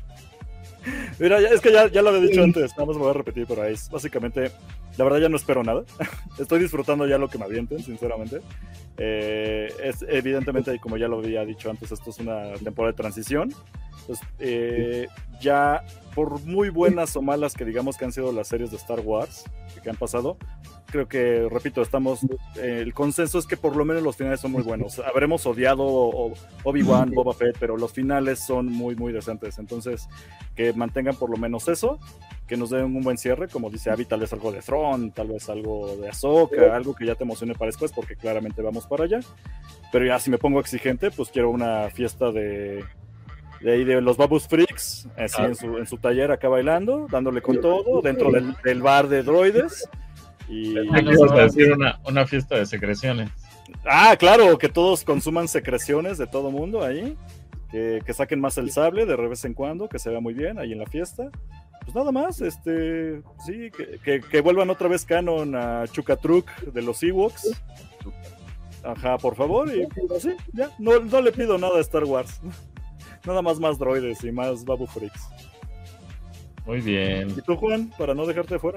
Mira, ya- es que ya, ya lo había dicho antes, nada más me voy a repetir, pero ahí es básicamente, la verdad ya no espero nada. Estoy disfrutando ya lo que me avienten, sinceramente. Eh, es evidentemente, como ya lo había dicho antes, esto es una temporada de transición. Entonces, eh, ya por muy buenas o malas que digamos que han sido las series de Star Wars que han pasado, creo que, repito, estamos, eh, el consenso es que por lo menos los finales son muy buenos. Habremos odiado o- Obi-Wan, Boba Fett, pero los finales son muy, muy decentes. Entonces, que mantengan por lo menos eso, que nos den un buen cierre, como dice Abby, tal vez algo de Thrawn, tal vez algo de Ahsoka, algo que ya te emocione para después, porque claramente vamos para allá. Pero ya si me pongo exigente, pues quiero una fiesta de... de ahí de los Babus Freaks, así Ah. en, su, en su taller acá bailando, dándole con todo, dentro del, del bar de droides. Y... Aquí ibas a decir una, una fiesta de secreciones. Ah, claro, que todos consuman secreciones de todo mundo ahí, que, que saquen más el sable de vez en cuando, que se vea muy bien ahí en la fiesta. Pues nada más, este, sí, que, que, que vuelvan otra vez canon a Chukatruk de los Ewoks. Ajá, por favor, y así, ya, no, no le pido nada a Star Wars. Nada más más droides y más Babu Freaks. Muy bien. ¿Y tú, Juan, para no dejarte fuera?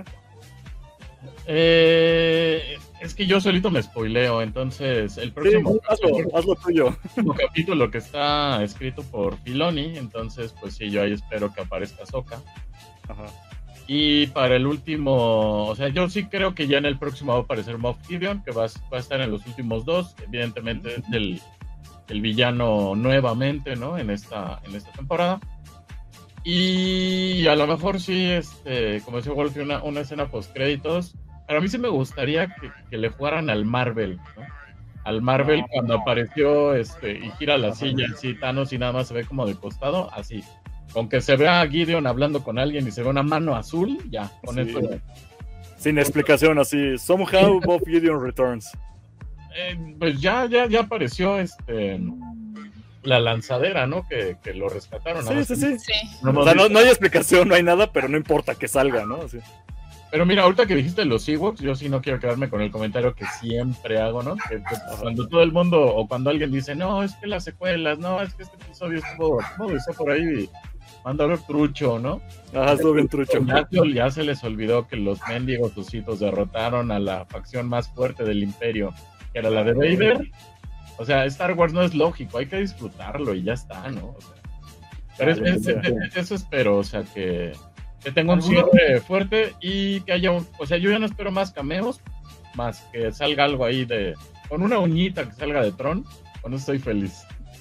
Eh, es que yo solito me spoileo, entonces el próximo, sí, hazlo, hazlo tuyo. El próximo capítulo que está escrito por Filoni, entonces pues sí, yo ahí espero que aparezca Ahsoka. Ajá. Y para el último, o sea, yo sí creo que ya en el próximo va a aparecer Moff Gideon, que va, va a estar en los últimos dos, evidentemente es el, el villano nuevamente, ¿no? En esta, en esta temporada. Y a lo mejor sí, este, como decía Wolfie, una, una escena post créditos. Pero a mí sí me gustaría que, que le jugaran al Marvel, ¿no? Al Marvel no, cuando no. apareció este, y gira la silla así, Thanos y nada más se ve como de costado, así. Con que se vea a Gideon hablando con alguien y se ve una mano azul, ya, con sí. eso. Sin explicación, así. Somehow Moff Gideon returns. Eh, pues ya, ya, ya apareció este... la lanzadera, ¿no? Que, que lo rescataron. Sí, sí, sí. sí. No, o sea, no, no hay explicación, no hay nada, pero no importa que salga, ¿no? Así. Pero mira, ahorita que dijiste los Ewoks, yo sí no quiero quedarme con el comentario que siempre hago, ¿no? Que, que cuando todo el mundo, o cuando alguien dice, no, es que las secuelas, no, es que este episodio estuvo, ¿cómo dice por ahí? Manda a ver trucho, ¿no? Ajá, estuvo bien trucho. Ya, ya se les olvidó que los mendigos Husitos derrotaron a la facción más fuerte del Imperio, que era la de Vader. O sea, Star Wars no es lógico, hay que disfrutarlo y ya está, ¿no? O sea, pero es, es, es, eso espero, o sea, que, que tenga un cierre fuerte y que haya un... O sea, yo ya no espero más cameos, más que salga algo ahí de... Con una uñita que salga de Tron, con eso estoy feliz.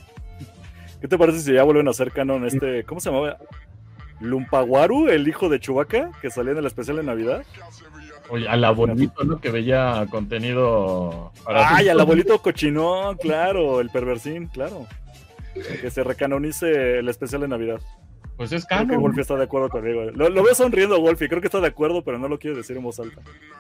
¿Qué te parece si ya vuelven a hacer canon este... ¿Cómo se llamaba? Lumpaguaru, el hijo de Chewbacca, que salía en el especial de Navidad. Oye, al abuelito, ¿no? Que veía contenido... Para ¡Ay, al abuelito cochinón! Claro, el perversín, claro. Que se recanonice el especial de Navidad. Pues es canon. Creo que Wolfie está de acuerdo conmigo. Lo, lo veo sonriendo, Wolfie. Creo que está de acuerdo, pero no lo quiere decir en voz alta.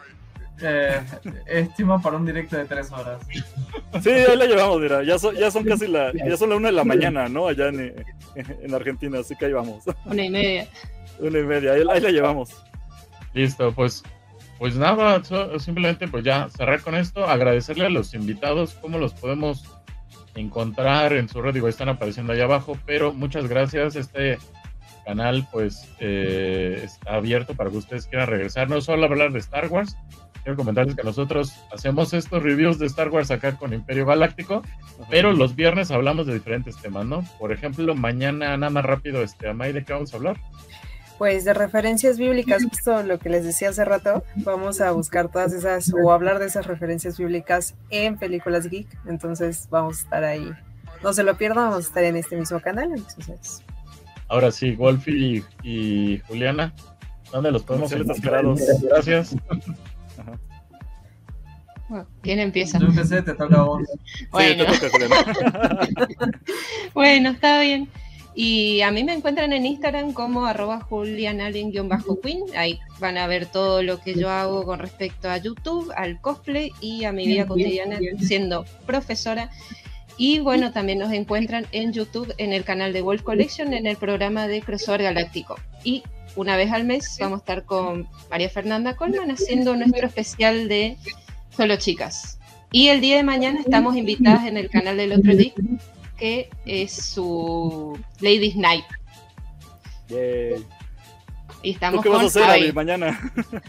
Eh, estima para un directo de tres horas. Sí, ahí la llevamos, mira. Ya son, ya son casi la... Ya son la una de la mañana, ¿no? Allá en, en Argentina, así que ahí vamos. Una y media. Una y media, ahí, ahí la llevamos. Listo, pues... Pues nada, simplemente pues ya cerrar con esto, agradecerle a los invitados, cómo los podemos encontrar en su red, digo, están apareciendo ahí abajo, pero muchas gracias, este canal pues eh, está abierto para que ustedes quieran regresar, no solo a hablar de Star Wars, quiero comentarles que nosotros hacemos estos reviews de Star Wars acá con Imperio Galáctico, pero los viernes hablamos de diferentes temas, ¿no? Por ejemplo, mañana, nada más rápido, este, Amay, ¿de qué vamos a hablar? Pues de referencias bíblicas, justo lo que les decía hace rato, vamos a buscar todas esas, o hablar de esas referencias bíblicas en Películas Geek, entonces vamos a estar ahí, no se lo pierdan, vamos a estar en este mismo canal, entonces... Ahora sí, Wolfie y, y Juliana, ¿dónde los podemos encontrar? Gracias. Ajá. Bueno, ¿quién empieza? Yo empecé, te toca a vos. Bueno. Sí, te toca, Juliana. Bueno, está bien. Y a mí me encuentran en Instagram como arroba julianallen-queen. Ahí van a ver todo lo que yo hago con respecto a YouTube, al cosplay y a mi vida cotidiana siendo profesora. Y bueno, también nos encuentran en YouTube en el canal de Wolf Collection en el programa de Crossover Galáctico. Y una vez al mes vamos a estar con María Fernanda Colman haciendo nuestro especial de Solo Chicas. Y el día de mañana estamos invitadas en el canal del otro día, que es su Ladies Night. Yay. Y estamos ¿Qué con vas a hacer, Abby. Abby, mañana?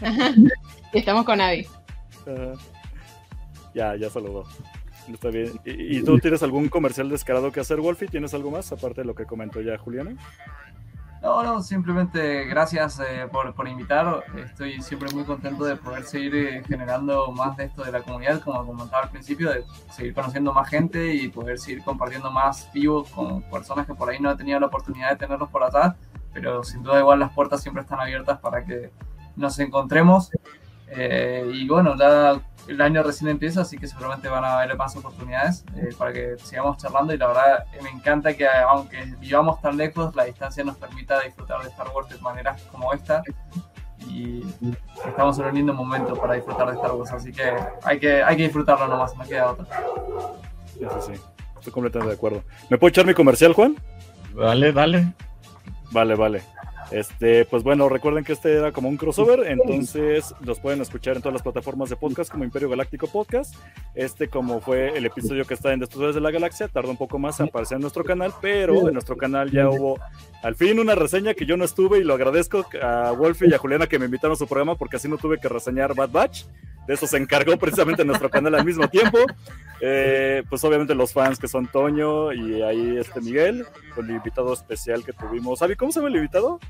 Y estamos con Abby. Uh, ya, ya saludó. Está bien. ¿Y, ¿Y tú tienes algún comercial descarado que hacer, Wolfie? ¿Tienes algo más, aparte de lo que comentó ya Juliana? No, no, simplemente gracias eh, por, por invitar. Estoy siempre muy contento de poder seguir eh, generando más de esto de la comunidad, como comentaba al principio, de seguir conociendo más gente y poder seguir compartiendo más vivos con personas que por ahí no he tenido la oportunidad de tenerlos por atrás, pero sin duda igual las puertas siempre están abiertas para que nos encontremos. Eh, y bueno, ya el año recién empieza, así que seguramente van a haber más oportunidades eh, para que sigamos charlando, y la verdad eh, me encanta que aunque vivamos tan lejos, la distancia nos permita disfrutar de Star Wars de maneras como esta, y estamos en un lindo momento para disfrutar de Star Wars, así que hay que, hay que disfrutarlo nomás, no queda otra. Eso sí, estoy completamente de acuerdo. ¿Me puedo echar mi comercial, Juan? Dale, dale. Vale, vale. Este, pues bueno, recuerden que este era como un crossover, entonces los pueden escuchar en todas las plataformas de podcast como Imperio Galáctico Podcast. Este, como fue el episodio que está en Destructores de la Galaxia, tardó un poco más en aparecer en nuestro canal, pero en nuestro canal ya hubo al fin una reseña que yo no estuve y lo agradezco a Wolfie y a Juliana que me invitaron a su programa porque así no tuve que reseñar Bad Batch. De eso se encargó precisamente nuestro canal al mismo tiempo. Eh, pues obviamente los fans que son Toño y ahí este Miguel, con el invitado especial que tuvimos. ¿Sabi cómo se llama el invitado?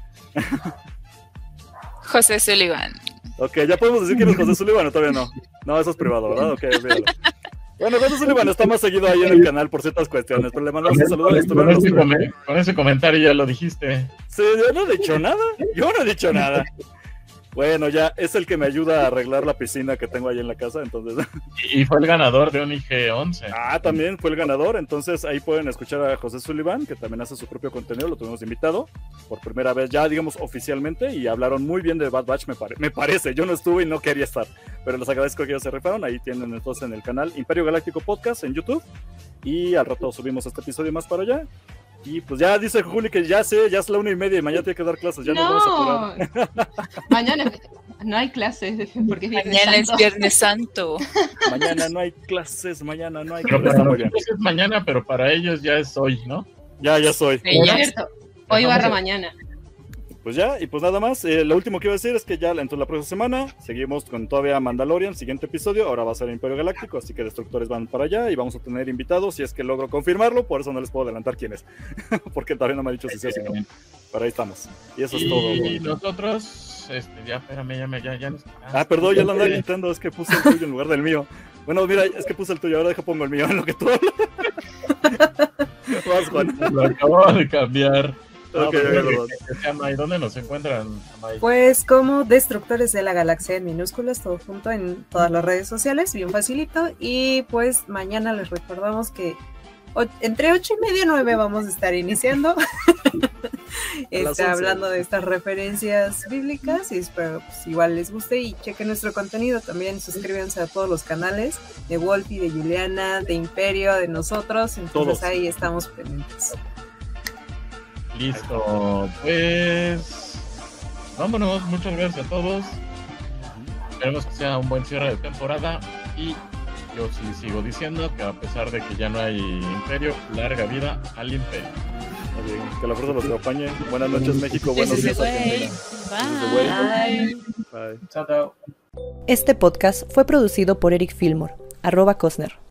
José Sullivan. Ok, ya podemos decir que eres José Sullivan o todavía no. No, eso es privado, ¿verdad? Ok, olvídalo. Bueno, José Sullivan está más seguido ahí en el canal por ciertas cuestiones, pero le mandamos un saludo. Con, con, ese, com con ese comentario ya lo dijiste. Sí, yo no he dicho nada. Yo no he dicho nada. Bueno, ya es el que me ayuda a arreglar la piscina que tengo ahí en la casa, entonces... Y fue el ganador de un I G once. Ah, también fue el ganador, entonces ahí pueden escuchar a José Sullivan, que también hace su propio contenido, lo tuvimos invitado por primera vez ya, digamos, oficialmente, y hablaron muy bien de Bad Batch, me, pare me parece, yo no estuve y no quería estar, pero les agradezco que ellos se rifaron, ahí tienen entonces en el canal Imperio Galáctico Podcast en YouTube, y al rato subimos este episodio más para allá. Y pues ya dice Juli que ya sé, ya es la una y media y mañana tiene que dar clases, ya no, nos vamos a apurar. Mañana no hay clases porque es Viernes mañana Santo. es Viernes Santo. Mañana no hay clases, mañana no hay pero clases. Para nosotros es mañana, pero para ellos ya es hoy, ¿no? Ya, ya soy. Sí, ya. Cierto. Hoy barra mañana. Pues ya, y pues nada más, eh, lo último que iba a decir es que ya entonces la próxima semana seguimos con todavía Mandalorian, siguiente episodio, ahora va a ser Imperio Galáctico, así que Destructores van para allá y vamos a tener invitados, si es que logro confirmarlo, por eso no les puedo adelantar quién es, porque todavía no me ha dicho si sí o si no, pero ahí estamos, y eso y es todo. Y nosotros, este, ya, espérame, ya, me, ya, ya nos... Ah, perdón, ya lo andaba gritando, es que puse el tuyo en lugar del mío. Bueno, mira, es que puse el tuyo, ahora deja pongo el mío en lo que tú hablas. Vas, Juan. Lo acabo de cambiar. No, Okay, pero, okay, que, que, Amay, ¿dónde nos encuentran, Amay? Pues como Destructores de la Galaxia en minúsculas, todo junto en todas las redes sociales, bien facilito. Y pues mañana les recordamos que entre ocho y media y nueve vamos a estar iniciando. Está hablando de estas referencias bíblicas y espero pues igual les guste y chequen nuestro contenido. También suscríbanse a todos los canales de Wolfie, de Juliana, de Imperio, de nosotros. Entonces todos. Ahí estamos pendientes. Listo, pues vámonos, muchas gracias a todos. Esperemos que sea un buen cierre de temporada y yo sí sigo diciendo que a pesar de que ya no hay Imperio, larga vida al Imperio. Que la fuerza los acompañe. Buenas noches, México. Buenos días, Argentina. Bye. Bye. Chao, chao. Este podcast fue producido por Eric Fillmore, arroba Cosner.